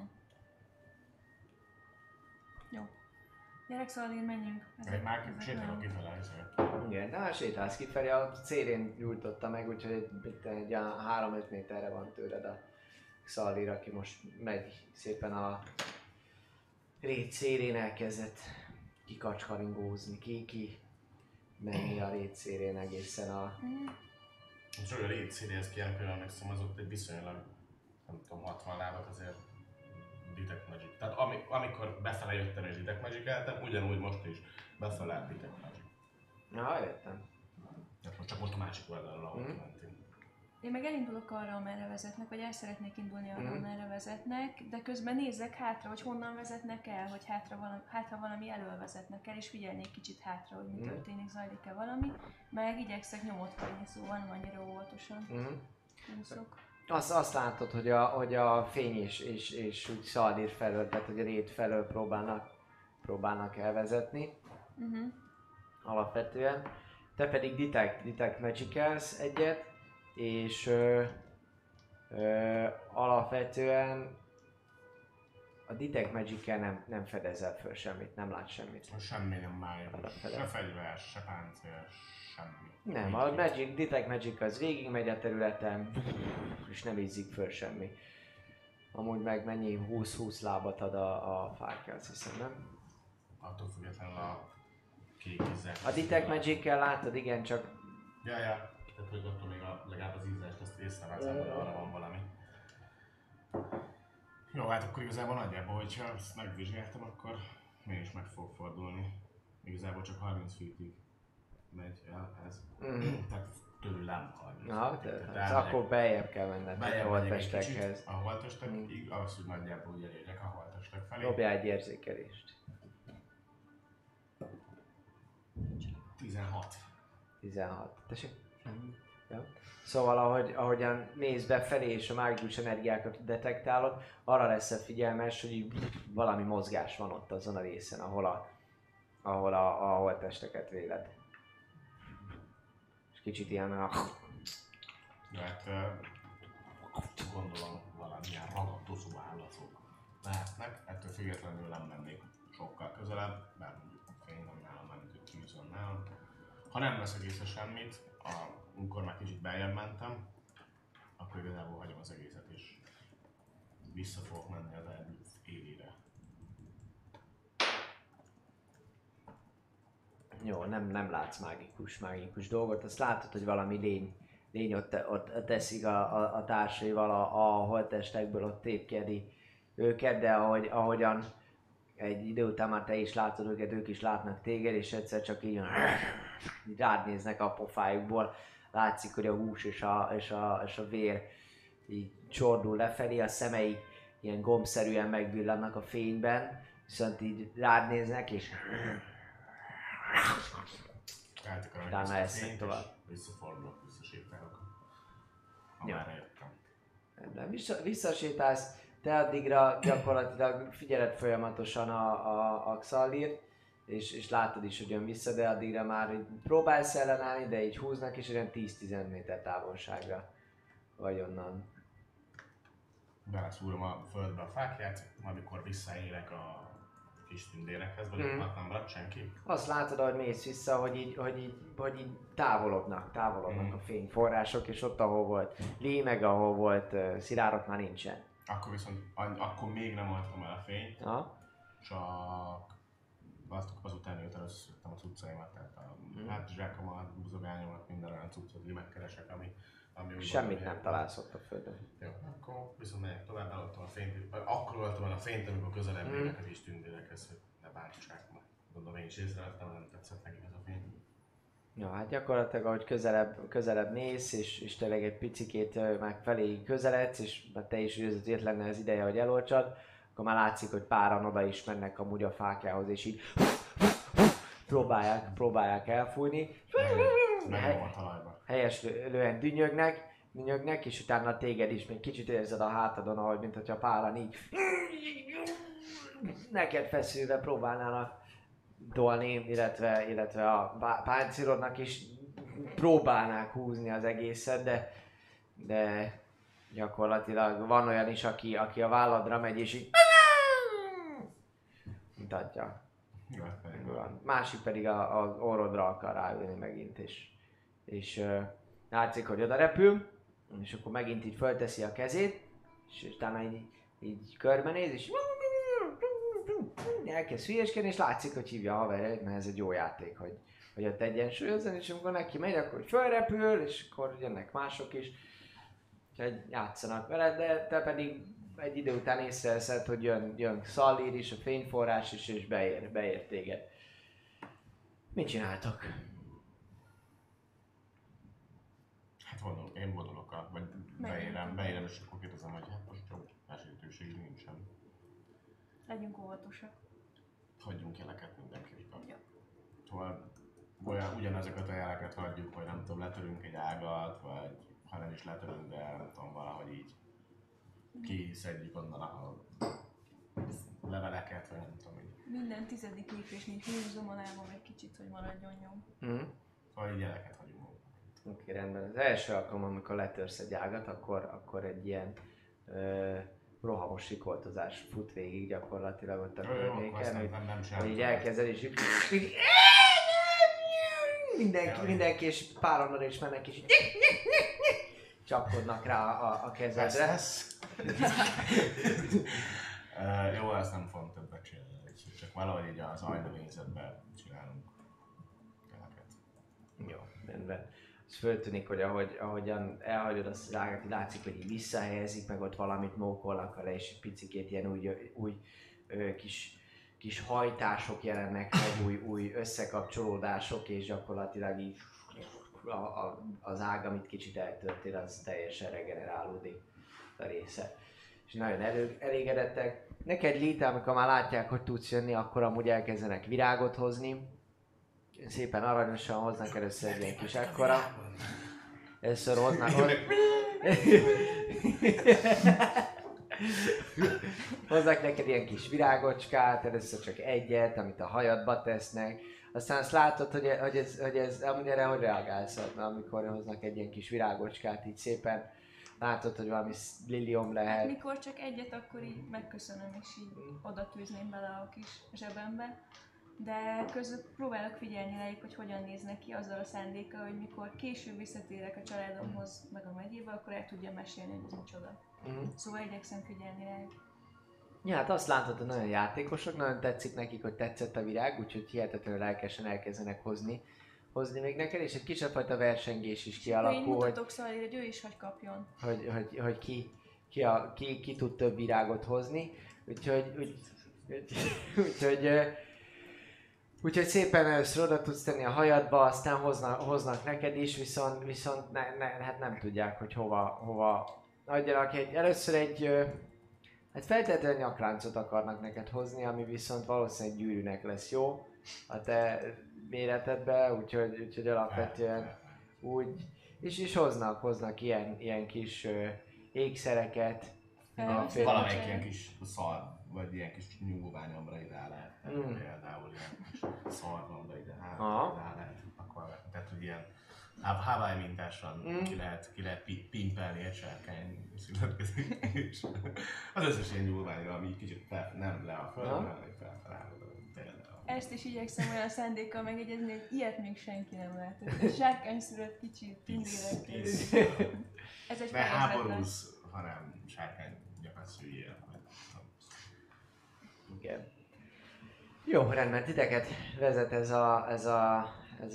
Jó. Gyerek, szóval én menjünk. Én már sétálok kifele, Igen, de már sétálsz kifelé, a szélén nyújtotta meg, úgyhogy egy 3-5 méterre van tőled a Xalir, aki most megy szépen a rét szélén, elkezdett kikacskaringózni, ki menni a rét szélén egészen a... És olyan létszínéhez ki, amikor emlékszem, az ott egy viszonylag, nem tudom, 60 lábat azért Detect Magic. Tehát amikor befele jöttem és Detect Magic-eltem, ugyanúgy most is befele Detect Magic. Na, értem. Tehát csak most a másik oldalra, ahol mentünk. Én meg elindulok arra, amerre vezetnek, vagy el szeretnék indulni arra, amerre vezetnek, de közben nézzek hátra, hogy honnan vezetnek el, hogy hátra valami elől vezetnek el, és figyelnék kicsit hátra, hogy mi történik, zajlik-e valami, meg igyekszek nyomot hagyni, szóval nem annyira óvatosan úszok. Azt látod, hogy a fény és úgy Xalir felől, tehát hogy a rét felől próbálnak elvezetni. Alapvetően. Te pedig Detect Magicals egyet, és alapvetően a Detect Magic-kel nem fedezel föl semmit, nem látsz semmit. Semmi nem mája, se fegyver, se páncél, semmi. Nem, a Detect Magic az végigmegy a területen, és nem ízik föl semmi. Amúgy meg mennyi? 20 lábat ad a fákja, azt hiszem, nem? Attól függetlenül a kék ízzel. A Detect Magic-kel látod, igen, csak... Ja. Tehát, hogy attól még legalább az ízást azt észreveszem, hogy arra van valami. Jó, hát akkor igazából nagyjából, hogyha ezt megvizsgáltam, akkor még is meg fog fordulni. Igazából csak 30 feetig megy el ez. Tehát tőlem 30 Na, feetig. akkor beljebb kell menned a holttestekhez. A holttestek, az, hogy nagyjából úgy elérjek a holttestek felé. Dobjál egy érzékelést. 16. 16. Tessék? Ja. Szóval ahogyan néz befelé és a mágikus energiákat detektálod, arra leszel figyelmes, hogy így valami mozgás van ott azon a részen, ahol a holttesteket véled. És kicsit ilyen Ja, hát gondolom valamilyen ragadozó állatok lehetnek, ettől függetlenül nem mennék sokkal közelebb, bár mondjuk fény van nálam, mármint hogy tűz van nálam. Ha nem veszek észre semmit, amikor már kicsit beljebb mentem, akkor igazából hagyom az egészet és vissza fogok menni az erdő élére. Jó, nem látsz mágikus dolgot, azt látod, hogy valami lény ott teszik a társaival a holttestekből, ott tépkedi őket, de ahogyan egy idő után már te is látod őket, ők is látnak téged, és egyszer csak így rád néznek a pofájukból. Látszik, hogy a hús és a vér így csordul lefelé, a szemei ilyen gombszerűen megvillannak a fényben, viszont így rád néznek, és utána esznek tovább. Visszafordulok, visszasétálok, amerre jöttem. Nem, visszasétálsz, te addigra gyakorlatilag figyeled folyamatosan a Xalirt, és látod is, hogy jön vissza, de addigra már próbálsz ellenállni, de így húznak, és olyan 10-15 méter távolságra vagy onnan. Beleszúrom a földbe a fákját, amikor visszaérek a kis tündérekhez, vagy ott nem maradt senki. Azt látod, hogy mész vissza, hogy így távolodnak a fényforrások, és ott, ahol volt Lee, meg ahol volt Szilárok, már nincsen. Akkor viszont, akkor még nem adtam el a fényt, csak azután, miután összeszedtem a cuccaimat, tehát a hátizsákomat, buzogányomat, minden olyan cuccot, hogy megkeresek, ami semmit nem találsz ott a földön. Jó, akkor viszont megyek tovább, eladtam a fényt, akkor adtam el a fényt, amikor közelebb érnek a kis tündérekhez, hogy ne bántsák meg. Gondolom én is észrevettem, nem tetszett nekik ez a fény. Ja, hát gyakorlatilag ahogy közelebb mész, és tényleg egy picikét meg felé közeledsz, és te is érzed, hogy lenne az ideje, hogy elolcsad, akkor már látszik, hogy páran oda is mennek amúgy a fákjához, és így próbálják elfújni. Megvan a talajba. Helyeslően dünnyögnek, és utána téged is még kicsit érzed a hátadon, ahogy mint hogyha páran így neked feszülve próbálnának tolni, illetve a páncélodnak is próbálnák húzni az egészet, de gyakorlatilag van olyan is, aki a válladra megy és így mutatja. Másik pedig az orrodra akar ráülni megint, és látszik, hogy oda repül, és akkor megint így fölteszi a kezét, és utána így körbenéz, és elkezd hülyeskedni, és látszik, hogy hívja a haverjait, mert ez egy jó játék, hogy ott egyensúlyozzon, és amikor neki megy, akkor fölrepül, és akkor jönnek mások is, úgyhogy játszanak veled, de te pedig egy idő után észreveszed, hogy jön Szallír is, a fényforrás is, és beér téged. Mit csináltok? Hát mondom, én vonulok, vagy beérem, és akkor kérdezem, hogy hát most jó, más lehetőség nincsen. Legyünk óvatosak. Hagyjunk jeleket mindenképpen. Ja. Szóval ugyanezeket a jeleket hagyjuk, hogy nem tudom, letörünk egy ágat, vagy ha nem is letörünk, de nem tudom, valahogy így kiszedjük onnan a leveleket, vagy nem tudom így. Minden 10. lépésnél húzom a lábam egy kicsit, hogy maradjon nyom. Szóval így jeleket hagyunk. Oké, rendben. Az első alkalom, amikor letörsz egy ágat, akkor egy ilyen rohamos sikoltozás fut végig gyakorlatilag ott a környéken, hogy így elkezded és így mindenki és páran oda is mennek és így csapkodnak rá a kezedre. Jó, ezt nem fogom többet csinálni, csak valahogy így az aljnövényzetben csinálunk jeleket. Jó, rendben. Az föltűnik, hogy ahogyan elhagyod azt az ágat, így látszik, hogy így visszahelyezik, meg ott valamit mókolnak vele, és egy picikét ilyen új kis hajtások jelennek meg, új összekapcsolódások, és gyakorlatilag így az ág, amit kicsit eltörtél, az teljesen regenerálódik a része. És nagyon elégedettek. Neked Lita, amikor már látják, hogy tudsz jönni, akkor amúgy elkezdenek virágot hozni. Szépen aranyosan hoznak először egy ilyen kis ekkora. Először hoznak... Hozzák neked ilyen kis virágocskát, először csak egyet, amit a hajadba tesznek. Aztán azt látod, hogy ez amúgy erre hogy reagálsz, amikor hoznak egy ilyen kis virágocskát, így szépen látod, hogy valami liliom lehet. Mikor csak egyet, akkor így megköszönöm, és így oda tűzném bele a kis zsebembe. De közben próbálok figyelni rájuk, hogy hogyan néznek ki azzal a szándékkal, hogy mikor később visszatérek a családomhoz, meg a megyébe, akkor el tudja mesélni, hogy ez micsoda. Szóval igyekszem figyelni rájuk. Ja, hát azt látod, hogy nagyon játékosok, nagyon tetszik nekik, hogy tetszett a virág, úgyhogy hihetetlenül lelkesen elkezdenek hozni még neked, és egy kisebb fajta versengés is kialakul, én mutatok Szallír, hogy ő is hagy kapjon. Hogy ki tud több virágot hozni, úgyhogy szépen először oda tudsz tenni a hajadba, aztán hoznak neked is, viszont hát nem tudják, hogy hova adjanak. Először hát feltétlenül nyakláncot akarnak neked hozni, ami viszont valószínűleg gyűrűnek lesz jó a te méretedbe, úgyhogy alapvetően úgy, és hoznak ilyen kis ékszereket. Valamelyik ilyen kis szar, vagy ilyen kis nyúlványomra ide lehet. Például ilyen kis szarvamra ide lehet. Akkor, tehát, hogy ilyen Hawaii mintásan ki lehet pimpelni egy sárkány születkezik. És az összes ilyen nyúlványra, ami kicsit nem le a földön, hanem felfeláll. Ezt is igyekszem olyan szándékkal megegyezni, hogy ilyet még senki nem látott. A sárkány szület kicsit tündérek. Ez egy ne háborúz, hanem sárkány szüljél. Igen. Jó, rendben, titeket vezet ez a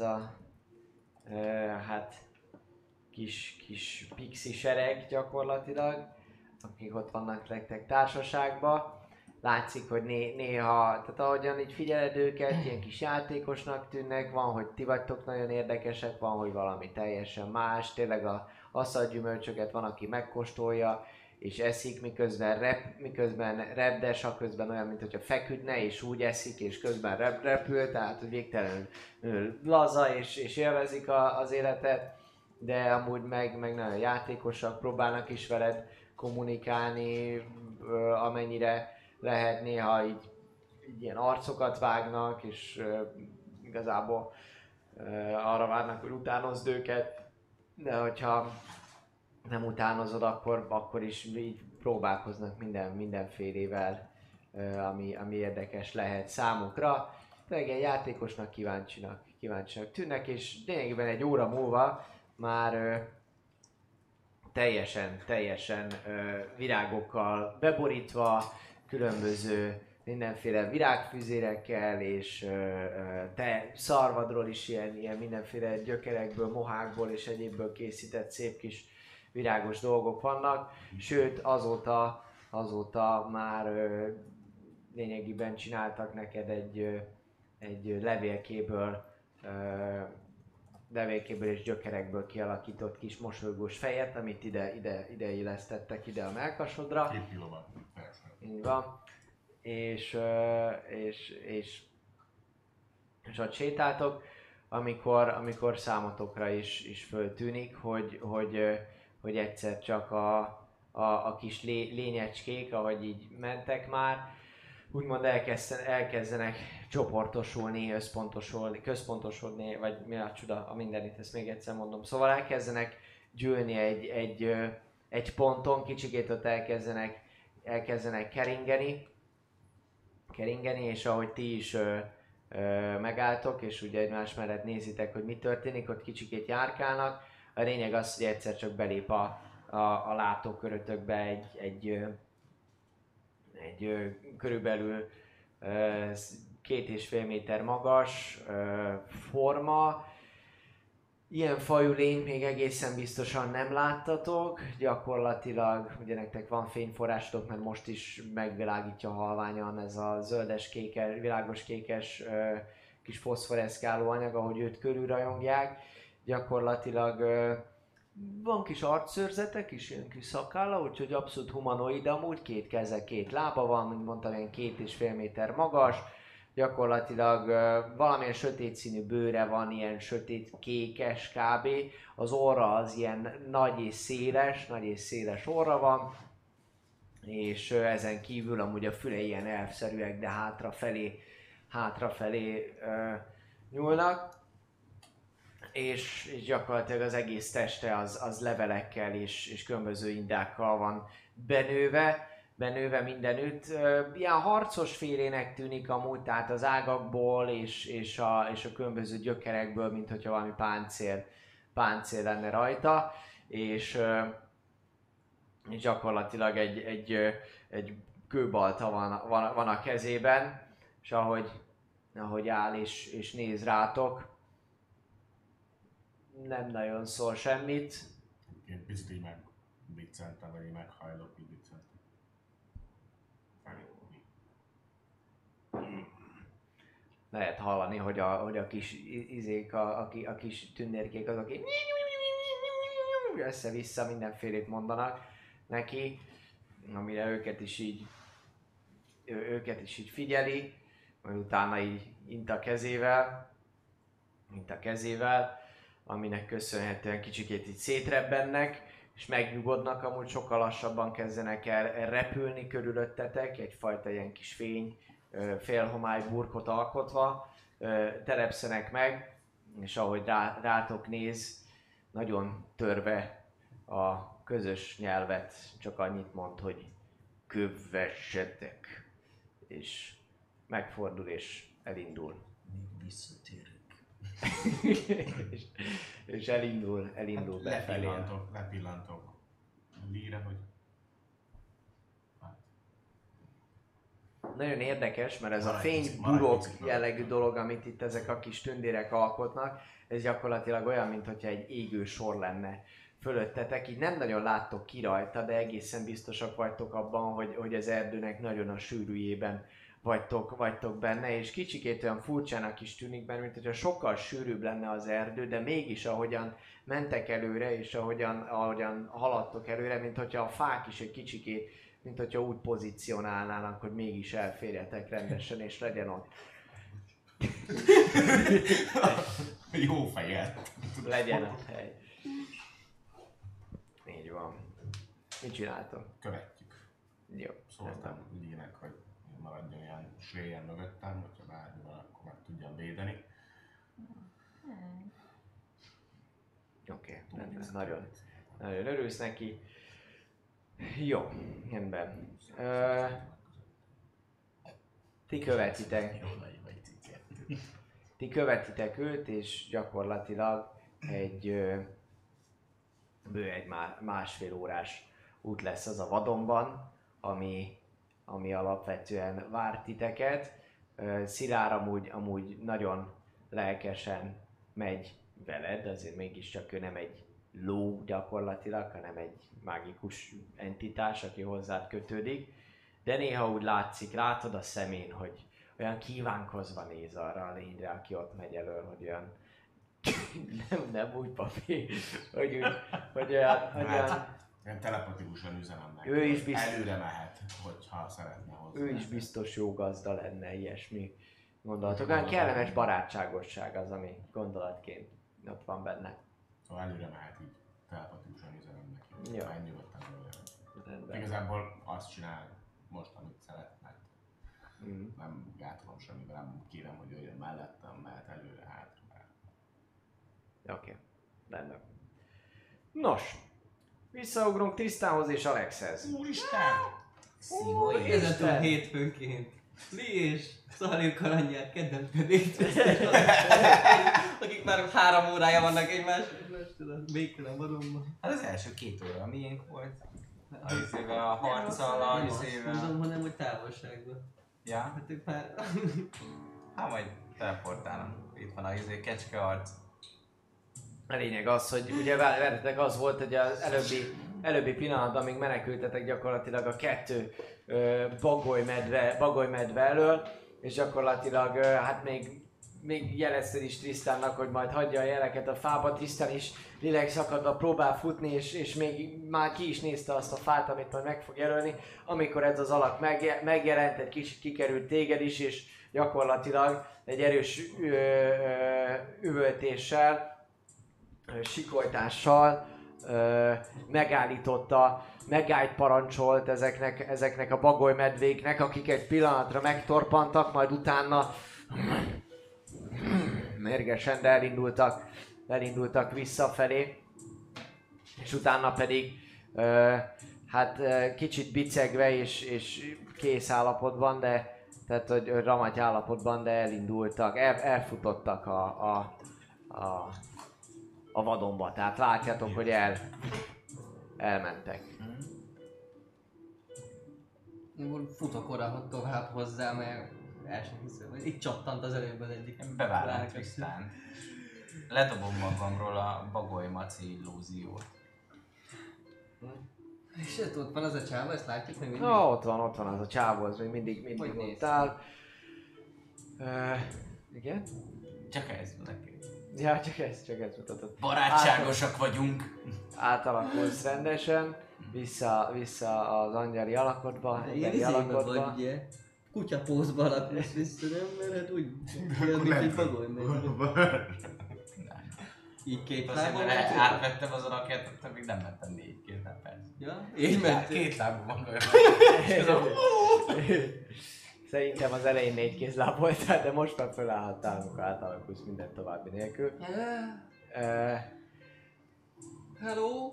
hát kis pixi sereg gyakorlatilag, akik ott vannak nektek társaságban. Látszik, hogy néha, tehát ahogyan így figyeled őket, ilyen kis játékosnak tűnnek, van, hogy ti vagytok nagyon érdekesek, van, hogy valami teljesen más, tényleg a asszadgyümölcsöket van, aki megkóstolja, és eszik, miközben repdes, közben olyan, mintha feküdne, és úgy eszik, és közben repül, tehát hogy végtelenül laza, és élvezik az életet, de amúgy meg nagyon játékosak, próbálnak is veled kommunikálni, amennyire lehet, néha így ilyen arcokat vágnak, és igazából arra várnak, hogy utánozd őket, de hogyha nem utánozod, akkor is így próbálkoznak mindenfélével, ami érdekes lehet számukra. Tényleg egy játékosnak kíváncsinak tűnnek, és lényegében egy óra múlva már teljesen virágokkal beborítva, különböző mindenféle virágfüzérekkel, és te szarvadról is ilyen mindenféle gyökerekből, mohákból és egyébből készített szép kis virágos dolgok vannak. Sőt, azóta már lényegében csináltak neked egy levélkéből és gyökerekből kialakított kis mosolygós fejet, amit ide illesztettek ide a mellkasodra. 2 kilowatt, persze. Így van. És ott sétáltok, amikor számotokra is föltűnik, hogy egyszer csak a kis lényecskék, ahogy így mentek már, úgymond elkezdenek csoportosulni, központosodni, vagy mi a csuda, a mindenit, ezt még egyszer mondom. Szóval elkezdenek gyűlni egy ponton, kicsikét ott elkezdenek keringeni, és ahogy ti is megálltok, és ugye egymás mellett nézitek, hogy mi történik, ott kicsikét járkálnak. A lényeg az, hogy egyszer csak belép a látókörötökbe egy körülbelül 2,5 méter magas forma. Ilyen fajú lényt még egészen biztosan nem láttatok, gyakorlatilag ugye nektek van fényforrásotok, mert most is megvilágítja halványan ez a zöldes kékes, világos kékes kis foszforeszkáló anyag, ahogy őt körülrajongják. Gyakorlatilag van kis arcszőrzetek is, ilyen kis szakálla, úgyhogy abszolút humanoid, amúgy 2 keze, 2 lába van, mint mondtam, ilyen 2,5 méter magas. Gyakorlatilag valamilyen sötét színű bőre van, ilyen sötét kékes kb. Az orra az ilyen nagy és széles orra van. És ezen kívül amúgy a füle ilyen elfszerűek, de hátrafelé nyúlnak. És gyakorlatilag az egész teste az levelekkel és különböző indákkal van benőve mindenütt. Ilyen harcos félének tűnik amúgy, tehát az ágakból és a különböző gyökerekből, mint hogyha valami páncél lenne rajta. És gyakorlatilag egy kőbalta van a kezében, és ahogy áll és néz rátok, nem nagyon szól semmit. Én picit így megbiccentem, vagy így meghajlok, így biccentem. Lehet hallani, hogy a kis izék, a kis tündérkék azok így össze-vissza mindenfélét mondanak neki, amire őket is így figyeli, majd utána így int a kezével, aminek köszönhetően kicsikét így szétrebbennek, és megnyugodnak, amúgy sokkal lassabban kezdenek el repülni körülöttetek, egyfajta ilyen kis fény, félhomály burkot alkotva, telepszenek meg, és ahogy rátok néz, nagyon törve a közös nyelvet, csak annyit mond, hogy kövessetek, és megfordul és elindul. Még visszatérünk. és elindul befelé. Lepillantok. Líre, hogy... Nagyon érdekes, mert ez a fényburok jellegű dolog, amit itt ezek a kis tündérek alkotnak, ez gyakorlatilag olyan, mintha egy égő sor lenne fölöttetek. Így nem nagyon láttok ki rajta, de egészen biztosak vagytok abban, hogy az erdőnek nagyon a sűrűjében vagytok benne, és kicsikét olyan furcsának is tűnik benne, mint hogyha sokkal sűrűbb lenne az erdő, de mégis ahogyan mentek előre, és ahogyan haladtok előre, mint hogyha a fák is egy kicsikét, mint hogyha úgy pozícionálnának, hogy mégis elférjetek rendesen, és legyen ott. Jó fejed. Legyen ott hely. Így van. Mit csináltok? Követjük. Jó. Szóltam Lee-nek, hogy maradjon ilyen sréjen mögöttem, hogyha bármi van, akkor meg tudjam védeni. Oké, nagyon örülsz neki. Jó, rendben. Ti követitek őt, és gyakorlatilag bő egy másfél órás út lesz az a vadonban, ami alapvetően vár titeket. Szilár amúgy nagyon lelkesen megy veled, azért mégiscsak ő nem egy ló gyakorlatilag, hanem egy mágikus entitás, aki hozzád kötődik. De néha úgy látod a szemén, hogy olyan kívánkozva néz arra a lényre, aki ott megy elől, hogy olyan nem úgy papír, hogy olyan Ilyen telepatikusan üzenem neki. Ő is biztos, előre mehet, hogyha szeretne hozzá. ő is biztos jó gazda lenne, ilyesmi gondolatok. Olyan kellemes barátságosság az, ami gondolatként ott van benne. Szóval előre mehet így, telepatikusan üzenem neki. Jó. Menj nyugodtan előre. Rendben. Igazából azt csinál most, amit szeret, mert Mm. nem gátolom semmivel, nem kérem, hogy jöjjön mellettem, mehet előre, hátra. Oké, rendben. Nos, visszaugrunk Trisztánhoz és Alexhez. Úristen! Szívói. Kezdetünk hétfőnként. Li és Szalír kalandját kedvenc akik már 3 órája vannak egymásról, végtelen vadonban. Hát az első 2 óra miénk volt. A izével, a harccal, a Nem azt izével. mondom, hanem hogy távolságban. Ja, Hát ők már... hát majd teleportálom. Itt van a kecskearc. A lényeg az, hogy ugye veletek az volt, hogy az előbbi pillanatban, amíg menekültetek gyakorlatilag a 2 bagolymedve elől, és gyakorlatilag hát még jelezted is Trisztánnak, hogy majd hagyja a jeleket a fába. Trisztán is lélek szakadva próbál futni, és még már ki is nézte azt a fát, amit majd meg fog jelölni. Amikor ez az alak megjelent, egy kicsit kikerült téged is, és gyakorlatilag egy erős üvöltéssel, sikoltással megállította, megállt parancsolt ezeknek a bagolymedvéknek, akik egy pillanatra megtorpantak, majd utána mérgesen, de elindultak visszafelé, és utána pedig kicsit bicegve és kész állapotban, tehát hogy ramaty állapotban, de elindultak, elfutottak a vadonba, tehát látjátok, hogy elmentek. Akkor futok oda tovább hozzá, mert el sem hiszem, hogy itt csattant az előbb az egyik. Bevállalt Trisztán. Ledobom magamról a bagoly maci illúziót. És ott van az a csáva, ezt látjuk még mindig? Na, ott van az a csávó, az még mindig Hogy néz ott áll. Igen? Csak ez neki. Ja, csak ezt mutatott. Barátságosak vagyunk. Átalakulsz rendesen, vissza az angyali alakodba, Ilyen izébe vagy ugye, kutyapózba alakulsz vissza, nem? Mert hát úgy, olyan, mint egy bagoly meg. Így két Azért, lábon mert vagy? átvettem az alakját, akkor még nem mentem 4 kézzel, persze. Ja, így mentél. 2 lábú bagoly. Szerintem az elején 4 kézláb voltál, de most már fölállhattál, amikor átalakulsz minden további nélkül. Hello?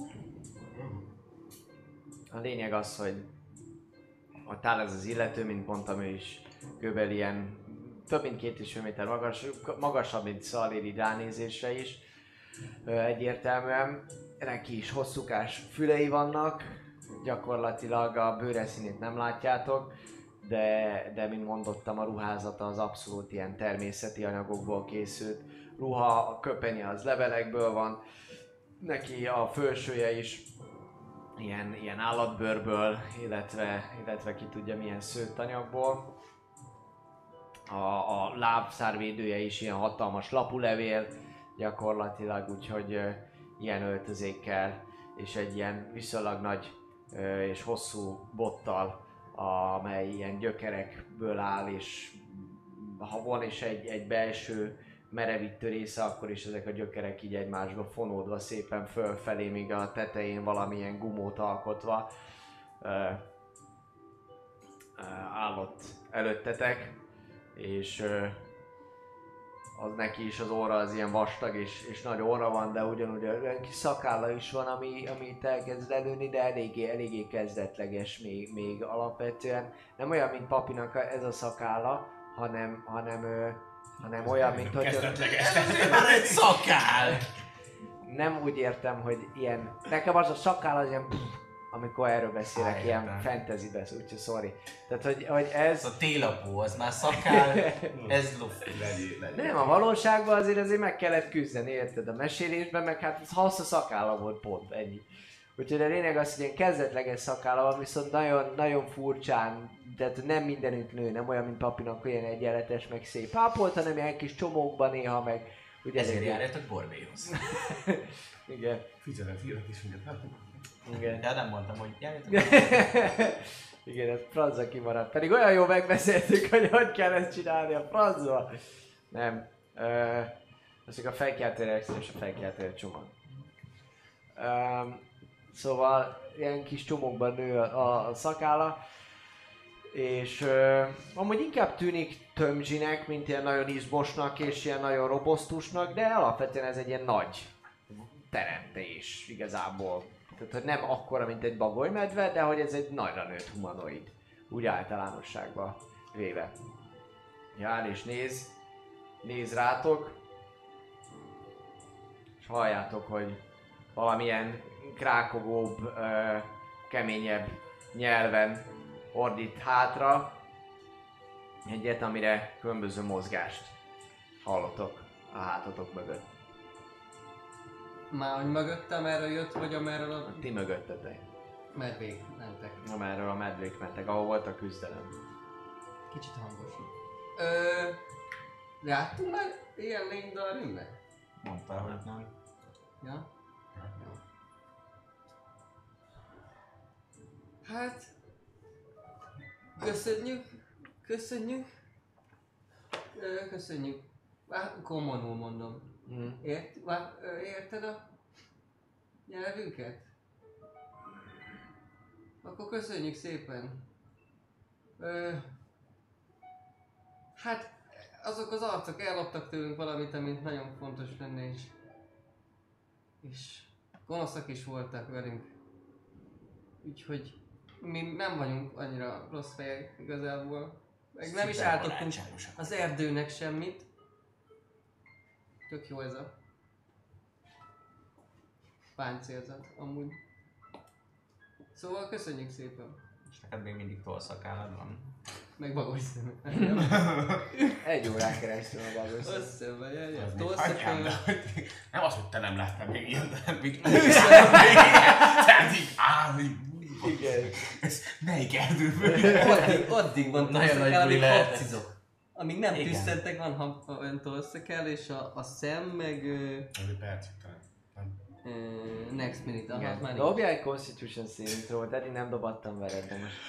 A lényeg az, hogy ott áll ez az illető, mint mondtam, ő is kb. Ilyen több mint 2,5 méter magasabb, mint Szalír így ránézésre is. Egyértelműen neki is hosszúkás fülei vannak, gyakorlatilag a bőre színét nem látjátok, de mint mondottam, a ruházata az abszolút ilyen természeti anyagokból készült ruha, a köpenye az levelekből van, neki a fölsője is ilyen állatbőrből, illetve ki tudja milyen szőtt anyagból. a lábszárvédője is ilyen hatalmas lapulevél gyakorlatilag, úgyhogy ilyen öltözékkel és egy ilyen viszonylag nagy és hosszú bottal, amely ilyen gyökerekből áll, és ha van is egy belső merevítő része, akkor is ezek a gyökerek így egymásba fonódva szépen fölfelé, míg a tetején valamilyen gumót alkotva állott előttetek, és az neki is az óra az ilyen vastag és nagy óra van, de ugyanúgy olyan kis szakálla is van, ami itt elkezd lelőni, de eléggé kezdetleges még alapvetően. Nem olyan, mint Papinak ez a szakálla, hanem olyan, mint hogy... Kezdetleges. Már egy szakál! Nem úgy értem, hogy ilyen... Nekem az a szakáll az ilyen... Amikor erről beszélek, ilyen fantasy beszél, úgyhogy sorry. Tehát, hogy ez... Ez a télapó, az már szakál, ez lufi. Nem, a valóságban azért meg kellett küzdeni, érted? A mesélésben, meg hát az hasz a szakálla volt pont, ennyi. Úgyhogy a lényeg az, hogy ilyen kezdetleges szakálla van, viszont nagyon, nagyon furcsán, tehát nem mindenütt nő, nem olyan, mint Papinak, olyan egyenletes, meg szép ápolt, hanem ilyen kis csomókban néha, meg... Ugye Ezért járjátok Borbéhoz. Igen. Fizetett hírek is mindent. Igen. De nem mondtam, hogy járjátok. Igen, ez francza kimaradt. Pedig olyan jó megbeszéltük, hogy kell ezt csinálni a francba. Nem. Azok a fejkeltére extra és a fejkeltére csomag. Szóval ilyen kis csomagban nő a szakálla. És amúgy inkább tűnik tömzsinek, mint ilyen nagyon izmosnak és ilyen nagyon robosztusnak, de alapvetően ez egy ilyen nagy teremtés igazából. Tehát, hogy nem akkora, mint egy bagolymedve, de hogy ez egy nagyra nőtt humanoid. Úgy általánosságban véve. Jár és néz rátok. És halljátok, hogy valamilyen krákogóbb, keményebb nyelven ordít hátra. Egyet, amire különböző mozgást hallotok a hátatok mögött. Már hogy mögöttem erről jött, vagy amerről a Ti mögöttetek. medvék mentek. Amerről a medvék mentek, ahol volt a küzdelem. Kicsit hangosan. Láttunk már ilyen lényt a rümbe? Mondta, hogy nem. Ja? Jó. Hát... Köszönjük. Köszönjük. Kommunul mondom. Érted a nyelvünket? Akkor köszönjük szépen. Hát azok az arcok elloptak tőlünk valamit, amit nagyon fontos lenne és gonoszak is voltak velünk. Úgyhogy mi nem vagyunk annyira rossz fejek igazából. Meg nem is ártottunk az erdőnek semmit. Tök jó ez a páncélzat amúgy. Szóval köszönjük szépen. És neked még mindig tollszakállad van. Meg bagos szemek. Egy órán keresztül a bagos. Összevel, jaj. Az még Tollszakál. hagyjál, de hogy- Nem az, hogy te nem láttál még ilyen, de még tehát így Igen. ez melyik erdőből? Addig van Nagyon nagy tollszakál, buli amíg lehetett. habcizok. Amíg nem Igen. tüsszentek, van olyan tollszakál, és a szem meg... Ez egy percig talán. Nem. Next minute, Igen. ahhoz már Dobja egy Constitution saving throw-t, eddig nem dobattam veled, de most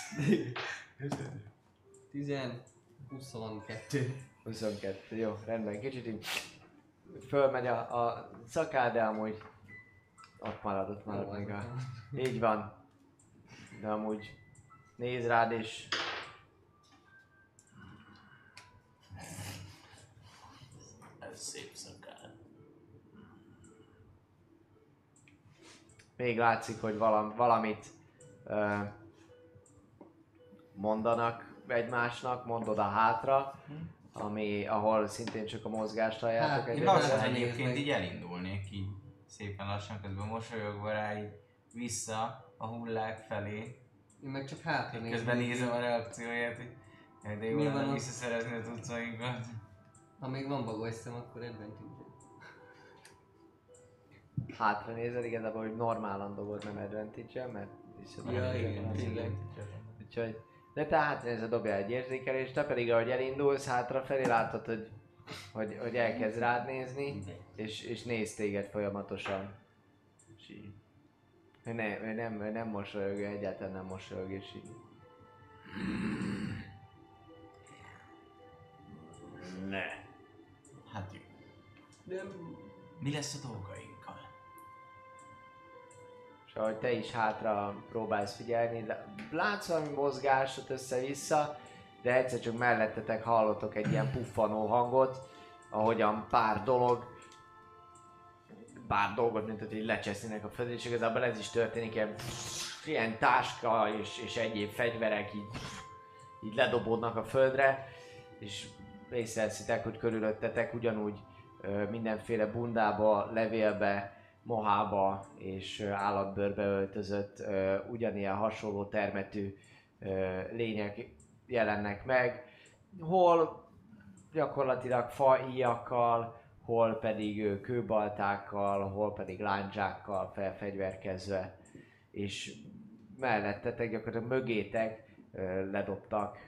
22. 22. Jó, rendben, kicsit így fölmegy a szakád, de amúgy ott marad még a... Így van. De amúgy néz rád és... Ez szép szakál. Még látszik, hogy valamit mondanak egymásnak, mondod a hátra, ahol szintén csak a mozgást halljátok Hát, Én egyébként. lassan Nézd egyébként meg. így elindulnék, így szépen lassan, közben mosolyogva rá, így vissza a hullák felé. Én meg csak hátra nézem. Közben nézem a reakcióját, hogy jaj, de jó Mi van lenne ott? visszaszerezni a cuccainkat. Ha még van bagos szem, akkor advantage. Hátra nézel, igazából, hogy normálan dobod, nem advantage-el, mert vissza Ja, igen, tényleg. Úgyhogy De tehát ez a dobja egy érzékelést, te pedig ahogy elindulsz hátrafelé látod, hogy elkezd rád nézni, és néz téged folyamatosan. És így. Ő nem mosolyog, ő egyáltalán nem mosolyog, és így. Ne. Hát jó. Mi lesz a dolgainkkal? És ahogy te is hátra próbálsz figyelni, látsz valami mozgásot össze-vissza, de egyszer csak mellettetek hallotok egy ilyen puffanó hangot, ahogyan pár dolgot, mint hogy lecsesznének a földre, és igazából ez is történik, ilyen táska és egyéb fegyverek így ledobódnak a földre, és észreveszitek, hogy körülöttetek ugyanúgy mindenféle bundába, levélbe, mohába és állatbőrbe öltözött, ugyanilyen hasonló termetű lények jelennek meg, hol gyakorlatilag faíjakkal, hol pedig kőbaltákkal, hol pedig láncsákkal felfegyverkezve, és mellettetek, gyakorlatilag mögétek ledobtak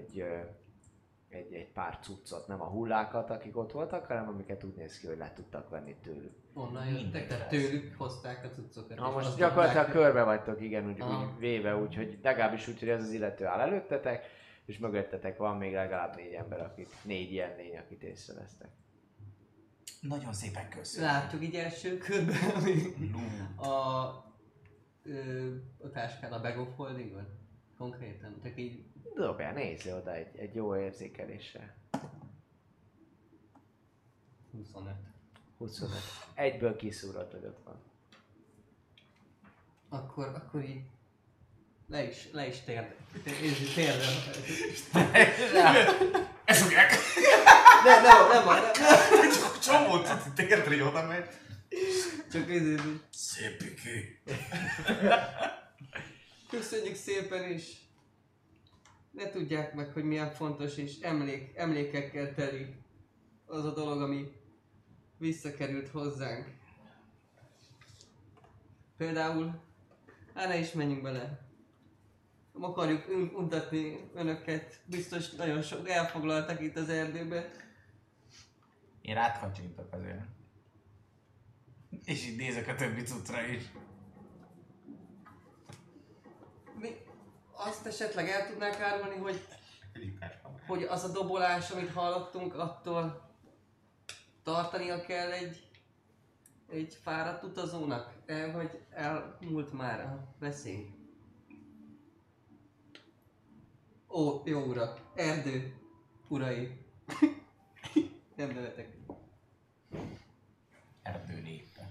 egy pár cuccot, nem a hullákat, akik ott voltak, hanem amiket úgy néz ki, hogy le tudtak venni tőlük. Onnan jöttek, tehát tőlük hozták a cuccokat. Na és most azt gyakorlatilag dobták, körbe vagytok, igen, úgy Aha. véve, úgyhogy legalábbis úgy, hogy ez az illető áll előttetek, és mögöttetek van még legalább 4 ember, 4 ilyen lény, akit észrevesztek. Nagyon szépen köszönöm. Látjuk így első körben, hogy a táskán a bag of holding van? Konkrétan, csak így... Dobjál, nézzé oda egy jó érzékeléssel. 25. 25. Egyből kiszúrod, hogy ott van. Akkor így... Le is térdre. Térdre. Ez fogják! Nem. Csomó térdre oda megy. Csak ez. Szép piki. Köszönjük szépen is. Ne tudják meg, hogy milyen fontos és emlékekkel teli az a dolog, ami visszakerült hozzánk. Például, ne is menjünk bele. Nem akarjuk untatni önöket, biztos nagyon sok elfoglaltak itt az erdőbe. Én rátkacsintok azért. És így nézek a többi cuccra is. Mi azt esetleg el tudnák árulni, hogy az a dobolás, amit hallottunk, attól tartania kell egy fáradt utazónak? Vagy elmúlt már a veszély? Ó, jó urak, erdő urai. Nem nevetek. Erdő népe.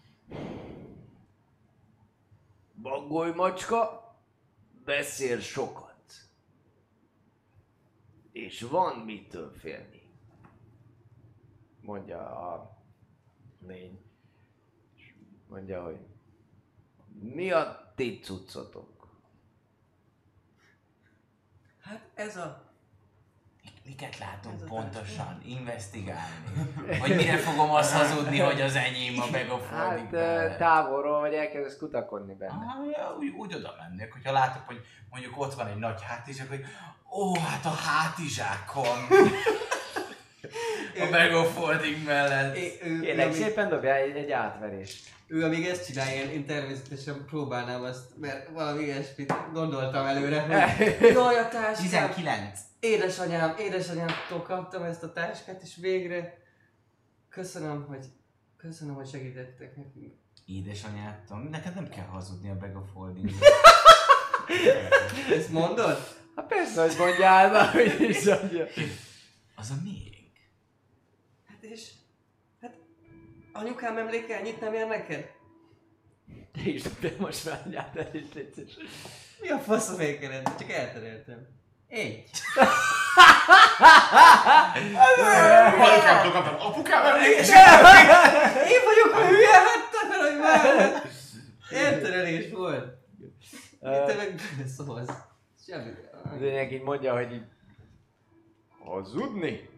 Bagoly macska beszél sokat. És van mitől félni. Mondja a lény. És mondja, hogy mi a ti cuccotok? Hát ez a... Miket Ez látunk a pontosan? Investigálni? Vagy mire fogom azt hazudni, hogy az enyém a bag of holding? Hát távolról vagy elkezdesz kutakodni benne. Úgy oda mennék, hogyha látok, hogy mondjuk ott van egy nagy hátizsák, hogy hát a hátizsákon. A bag of holding mellett. Kérlek szépen dobjál egy átverést. Ő amíg ezt csinálja, én természetesen próbálnám azt, mert valami ilyesmit gondoltam előre, hogy jaj, a táskám! 19. Édesanyámtól kaptam ezt a táskát, és végre köszönöm, hogy segítettek nekünk. Édesanyától? Neked nem kell hazudni a bag of holding. Ezt mondod? Hát persze, hogy mondjál, na, hogy is mondja. Az a miénk. Hát anyukám emléke ennyit nem ér neked? Te is dobjál most már egy átverést, légy szíves. Mi a faszom ékered? Csak eltereltem. 1. Anyukámtól kaptam, apukám emlékezett! Én vagyok a hülye, hát takarodj már! Elterelés volt. Te meg szólsz. Semmi. Lényeg így mondja, hogy így... Hazudni?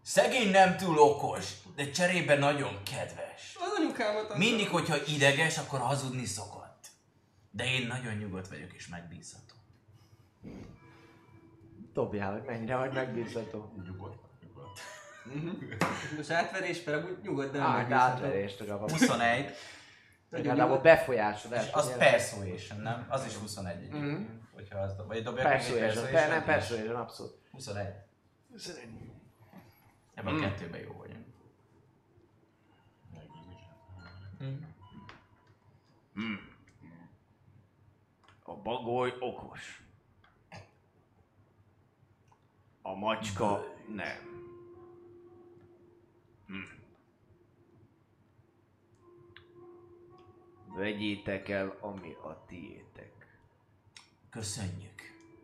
Szegény nem túl okos, de cserébe nagyon kedves. Az anyukámat Mindig, hogyha ideges, akkor hazudni szokott. De én nagyon nyugodt vagyok és megbízható. Dobjál, hogy mennyire vagy megbízható. Nyugodt. Most átverés, mert úgy nyugodtan Átverést kap. 21, Legalább befolyásod el. az Persuasion, nem? Az is 21 egyébként. Hogyha az vagy dobjak még egy Persuasion, nem Persuasion, abszolút. 21. Ebben a kettőben jó vagyok. A bagoly okos. A macska nem. Vegyétek el, ami a tiétek. Köszönjük.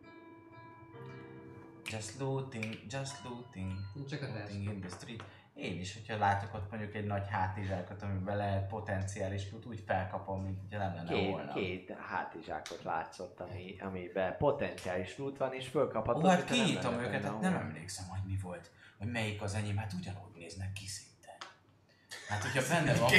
Just looting. Csak a test. In the street. Én is, hogyha látok ott mondjuk egy nagy hátizsákot, amiben lehet potenciális loot, úgy felkapom, mint hogyha nem lenne volna. Két hátizsákot látszott, amiben potenciális loot van, és fölkaphatod. Ó, hát kinyitom őket, hát nem emlékszem, hogy mi volt. Hogy melyik az enyém, hát ugyanúgy néznek ki szinte. Hát, hogyha benne van...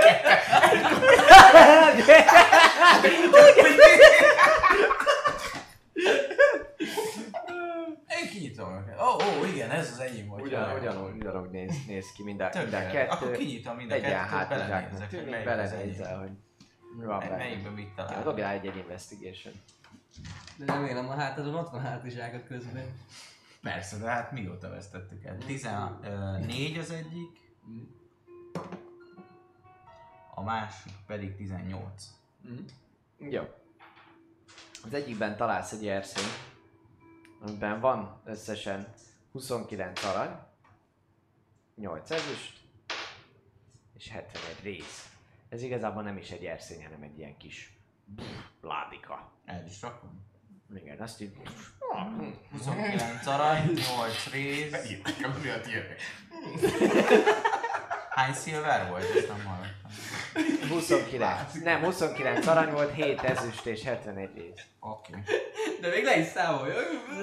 Én kinyitom őket. Ó, igen, ez az enyém volt. Ugyanúgy néz ki mind a Tökéletes. kettő. Akkor kinyitom mind a Legyen kettőt, hátizsáknak belenézek, hogy tűnik, melyik az belenézel, enyém. hogy mi van benne. Melyikben mit találok. Dobjál egy investigation. De remélem a hátadon ott van hátizsákot közben. Persze, de hát mióta vesztettük el? 14 az egyik, a másik pedig 18. Jó. Az egyikben találsz egy erszényt, amiben van összesen 29 arany, 8 ezüst és 71 rész. Ez igazából nem is egy erszény, hanem egy ilyen kis ládika. El is rakom. Igen, azt így... 29 arany, 8 rész. Nekem mi a tiéd? Hány silver volt? Ezt nem hallottam. 29. Nem, 29 arany volt, 7 ezüst és 71 rész. Oké. De még le is számolja.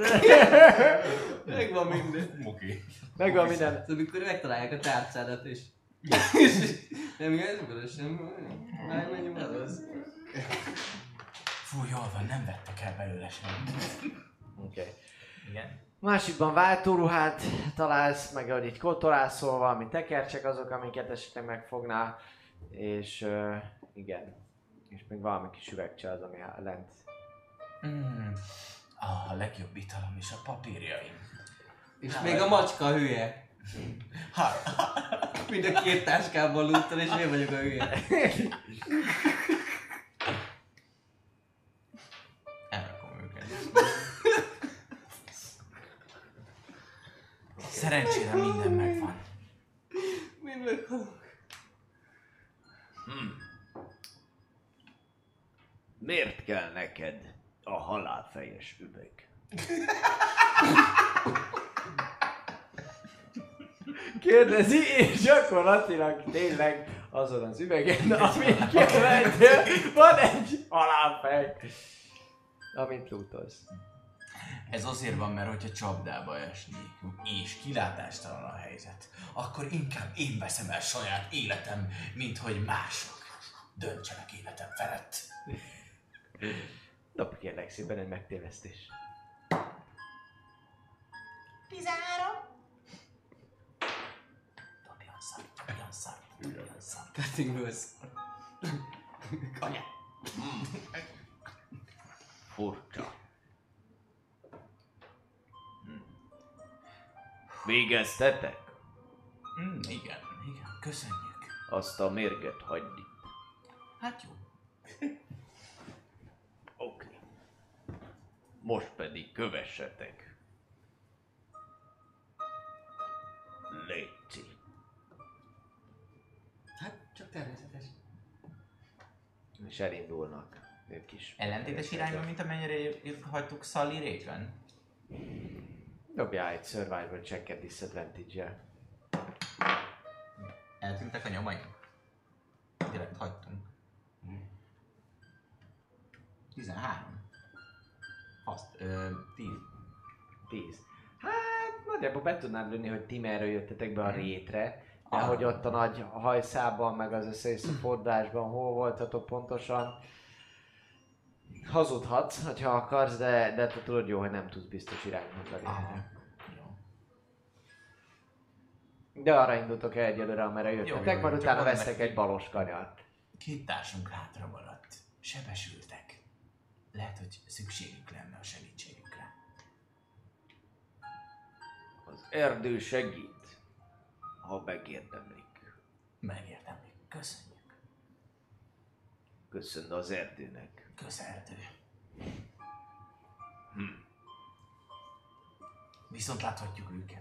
Megvan minden. Oké. Megvan minden. Szóval amikor megtalálják a tárcádat és... Nem igaz, mikor sem. Menjünk az. Fú, jól van, nem vettek el belőle semmit. Oké. Igen. Másikban váltóruhát találsz, meg ahogy így kotorászol, valami tekercsek azok, amiket esetleg megfognál. És igen. És még valami kis üvegcse az, ami lent. A legjobb italom is a papírjaim. És még a macska hülye. Mind a két táskában lúttal, és én vagyok a hülye. Elrakom őket. Szerencsére minden megvan. Mind meghalok. Miért kell neked a halálfejes üveg? Kérdezi, és gyakorlatilag tényleg azon az üvegen, amit kivehettél, van egy halálfej, amit lootolsz. Ez azért van, mert hogyha csapdába esnék, és kilátástalan a helyzet, akkor inkább én veszem el saját életem, mint hogy mások döntsenek életem felett. Dobj kérlek szépen egy megtévesztés. 13. Dobjan szart. Cutting Rose. Anya. Furcsa. Végeztetek? Igen, köszönjük. Azt a mérget hagyni. Hát jó. Oké. Most pedig kövessetek. Léci. Hát csak természetes. És elindulnak ők is. Ellentétes irányban, mint amennyire hagytuk Sully régen? Dobjál egy survival checket disadvantage-el. Eltűntek a nyomaink? Direkt hagytunk. 13. 10. 10. Hát nagyjából be tudnád lőni, hogy ti merről jöttetek be a rétre. De hogy ott a nagy hajszában, meg az össze-vissza fordásban, hol voltatok pontosan. Hazudhatsz, ha akarsz, de te tudod jó, hogy nem tudsz biztos irányt mondani erre. De arra indultok el egyelőre, amerre jöttetek, jó, majd csak utána oda vesztek egy balos kanyart. Két társunk hátra maradt. Sebesültek. Lehet, hogy szükségük lenne a segítségükre. Az erdő segít, ha megérdemlik. Megérdemlik. Köszönjük. Köszönöm az erdőnek. Közerdő. Viszont láthatjuk őket.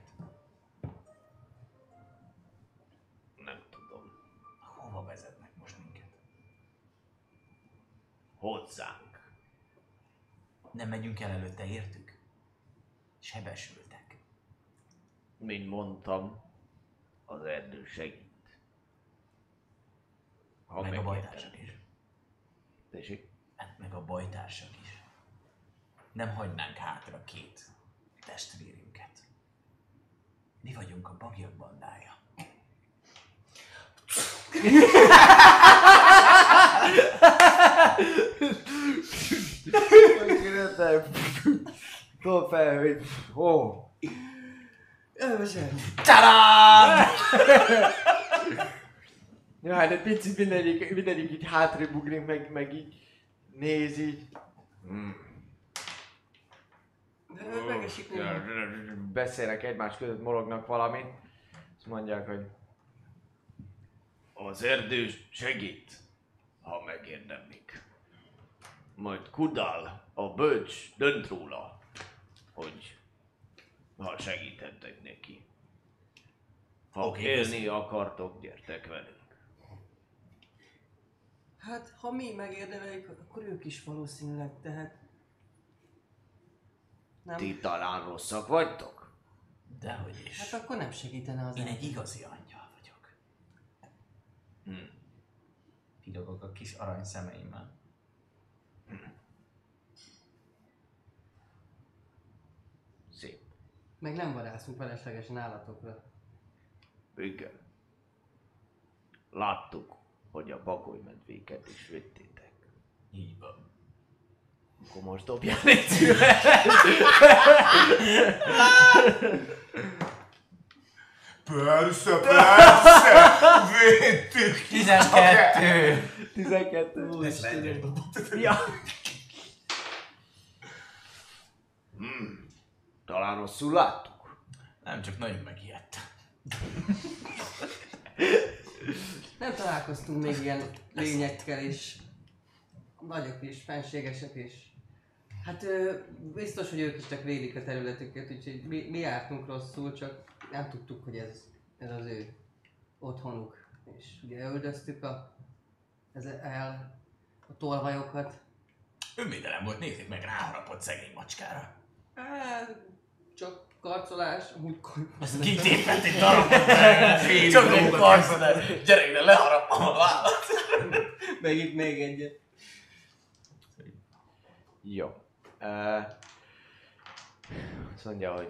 Nem tudom. Hova vezetnek most minket? Hozzánk. Nem megyünk el előtte, értük? Sebesültek. Mint mondtam, az erdő segít. Ha Meg a megérdemlik. bajtársak is. Tessék? Hát meg a bajtársak is. Nem hagynánk hátra két testvérünket. Mi vagyunk a bagyok bandája. Tudom fel, hogy... Ó! Tadám! Ja, hát egy picit mindegyik így hátrébb ugrik, meg így néz így. De megesik néha. Beszélnek egymás között, morognak valamit. Azt mondják, hogy az erdő segít, ha megérdemlik. Majd Kudal, a bölcs dönt róla, hogy ha segítettek neki. Ha Oké, élni akartok, gyertek velünk. Hát, ha mi megérdemeljük, akkor ők is valószínűleg, tehát... Nem? Ti talán rosszak vagytok? Dehogy is. Hát akkor nem segítene az Én ember. egy igazi angyal vagyok. Pillogok a kis arany szemeimmel. Szép. Meg nem vadászunk feleslegesen állatokra. Igen. Láttuk, hogy a bagolymedvéket is vittétek. Így van. Akkor most dobjál egy szület. Persze, persze! Védtük! 12! 12. Ez rendes Ja. Talán rosszul láttuk. Nem, csak nagyon megijedtem. Nem találkoztunk még ilyen lényekkel is. Nagyok is, fenségesek is. Hát biztos, hogy ők is csak védik a területüket, úgyhogy mi jártunk rosszul, csak nem tudtuk, hogy ez az ő otthonuk. És ugye öldöztük a tolvajokat. Önvédelem volt, nézzék meg, ráharapott szegény macskára. Csak karcolás, úgy Azt kitépett egy darabot belőle, csak egy karcolás. Gyere ide, leharapom a vállat. Megint még egyet. Jó. Azt mondja, hogy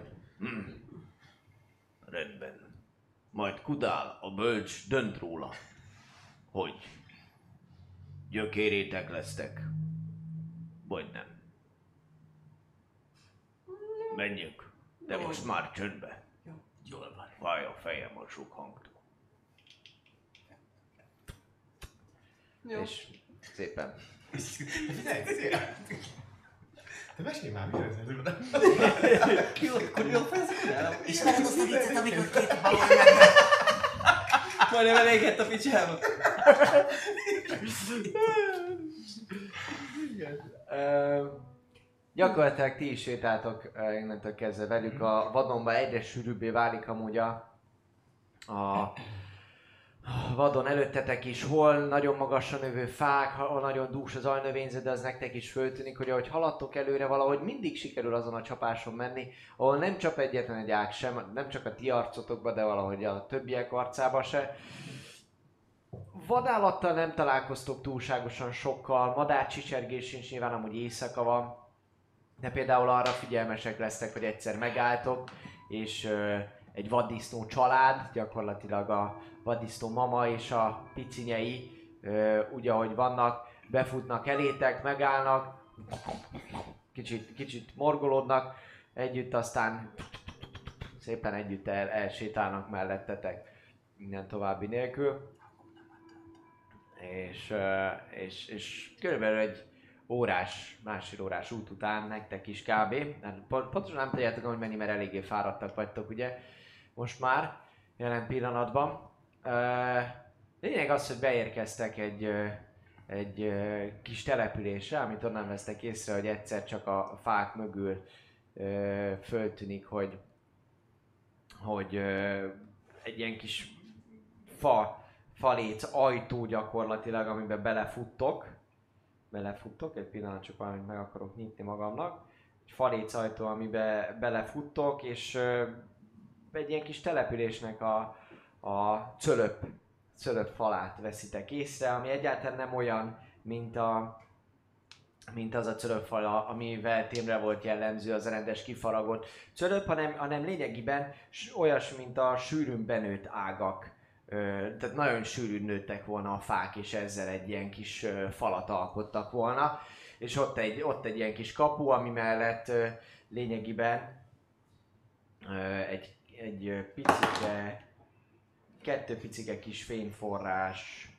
rendben. Majd Kudál, a bölcs dönt róla, hogy gyökérétek lesztek, vagy nem. Menjünk, de most már csöndbe. Jól van. Fáj a fejem a sok hangtól. Jó. És szépen. Te mesélj már, mi ez? Akkor jó felszólálom. Ismered azt a viccet, amikor két balon Majdnem elégett a picsába. Gyakorlatilag ti is sétáltok innentől kezdve velük. A vadonban egyre sűrűbbé válik amúgy a vadon előttetek is, hol nagyon magasra növő fák, hol nagyon dús az alnövényzet, de az nektek is föltűnik, hogy ahogy haladtok előre, valahogy mindig sikerül azon a csapáson menni, ahol nem csap egyetlen egy ág sem, nem csak a ti arcotokba, de valahogy a többiek arcába se. Vadállattal nem találkoztok túlságosan sokkal, madárcsicsergés sincs, nyilván amúgy éjszaka van, de például arra figyelmesek lesztek, hogy egyszer megálltok, és egy vaddisznó család, gyakorlatilag a vaddisznó mama és a picinyei, úgy ahogy vannak, befutnak elétek, megállnak, kicsit morgolódnak együtt, aztán szépen együtt elsétálnak mellettetek minden további nélkül. És körülbelül egy másfél órás út után nektek is kb. Pontosan nem tudjátok, hogy mennyi, mert eléggé fáradtak vagytok ugye most már, jelen pillanatban. Lényeg az, hogy beérkeztek egy kis településre, amit onnan vesztek észre, hogy egyszer csak a fák mögül föltűnik, hogy egy ilyen kis faléc ajtó gyakorlatilag, amiben belefuttok, egy pillanat, csak valamit meg akarok nyitni magamnak. Egy faléc ajtó, amiben belefuttok, és egy ilyen kis településnek a cölöp falát veszitek észre, ami egyáltalán nem olyan, mint az a cölöpfal, amivel Témre volt jellemző az a rendes kifaragott cölöp, hanem lényegében olyas, mint a sűrűn benőtt ágak. Tehát nagyon sűrűn nőttek volna a fák, és ezzel egy ilyen kis falat alkottak volna. És ott egy ilyen kis kapu, ami mellett lényegében egy picike, 2 picike kis fényforrás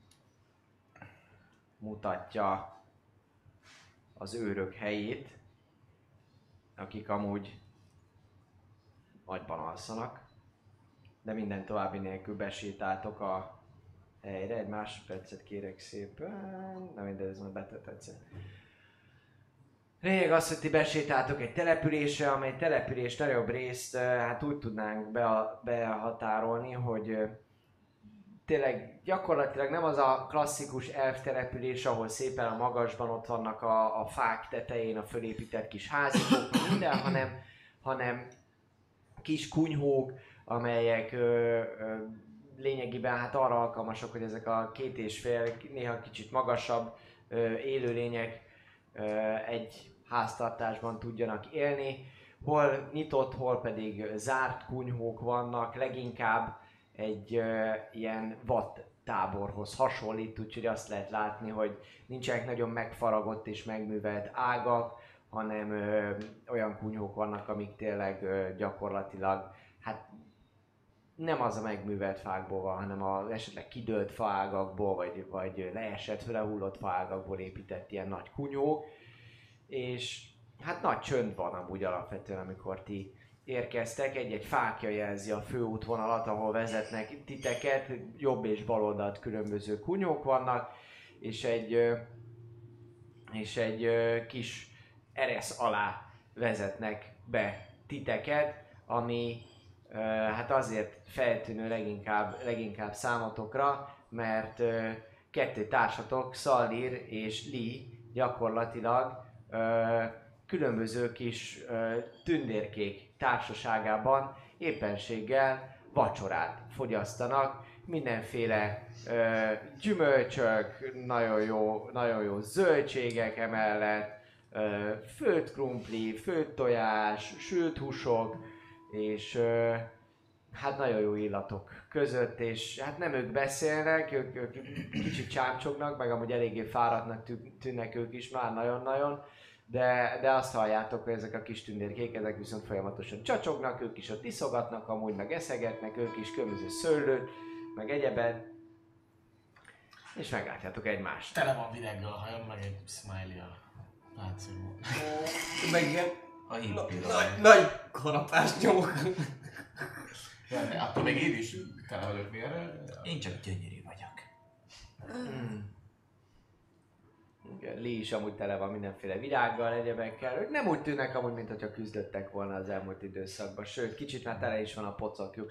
mutatja az őrök helyét, akik amúgy agyban alszanak. De minden további nélkül besétáltok a helyre. Egy másodpercet kérek szépen. Nem mindegy, ez majd betetszett. Lényeg az, hogy ti besétáltok egy településre, amely települést nagyobb részt hát úgy tudnánk behatárolni, hogy tényleg gyakorlatilag nem az a klasszikus elf település, ahol szépen a magasban ott vannak a fák tetején a fölépített kis házikok, minden, hanem kis kunyhók, amelyek lényegében hát arra alkalmasak, hogy ezek a 2,5, néha kicsit magasabb élőlények egy háztartásban tudjanak élni. Hol nyitott, hol pedig zárt kunyhók vannak, leginkább egy ilyen vadtáborhoz hasonlít, úgyhogy azt lehet látni, hogy nincsenek nagyon megfaragott és megművelt ágak, hanem olyan kunyhók vannak, amik tényleg gyakorlatilag hát nem az a megművelt fákból van, hanem esetleg kidőlt faágakból, vagy leesett, lehullott faágakból épített ilyen nagy kunyhók. És hát nagy csönd van amúgy alapvetően, amikor ti érkeztek. Egy fákja jelzi a főútvonalat, ahol vezetnek titeket, jobb és bal oldalt különböző kunyhók vannak, és egy kis eresz alá vezetnek be titeket, ami hát azért feltűnő leginkább számotokra, mert 2 társatok, Szaldir és Lee gyakorlatilag különböző kis tündérkék társaságában éppenséggel vacsorát fogyasztanak. Mindenféle gyümölcsök, nagyon jó zöldségek emellett, főtt krumpli, főtt tojás, sült húsok, és hát nagyon jó illatok között, és hát nem ők beszélnek, ők kicsit csámcsognak, meg amúgy eléggé fáradtnak tűnnek ők is már nagyon-nagyon, de azt halljátok, hogy ezek a kis tündérkék, ezek viszont folyamatosan csacsognak, ők is ott iszogatnak, amúgy meg eszegetnek, ők is különböző szőlőt, meg egyebet, és meglátjátok egymást. Tele van virággal a hajam, meg egy smiley a láncszemben. Meg ilyen A hippie. nagy harapás nyomok. Attól még én is tele vagyok vérrel. Én csak gyönyörű vagyok. Lee is amúgy tele van mindenféle virággal, egyebekkel. Ők nem úgy tűnnek amúgy, mintha küzdöttek volna az elmúlt időszakban. Sőt, kicsit már tele is van a pocakjuk.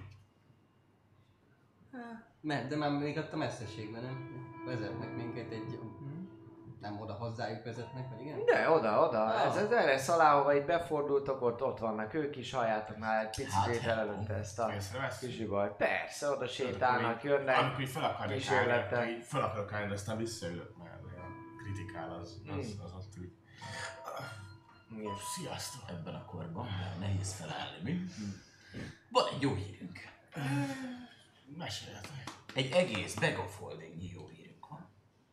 De már még ott a messzeségben, nem? Vezetnek minket egy... Nem oda hozzájuk vezetnek, vagy igen? De oda. Ez erre alá, itt befordultok, ott vannak ők is, halljátok már egy picit előtte ezt a kizsibajt. Persze, oda sétálnak, jönnek. Amikor így fel akarják állni, így fel akarok állni, de aztán visszaülök, mert a kritikál az ott úgy. Igen. Sziasztok! Ebben a korban már nehéz felállni, mi? Van egy jó hírünk. Meséljetek. Egy egész bag of holdingnyi jó hírünk van.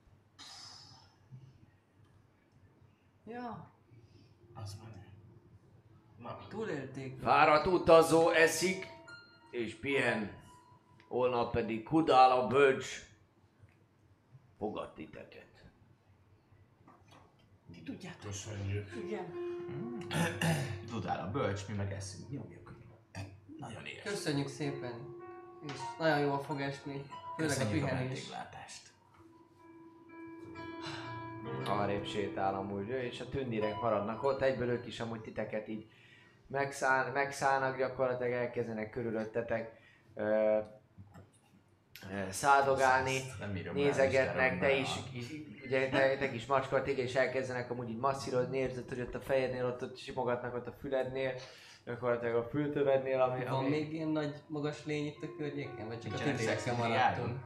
Ja, Az menő. Na, túlélték. Fáradt utazó eszik és pihen, holnap pedig Kudál a bölcs fogad titeket. Ti tudjátok? köszönjük. Igen. Dudál a bölcs, mi meg eszünk. Nyomjuk. Nagyon éhes. Köszönjük szépen. És nagyon jól fog esni. Főleg a Köszönjük a pihenés. vendéglátást. Arrébb sétál amúgy ő, és a tündérek maradnak ott, egyből ők is amúgy titeket így megszállnak, gyakorlatilag elkezdenek körülöttetek száldogálni, Nem bírom nézegetnek, te is, ugye te kis macska, téged is elkezdenek amúgy így masszírozni, érzed, hogy ott a fejednél, ott simogatnak ott a fülednél, gyakorlatilag a fültövednél, Van még ilyen nagy magas lény itt a környéken, vagy csak a Nincsenek tündérekkel szexi maradtunk?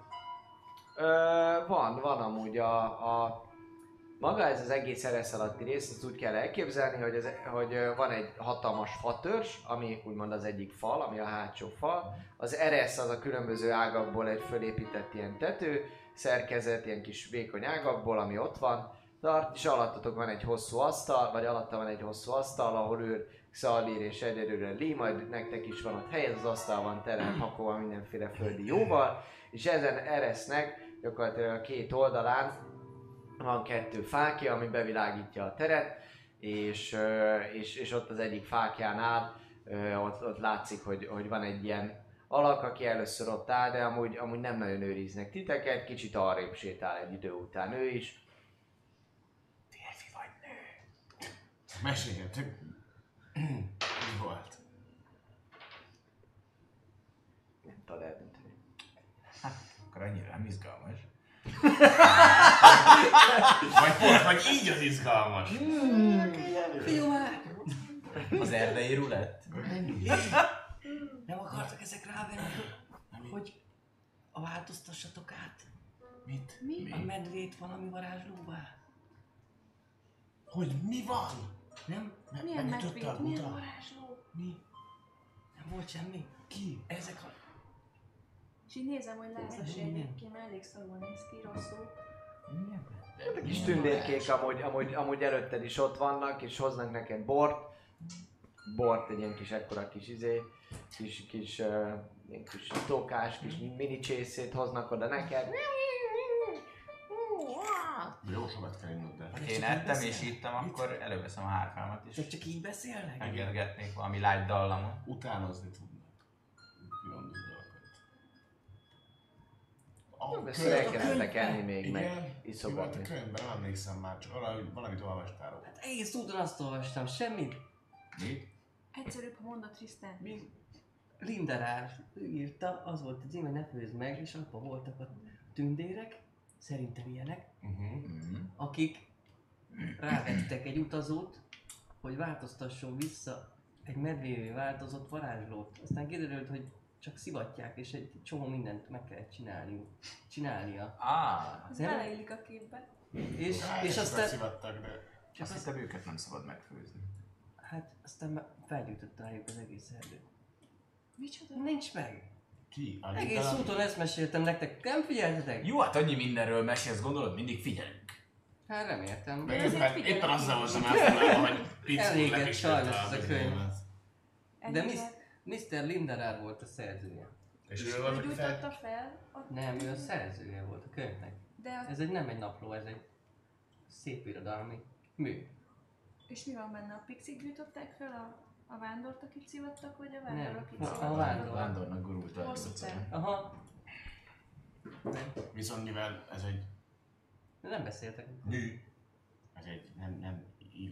Van amúgy a maga ez az egész eresz alatti rész, ezt úgy kell elképzelni, hogy van egy hatalmas fatörzs, ami úgymond az egyik fal, ami a hátsó fal. Az eresz az a különböző ágakból egy fölépített ilyen tető, szerkezet, ilyen kis vékony ágakból, ami ott van. Tart, és alattatok van egy hosszú asztal, vagy alatta van egy hosszú asztal, ahol ül Xalir és egyelőre Lee, majd nektek is van ott hely, ez az asztal van tele pakolva mindenféle földi jóval, és ezen eresznek gyakorlatilag a két oldalán van 2 fákja, ami bevilágítja a teret, és ott az egyik fákjánál ott látszik, hogy van egy ilyen alak, aki először ott áll, de amúgy nem nagyon őriznek titeket, kicsit arrébb sétál egy idő után ő is. Férfi vagy nő? Meséljetek. Mi volt? Nem tudod eldönteni. Akkor annyira nem izgalmas. Vagy így az izgalmas. Fiú már! Az erdei rulett? Nem akartak ezek rávenni, hogy változtassatok át Mit? Mi? a medvét valami varázslóvá? Hogy mi van? Nem? Milyen Megütötte a medvét? Milyen buta? varázsló? Mi? Nem volt semmi? Ki? Ezek a... És így nézem, hogy lázas Igen. egyébként, mert elég szarul néz ki, rosszul. A kis tündérkék amúgy előtted is ott vannak, és hoznak neked bort, egy ilyen kis ekkora kis ilyen kis tókás, kis mini csészét hoznak oda neked. Jó sokat kell innod, de... Ha én ettem és ittam, akkor előveszem a hárfámat és Csak így beszélnek? megérgetnék valami light dallamot. Utánozni tudnak. Különböző dolgokat. Ezt elkezdtek enni még, meg Igen, mi volt a iszogatni. könyvben? Nem emlékszem már, csak valamit olvastál róla. Hát egész úton azt olvastam, semmit. Mi? Egyszerűbb, ha mondod Tristan. Mi? Linderár írta, az volt a cím, hogy ne főzd meg, és abban voltak a tündérek, szerintem ilyenek, akik rávettek egy utazót, hogy változtasson vissza egy medvévé változott varázslót. Aztán kiderült, hogy csak szivatják, és egy csomó mindent meg kellett csinálnia. Ah, Ez Nem? beleillik a képbe. És aztán... Szivattak, de... azt hittem őket nem szabad megfőzni. Hát aztán felgyújtott rájuk az egész erdőt. Micsoda? Nincs meg! Ki? A Egész Linda? úton ezt meséltem nektek, nem figyeltetek? Jó, hát annyi mindenről mesélsz, gondolod, mindig figyelünk. Hát reméltem. Meg ezért éppen, figyelek éppen azzal én. voltam elfoglalva, hogy pici Eléget lekísérte sajnos a ez a könyv. bizalmat. De Ennyire Mr. Linderár volt a szerzője. És ő volt, aki gyújtotta fel... fel a... Nem, ő a szerzője volt a könyvnek. De a... Ez nem egy napló, ez egy szép irodalmi mű. És mi van benne? A pixik gyújtották fel a vándort, akit szivattak, vagy a Nem, vándor, akit a szivattak? vándor. Vándornak gurult a Hosszú szem. Aha. Viszont mivel ez egy De nem beszéltek. mű, ez egy nem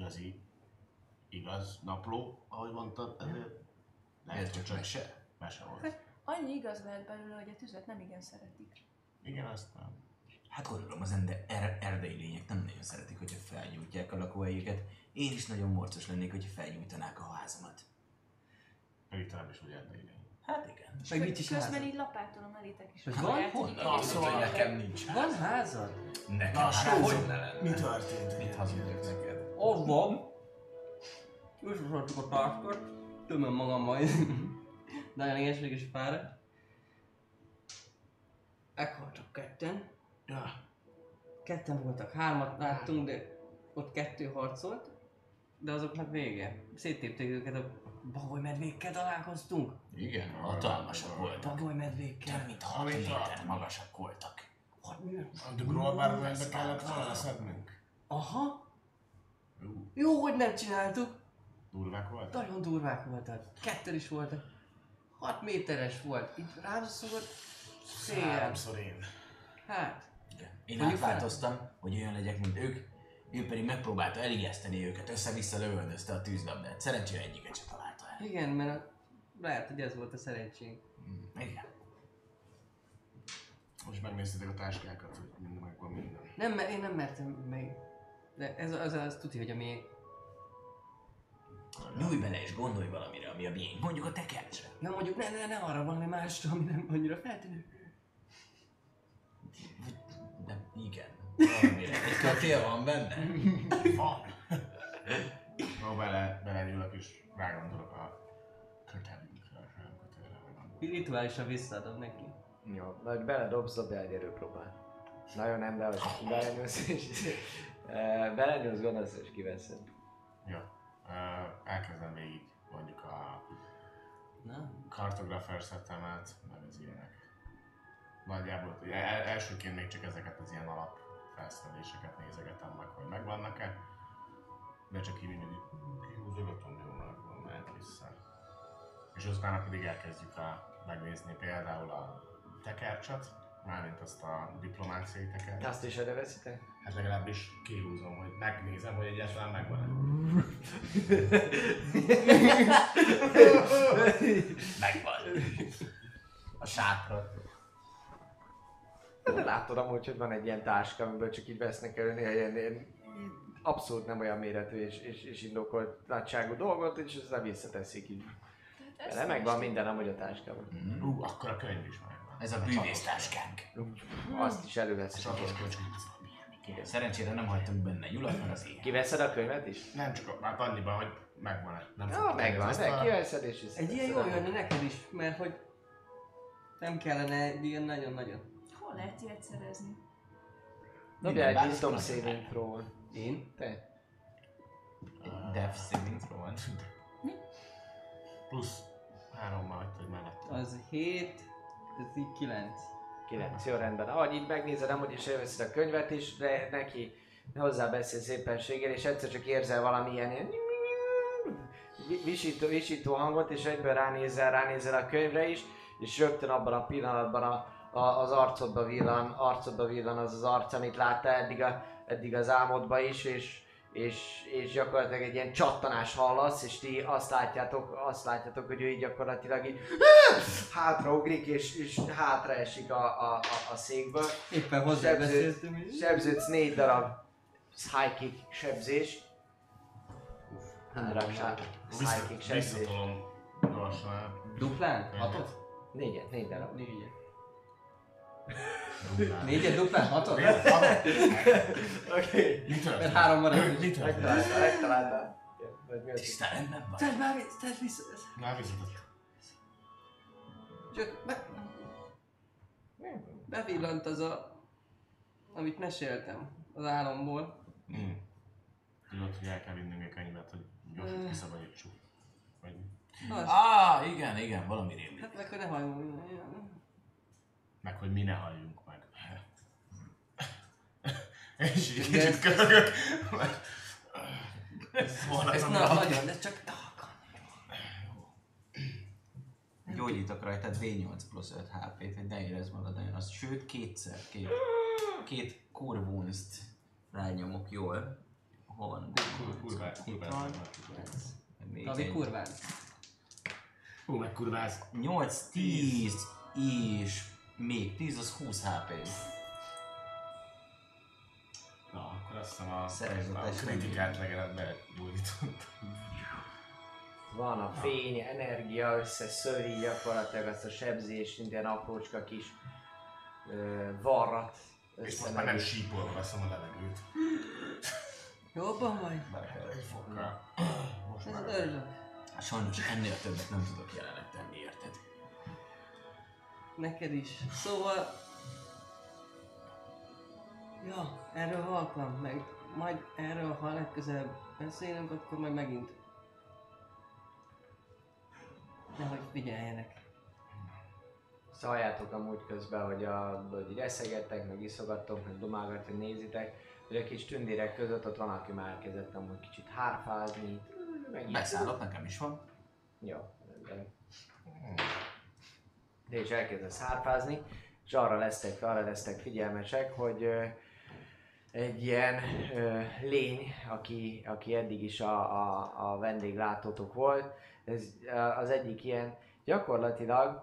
igaz napló, ahogy mondtad, ezért lehet, hogy csak mese volt. Hát annyi igaz lehet belőle, hogy a tüzet nem igen szeretik. Igen, azt nem. Hát gondolom, az erdei lények nem nagyon szeretik, hogyha felgyújtják a lakóhelyüket. Én is nagyon morcos lennék, hogyha felgyújtanák a házamat. Pedig talán is úgy erdei lény. Hát igen. Meg mit is Közben házad? így lapátolom elétek is. Hogy a van? saját Honnan? egyik Azt mondta, hogy nekem nincs Van házad? Nekem Na, hát hogy ne lenne. mi történt? Mit hazudjak neked? Ott van. Összesortjuk a társkat, tömöm magam majd. Nagyon égeség és fáradt. Meghaltak ketten. Ketten voltak, 3-at láttunk, de ott 2 harcolt. De azoknak vége. Széttépték őket a bagoly-medvékkel találkoztunk. Igen, hatalmasak voltak. Bagoly-medvékkel. Több mint 6 méter magasak voltak. A Grolbárványba kellett volna szednünk. Aha. Jó, hogy nem csináltuk. Durvák voltak? Nagyon durvák voltak. 2 is voltak. 6 méteres volt. Így rám szokott szél. 3-szor én. Hát. Én Mondjuk átváltoztam, hogy olyan legyek, mint ők. Ő pedig megpróbálta eligeszteni őket, össze-vissza lövöldözte a tűzlabdát. Szerencsére egyiket se találta el. Igen, mert lehet, hogy ez volt a szerencsénk. Igen. Most megnéztétek a táskákat, hogy minden megvan minden. Nem, én nem mertem meg. De ez az tudja, hogy a miénk. Nyújj bele és gondolj valamire, ami a miénk. Mondjuk a tekercsre. Ja, mondjuk ne arra valami másra, ami nem annyira feltűnő. De igen. Valamire. Egy kötél van benne? Van! Ó, belenyúlok és rágondolok a kötelünkre, a kötélre. Rituálisan visszaadom neki. Jó, majd beledobsz, dobd el egy erőpróbát. Nagyon nem, de hogy belenyúlsz és... belenyúlsz, gondolsz és kiveszed. Jó. Elkezdem végig mondjuk a Na? Cartographer szettemet, meg az ilyenek. Nagyjából elsőként még csak ezeket az ilyen alap felszereléseket nézegetem meg, hogy megvannak-e. De csak így mindig kihúzogatom, jó megvan, mehet vissza. És aztán pedig elkezdjük megnézni például a tekercset, mármint azt a diplomáciai tekercset. Azt is előveszitek? Hát legalábbis kihúzom, hogy megnézem, hogy egyáltalán megvan-e. Megvan. A sátra. De látod amúgy, hogy van egy ilyen táska, amiből csak így vesznek elő néha ilyen abszolút nem olyan méretű és indokolt nagyságú dolgot, és aztán visszateszik így. De megvan minden amúgy a táskában. Akkor a könyv is megvan. Ez a bűvésztáskánk. Azt is előveszed. Csatos köcsög. Szerencsére nem hagytunk benne nyulat, mert az ilyen. Kiveszed a könyvet is? Nem csak hát annyiban, hogy megvan-e. Nem Ja, fogok megvan, tenni, de kiveszed és visszateszed. Egy ilyen jól jönne neked is, mert hogy nem kellene egy ilyen nagyon-nagyon. Hol lehet ilyet szerezni? Dobjál egy Minden wisdom bárcsak saving throw-on. Én? Te. Death saving throw van. Plusz 3-mal hagyta, hogy mellett. Az 7, ez így 9. 9, jó rendben. Ahogy így megnézed, amúgy is elveszed a könyvet is, de neki hozzá beszélsz éppenséggel, és egyszer csak érzel valamilyen ilyen visító hangot, és egyből ránézel a könyvre is, és rögtön abban a pillanatban az arcodba villan az arc, amit láttál eddig az álmodba is, és gyakorlatilag egy ilyen csattanás hallasz, és ti azt látjátok, hogy ő így gyakorlatilag így hátraugrik, és hátra esik a székből. Éppen hozzá beszéltem is. Sebződsz 4 darab psychic sebzés. 4 darab psychic sebzés. Visszatolom gyorsan. Duplán? 6-ot? 4 darab. 4-et. Duplán. 4-et duplán? 6-ot? Oké. Mi történt? Mert 3 marad. Mi történt? Megtaláltál. Vagy mi az? Tisztán rendben van. Tedd vissza. Már visszatett. Csak bevillant az amit meséltem az álomból. Tudod, hogy el kell vinnünk egy könyvet, hogy gyorsan kiszabadítsuk. Vagy... Az. Igen, valami rémlik. Hát meg, hogy ne halljunk. Meg, hogy mi ne halljunk meg. És így kicsit körögök. Ez nagyon, de csak... Gyógyítok rajta D8 plusz 5 HP-t, hogy ne érezd magad nagyon azt. Sőt, két Cure Wounds-t rányomok jól. Hol van? Itt van. Még Tavi egy. kurván. Megkurváz. 8, 10 és még 10 az 20 HP. Na, akkor azt hiszem a Szerezetes kritikát legalább begyújtottam. Van a fény, energia, összeszöri gyakorlatilag azt a sebzést, minden aprócska kis varrat. És most már nem sípolva veszem a levegőt. Jobban vagy? Egy fokkal. most már. Örülök. Hát sajnos ennél többet nem tudok jelenleg tenni, érted? Neked is. Szóval... Ja, erről halkan, meg majd erről, ha legközelebb beszélünk, akkor majd megint... Nehogy figyeljenek. Szóljátok amúgy közben, hogy így eszegettek, meg iszogattok, meg domálgattok, nézitek, hogy a kis tündérek között ott van, aki már kezdett amúgy kicsit hárfázni. Beszállok, nekem is van. Jó, rendben. De is elkezdesz hárfázni, és arra lesztek figyelmesek, hogy egy ilyen lény, aki eddig is a vendéglátótok volt, ez az egyik ilyen gyakorlatilag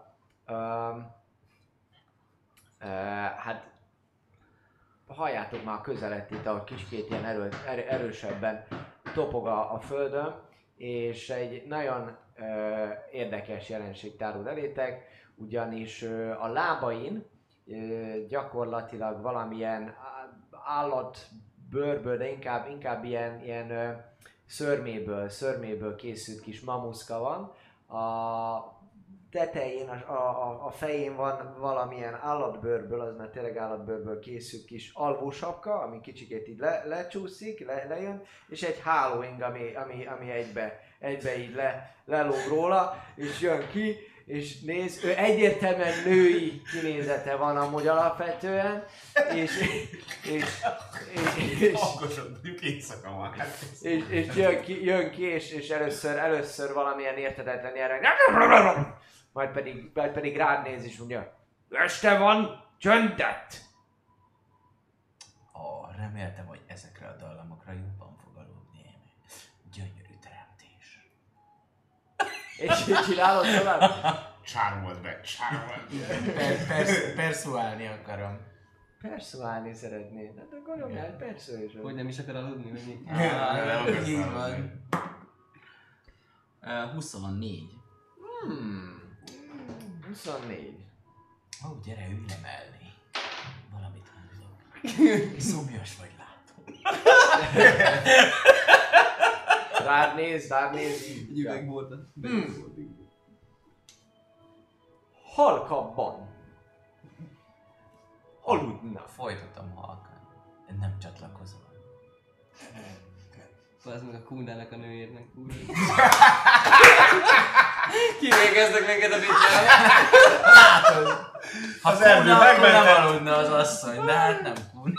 hát halljátok már közelett itt, ahogy kicsikét ilyen erősebben topog a földön, és egy nagyon érdekes jelenség tárul elétek, ugyanis a lábain gyakorlatilag valamilyen állatbőrből, de inkább ilyen szörméből készült kis mamuszka van. A tetején, a fején van valamilyen állatbőrből, az már tényleg állatbőrből készült kis alvósapka, ami kicsikét így lecsúszik, lejön, és egy hálóing, ami egybe így lelóg róla, és jön ki, és néz, ő egyértelműen női kinézete van amúgy alapvetően, és jön ki, és először valamilyen érthetetlen jelre, majd pedig rád néz és mondja, este van, csöndet! Reméltem, hogy ezekre a dallamokra jobban fog aludni. Gyönyörű teremtés. És csinálod tovább? Csármold meg, csármold. Persuálni akarom. Persuálni szeretnéd, hát akkor nyomjál persuasion. Hogy nem is akar aludni, vagy mi? Így van. 24. 24. Gyere, ülj le mellé. Valamit mondok. Szomjas vagy, látom. Rád néz. Egy üveg volt. Halkabban. Aludna. Folytatom halkan. Nem csatlakozom. Az meg a kundának a nőjének, úr. Kivégeznek minket a bicsával. Látod? Ha Az erdő kunna, akkor nem megmentett. aludna az asszony, de hát nem kunna.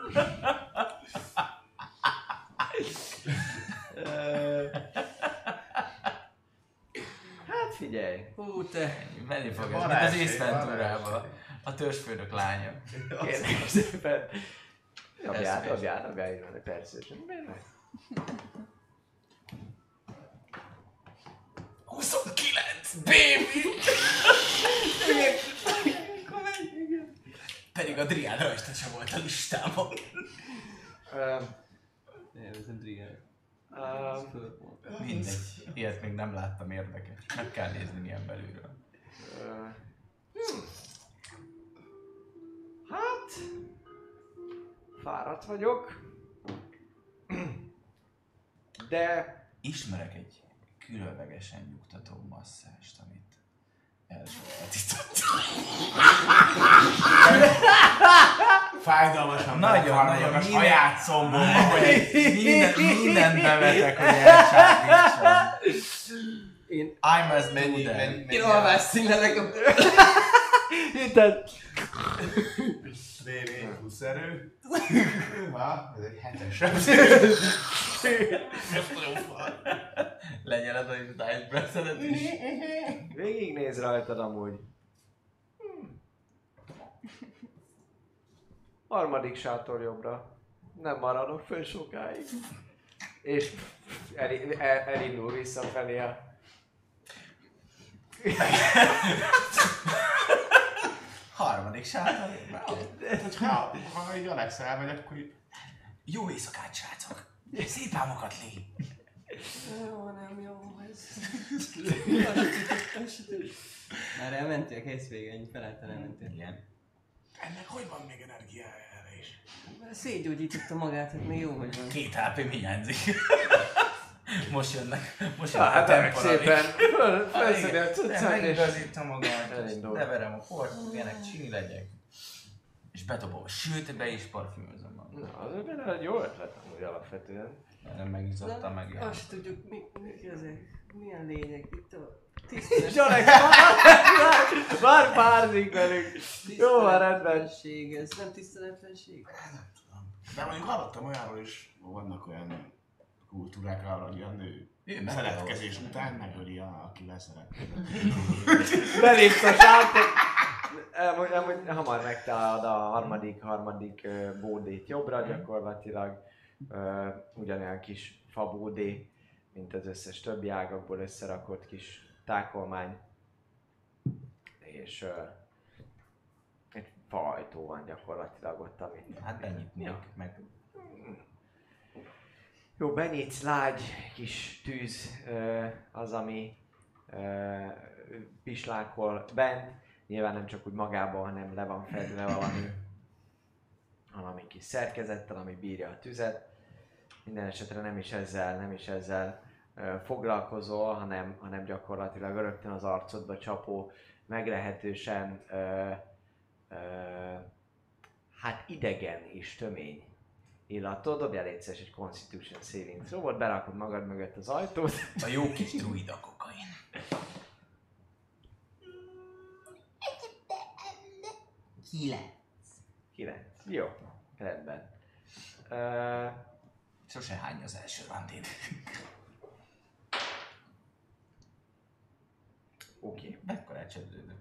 Hát figyelj. Hú, te. Menni fog ez, mint az Varázs, észventúrában. A törzsfőnök lánya. Kérlek szépen. Dobjál, persze. Miért ne? 29, baby! Pedig a Driád rajta sem volt a listámon. Ez nem Driád. Mindegy, ilyet még nem láttam, érdekes. Meg kell nézni milyen belülről. Hát... Fáradt vagyok. De... Ismerek egy különlegesen nyugtató masszást, amit elsajátítottam. Fájdalmasan Nagyon a saját szombomba, hogy mindent bevetek, hogy elcsábítsam. I must do that. Én alvás színlelek a... Itt D4 plusz erő. Ez egy 7-es. Lenyeled a dice breath-edet is. végignéz rajtad amúgy. Harmadik sátor jobbra. Nem maradok föl sokáig. És elindul visszafelé a... Harmadik sátor. Ha így Alex vagy, akkor így... Jó éjszakát, srácok! Szép álmokat lé! Jó, nem jó ez. Már elmentél, kész vége, ennyi felálltál, elmentél. Igen. Ennek hogy van még energiája erre is? Szétgyógyította magát, hát még jó, hogy van. 2 HP hiányzik. Most jönnek Hát a temporari. szépen felszedi a cuccát és... Megigazítom magamat, elindul. leverem a port, ilyenek csini legyek. És bedobom, sőt, be is parfümözöm magam. Na, az például egy jó ötlet amúgy alapvetően. Nem megizzadtam meg. Azt se tudjuk, mik ezek, milyen lények itt a Zsolek, már párzik velünk. Jó, van rendben. tiszteletlenség, ez nem tiszteletlenség? De mondjuk hallottam olyanról is, vannak olyan kultúrák arra, hogy a nő Ő szeretkezés után megöli, akivel szeret. Belépsz a sártok. Amúgy hamar megtalálod a harmadik bódét jobbra, gyakorlatilag ugyanolyan kis fabódé, mint az összes többi ágakból összerakott kis tákolmány. És egy faajtó van gyakorlatilag ott, amit... Hát benyitnék, meg Jó, benyitsz, lágy kis tűz az, ami pislákol bent. Nyilván nem csak úgy magában, hanem le van fedve valami kis szerkezettel, ami bírja a tüzet. Minden esetre nem is ezzel foglalkozol, hanem gyakorlatilag rögtön az arcodba csapó, meglehetősen hát idegen és tömény illattól. Dobjál létszes egy Constitution saving throw-ot, berakod magad mögött az ajtót. a jó kis druida kokain. 9. Jó, rendben. Sose hány az első randin. Oké, Mekkora csődődő.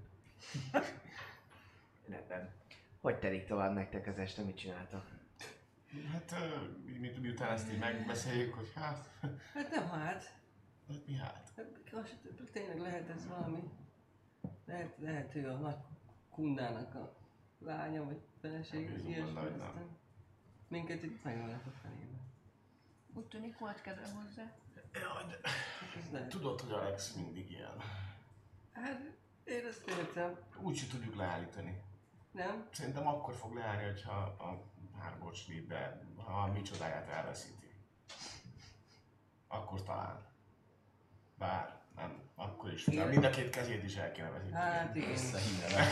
rendben. Hogy telik tovább nektek az este, mit csináltak? Hát, miután ezt így megbeszéljük, hogy hát Hát hát. mi hát? Tényleg lehet ez valami. Lehet ő a nagy kundának a lánya, vagy feleség, Bízom ilyesmi, benne, hogy nem. aztán minket itt megölnek a felébe. Úgy tűnik, volt kedve hozzá. Jaj, de Ez lehet. tudod, hogy Alex mindig ilyen. Hát én ezt értem, Úgy sem tudjuk leállítani. nem? Szerintem akkor fog leállni, hogyha a hárbocs létbe, ha a mi csodáját elveszíti. Akkor talán. Bár nem, akkor is. Igen. Mind a két kezét is el kéne veszíteni. Hát igen. Összehívnak.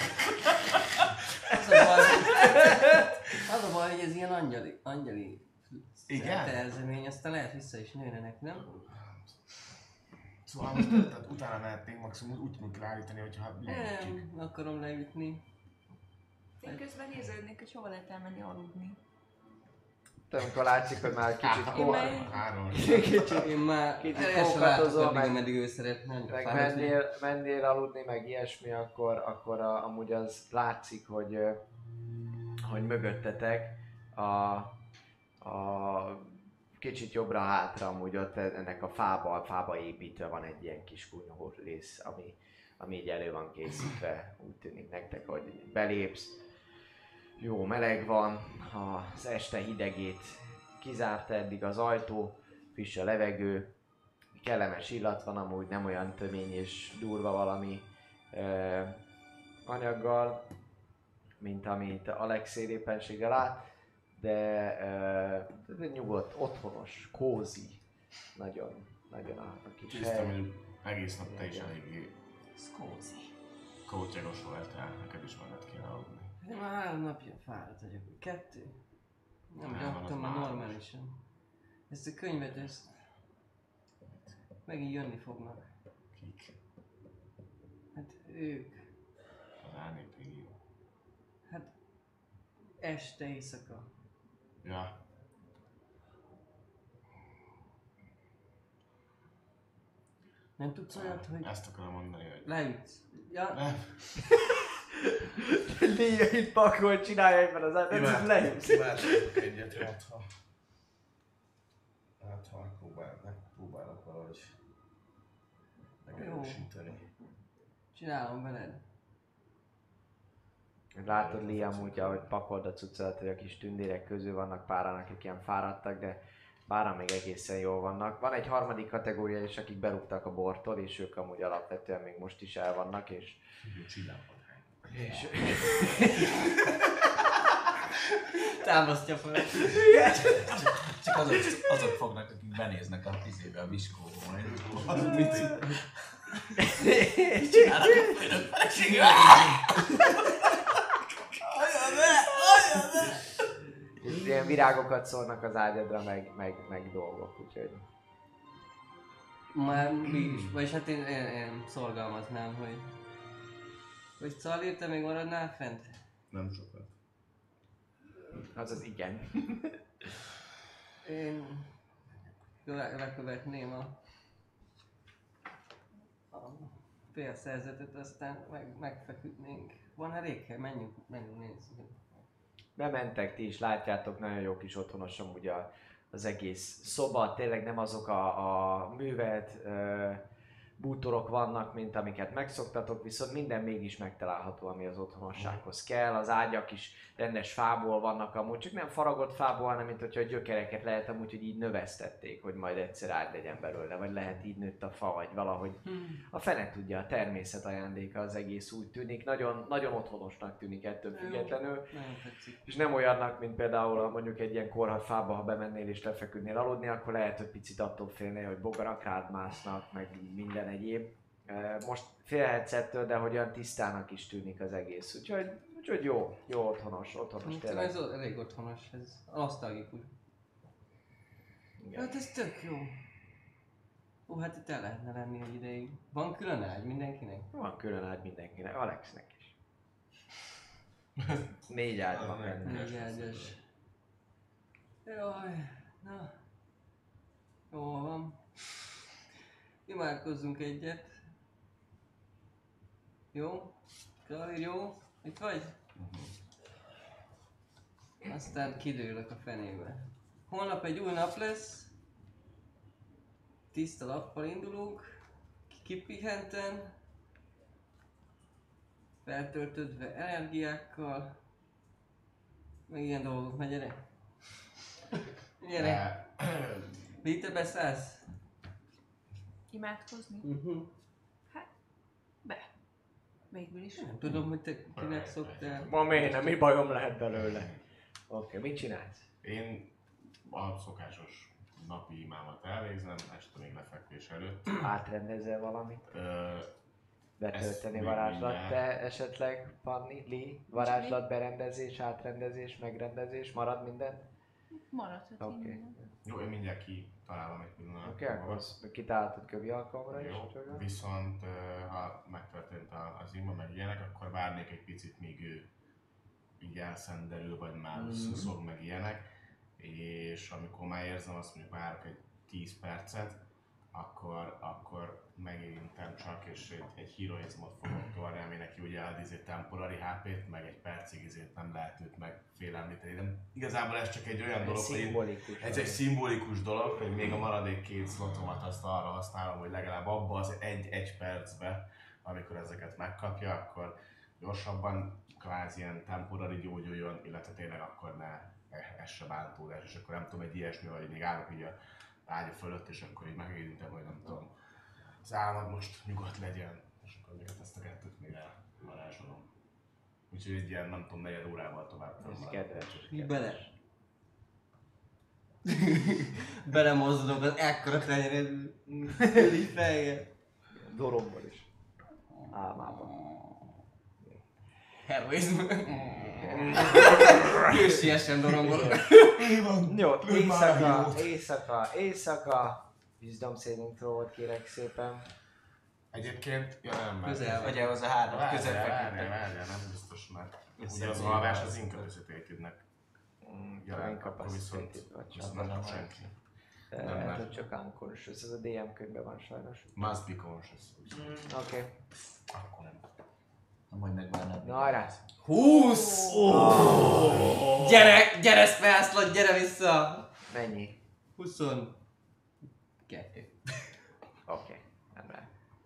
Az a baj, hogy ez ilyen angyali Igen? szerzemény, aztán lehet vissza is nőnenek, nem? Szóval most tehát utána mehetnénk, maximum úgy tudunk leállítani, hogyha leütjük. Nem akarom leütni. Én közben néződnék, hogy hova lehet elmenni aludni. Te amikor látszik, hogy már kicsit Én meg- Három. Én már Kicsit el sem kókatozol, látok, meg- ameddig ő szeretne. meg mennél aludni, meg ilyesmi, akkor amúgy az látszik, hogy mögöttetek a kicsit jobbra-hátra amúgy ott ennek a fába építve van egy ilyen kis kunyhórész, ami így elő van készítve. Úgy tűnik nektek, hogy belépsz. Jó meleg van, az este hidegét kizárta eddig az ajtó, friss a levegő, kellemes illat van amúgy, nem olyan tömény és durva valami anyaggal, mint amit Alexei éppenséggel lát, de ez nyugodt, otthonos, kózi, nagyon a kis Tisztem, hely. hogy egész nap te is eléggé Skózi. kótyagos voltál, neked is menned kéne aludni. Én már 3 napja fáradt vagyok. 2. Nem Nem, raktam az már már normálisan. Ezt a könyvet, ezt megint jönni fognak. Kik? Hát ők. Az árnyékvégi. Hát este, éjszaka. Ja. Nem tudsz olyat, hogy Ezt akarom mondani, hogy... leütsz. Ja, Nem. Léja itt pakol, csinálja egyben az át, ez lehetsz. Imádkozok egyet, hát ha próbálok valahogy megerősíteni. csinálom veled. Látod Liam úgy, ahogy pakold a cuccodat, hogy a kis tündérek közül vannak páran, akik ilyen fáradtak, de páran még egészen jól vannak. Van egy harmadik kategória is, akik berúgtak a bortól, és ők amúgy alapvetően még most is el vannak, és... Támasztja fel. Csak azok fognak, akik benéznek a izébe, a viskóba majd. És Csinálnak a főnök feleségével. és ilyen virágokat szórnak az ágyadra, meg dolgok, úgyhogy... Már mi is, vagyis hát én szorgalmaznám, hogy Szalír, te még maradnál fent? Nem sokat. Az igen. Én lekövetném a félszerzetet, aztán megfeküdnénk. Van elég hely? Menjünk nézzük. Bementek ti is, látjátok, nagyon jó kis otthonos amúgy az egész szoba, tényleg nem azok a művelt bútorok vannak, mint amiket megszoktatok, viszont minden mégis megtalálható, ami az otthonossághoz kell. Az ágyak is rendes fából vannak amúgy, csak nem faragott fából, hanem mint hogyha a gyökereket lehet amúgy, hogy így növesztették, hogy majd egyszer ágy legyen belőle, vagy lehet így nőtt a fa, vagy valahogy. A fene tudja, a természet ajándéka az egész úgy tűnik, nagyon, nagyon otthonosnak tűnik ettől függetlenül. Nagyon tetszik. És nem olyannak, mint például mondjuk egy ilyen korhadt fába, ha bemennél és lefeküdnél aludni, akkor lehet, hogy picit attól félnél, hogy bogarak rád másznak, meg minden egyéb. Most félhetsz ettől, de hogy olyan tisztának is tűnik az egész. Úgyhogy jó otthonos tényleg. Ez elég otthonos, ez nosztalgikus. Hát ez tök jó. Ó, hát itt el lehetne lenni egy ideig. Van külön ágy mindenkinek? Van külön ágy mindenkinek, Alexnek is. 4 ágy van benne. 4 ágyas. Jaj, na. Jó van. Imádkozzunk egyet. Jó? Szalír, jó? Itt vagy? Aztán kidőlök a fenébe. Holnap egy új nap lesz. Tiszta lappal indulunk. Kipihenten. Feltöltödve energiákkal. Meg ilyen dolgok, na gyere. Gyere. Mi te beszállsz? Imádkozni? Végül is. Nem tudom, hogy te kinek szoktál. Ma miért nem? Mi bajom lehet belőle? Oké, mit csinálsz? Én a szokásos napi imámat elvégzem, este még lefekvés előtt. Átrendezel valamit? Betölteni Ezt varázslat, még te esetleg, Fanni, Lee? Varázslat, berendezés, átrendezés, megrendezés, marad minden? Maradhat Oké. minden. Jó, én mindjárt kitalálom egy pillanatban. Oké, akkor azt kitáltad kövi alkalomra is. Jó, úgyhogy- viszont ha megtörtént az ima, meg ilyenek, akkor várnék egy picit, míg ő így elszenderül, vagy már szuszog, meg ilyenek, és amikor már érzem azt, mondjuk várok egy 10 percet, akkor megérintem csak, és egy heroizmot fogok tolni, ami neki ugye ad temporary HP-t, meg egy percig nem lehet őt megfélemlíteni. De igazából ez csak egy olyan dolog, Szimbolikus. ez egy szimbolikus dolog, hogy még a maradék 2 slotomat azt arra használom, hogy legalább abba az egy percbe, amikor ezeket megkapja, akkor gyorsabban kvázi ilyen temporary gyógyuljon, illetve tényleg akkor ne esse bántódás, és akkor nem tudom, egy ilyesmi, vagy még állok így a ágya fölött, és akkor így megérintem, hogy nem tudom, az álmad most nyugodt legyen, és akkor még ezt a kettőt még elvarázsolom. Úgyhogy egy ilyen, nem tudom, 4 órával tovább Ez fennmaradok. kedves. Bele. Belemozdulok az ekkora tenyered. Így fejjel. Doromból is. Álmában. Heroizm. Hősiesen dorongol. Jó, éjszaka. Wisdom saving throw-ot kérek szépen. Egyébként, nem, mert... Közel vagy. Vagy ahhoz a három közel feküdtek. Várjál, nem biztos, mert ugye az alvás az incapacitated-nek jelent, akkor viszont nem senki. Lehet, hogy csak unconscious, ez a DM könyvben van sajnos. Must be conscious. Oké. Akkor nem. Majd megvárnád. Na hajrá! 20! Gyere Spellslot, gyere vissza! Mennyi? 22. Oké, nem rá.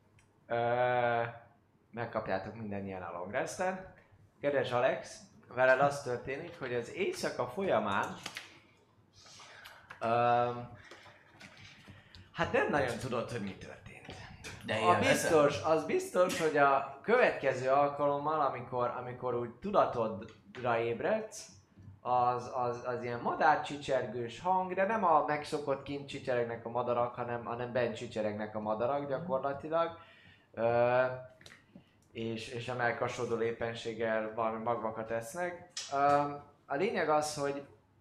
Megkapjátok mindannyian a long resten. Kedves Alex, veled az történik, hogy az éjszaka folyamán hát nem nagyon tudod, hogy mi történt. De Az biztos, hogy a következő alkalommal, amikor úgy tudatodra ébredsz, az ilyen madárcsicsergős hang, de nem a megszokott kint csicseregnek a madarak, hanem bent csicseregnek a madarak gyakorlatilag. És a melkasodó éppenséggel valami magvakat esznek. A lényeg az, hogy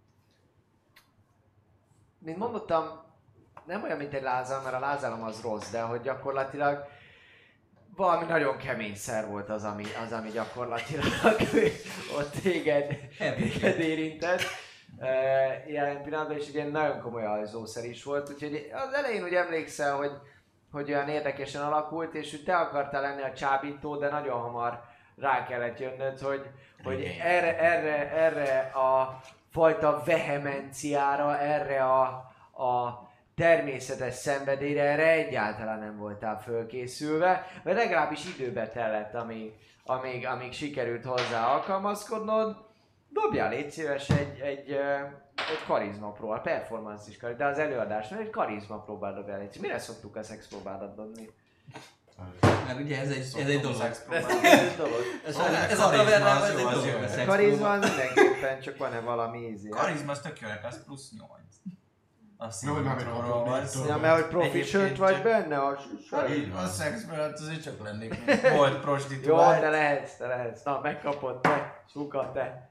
mint mondottam, nem olyan, mint egy lázálom, mert a lázálom az rossz, de hogy gyakorlatilag valami nagyon kemény szer volt az, ami gyakorlatilag ott téged érintett. Jelen pillanatban is egy ilyen nagyon komoly alzószer is volt, úgyhogy az elején úgy emlékszel, hogy olyan érdekesen alakult, és hogy te akartál lenni a csábító, de nagyon hamar rá kellett jönnöd, hogy erre a fajta vehemenciára, erre a természetes szenvedélyre, erre egyáltalán nem voltál fölkészülve, vagy legalábbis időbe tellett, amíg sikerült hozzá alkalmazkodnod. Dobjál légy szíves egy karizma próbál, performance is karizma, de az előadásnál egy karizma próbál dobjál légy szíves. Mire szoktuk a szex próbálat dobni? Mert ugye ez egy dolog. Ez dolog. Ez a tavernában ez egy dolog. Karizma az mindenképpen, csak van-e valami ízé? Karizma az tök jó, az plusz 8. Azt No, nem hiszem, akarok. Ja, mert hogy proficient vagy benne a a szexben, hát azért csak lennék, volt Jó, prostituált. te lehetsz. Na, megkapod te, Suka, te.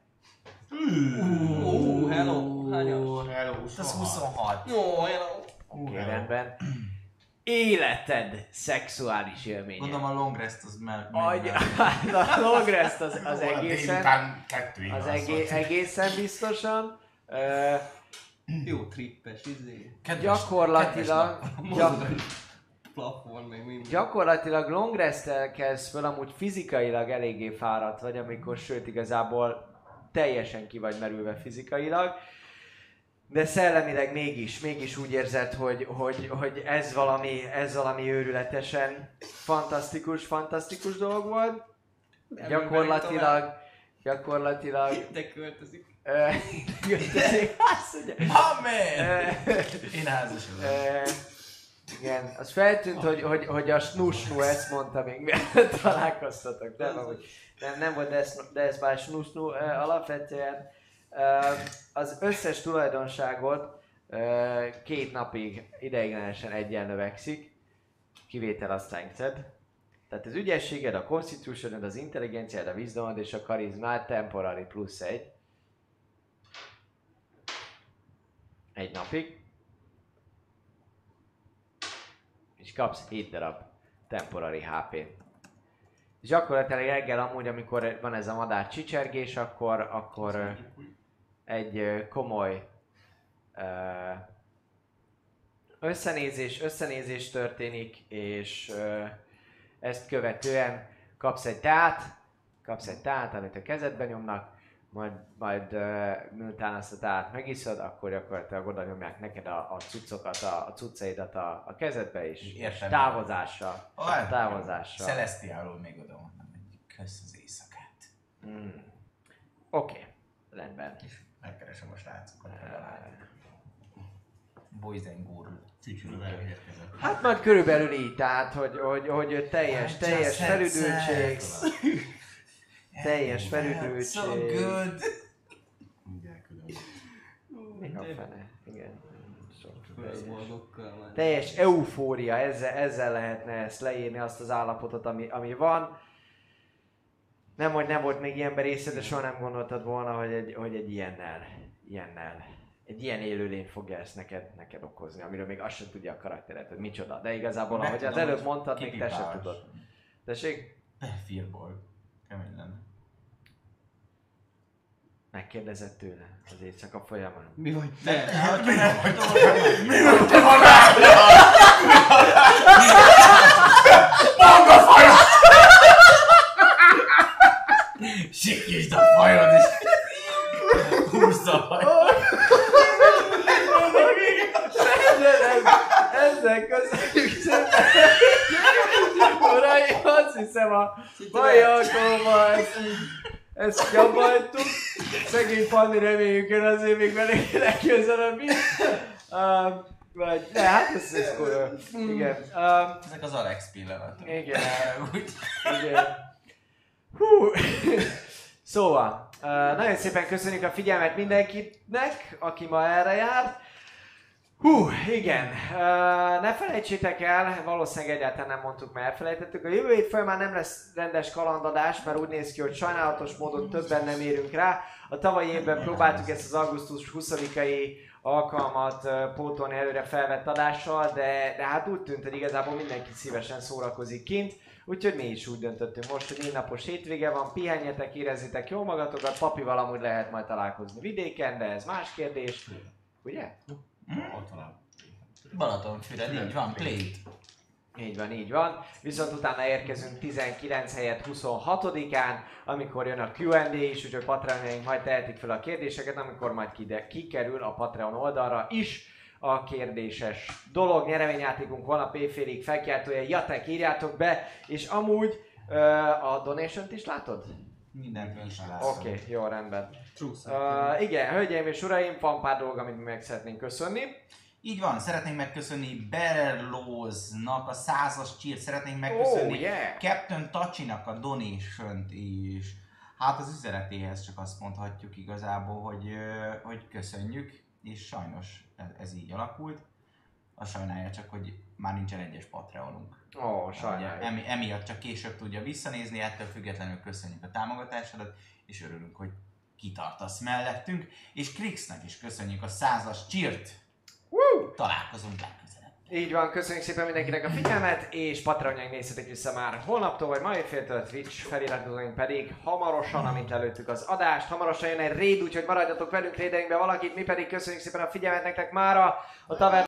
Hello, hányos? Hello, Ez 26. Jó, hello. Oké, rendben. Életed szexuális élménye. Gondolom a long rest az A long rest az egészen, Délután 2 az egészen biztosan. Jó trippes, izé. Gyakorlatilag, Plafon, meg minden. gyakorlatilag long rest-tel kezd föl, amúgy fizikailag eléggé fáradt vagy, amikor sőt igazából teljesen ki vagy merülve fizikailag. De szellemileg mégis úgy érzed, hogy ez valami őrületesen fantasztikus dolog volt. Gyakorlatilag De költözik. Amen! Én házasodom. Igen, az feltűnt, hogy a snusnu ezt mondta még mielőtt találkoztatok, nem volt, de ez már snusnu alapvetően. Az összes tulajdonságot 2 napig ideiglenesen egyen növekszik, kivétel a strength-ed. Tehát az ügyességed, a constitutioned, az intelligenciád, a wisdomod és a karizmád temporary plusz 1. 1 napig. És kapsz 7 darab temporary HP-t. És gyakorlatilag reggel amúgy, amikor van ez a madár csicsergés, akkor egy komoly összenézés történik, és ezt követően kapsz egy teát, amit a kezedbe nyomnak, majd miután azt a teát megiszod, akkor gyakorlatilag oda nyomják neked a cuccokat, a cuccaidat a kezedbe is. Értem. Távozással. Celestialról még oda mondom, hogy kösz az éjszakát. Oké, rendben. Megkeresem a srácokat. Boyzengur. Fütyülővel érkezett. Hát majd körülbelül így, tehát hogy teljes felüdültség. Teljes felüdültség. So good. Mindjárt külön. Még a fene, igen. Boldokkal már. Teljes eufória, ezzel lehetne ezt leírni, azt az állapotot, ami van. Nem, hogy nem volt még ilyenben része, de soha nem gondoltad volna, hogy egy ilyennel, egy ilyen élőlény fogja ezt neked okozni, amiről még azt sem tudja a karaktered, hogy micsoda. De igazából, ahogy az előbb mondtad, még te sem tudod. Tessék? Fearboard. Kemény lenne. Megkérdezett tőle az éjszaka folyamán. Mi vagy te? Sikítsd a fajod és húzd a fajod. Ezzel köszönjük szépen! Uraim, azt hiszem a mai alkalommal ezt kiabáltuk. Szegény Panni, reméljük jön azért még velünk legközelebb is. Vagy, de hát ez korol. Igen. Ezek az Alex pillanatok. Igen. Igen. Hú. Szóval, nagyon szépen köszönjük a figyelmet mindenkinek, aki ma erre járt. Igen, ne felejtsétek el, valószínűleg egyáltalán nem mondtuk, mert elfelejtettük. A jövő hét folyamán nem lesz rendes kalandadás, mert úgy néz ki, hogy sajnálatos módon többen nem érünk rá. A tavalyi évben próbáltuk ezt az augusztus 20-ai alkalmat pótolni előre felvett adással, de hát úgy tűnt, hogy igazából mindenki szívesen szórakozik kint. Úgyhogy mi is úgy döntöttünk most, hogy 4 napos hétvége van, pihenjetek, érezzétek jól magatokat, papival amúgy lehet majd találkozni vidéken, de ez más kérdés. Ugye? Ott van. Balatonfüred, így van, Plate. Így van. Viszont utána érkezünk 19 helyett 26-án, amikor jön a Q&A is, úgyhogy Patreonjaink majd tehetik fel a kérdéseket, amikor majd kikerül a Patreon oldalra is a kérdéses dolog. Nyereményjátékunk van a P-félig felkiáltója, jatek, írjátok be, és amúgy a donation-t is látod? Mindenki is látom. Oké, jó, rendben. Igen, hölgyeim és uraim, van pár dolog, amit mi meg szeretnénk köszönni. Így van, szeretnénk megköszönni Berlóznak a 100-as cheer, szeretnénk megköszönni Captain Tachinak a donation-t is. Hát az üzenetéhez csak azt mondhatjuk igazából, hogy köszönjük, és sajnos ez így alakult. A sajnálja csak, hogy már nincsen egyes Patreonunk. Sajnáljuk. Emiatt csak később tudja visszanézni, ettől függetlenül köszönjük a támogatásodat, és örülünk, hogy kitartasz mellettünk. És Krixnek is köszönjük a 100-as cheert. Találkozunk legközelebb. Így van, köszönjük szépen mindenkinek a figyelmet, és Patreonjaink nézhetek vissza már holnaptól, vagy mai féltől, Twitch feliratkozóink pedig hamarosan, amint előttük az adást. Hamarosan jön egy raid, úgyhogy maradjatok velünk raideinkbe valakit, mi pedig köszönjük szépen a figyelmet nektek mára. A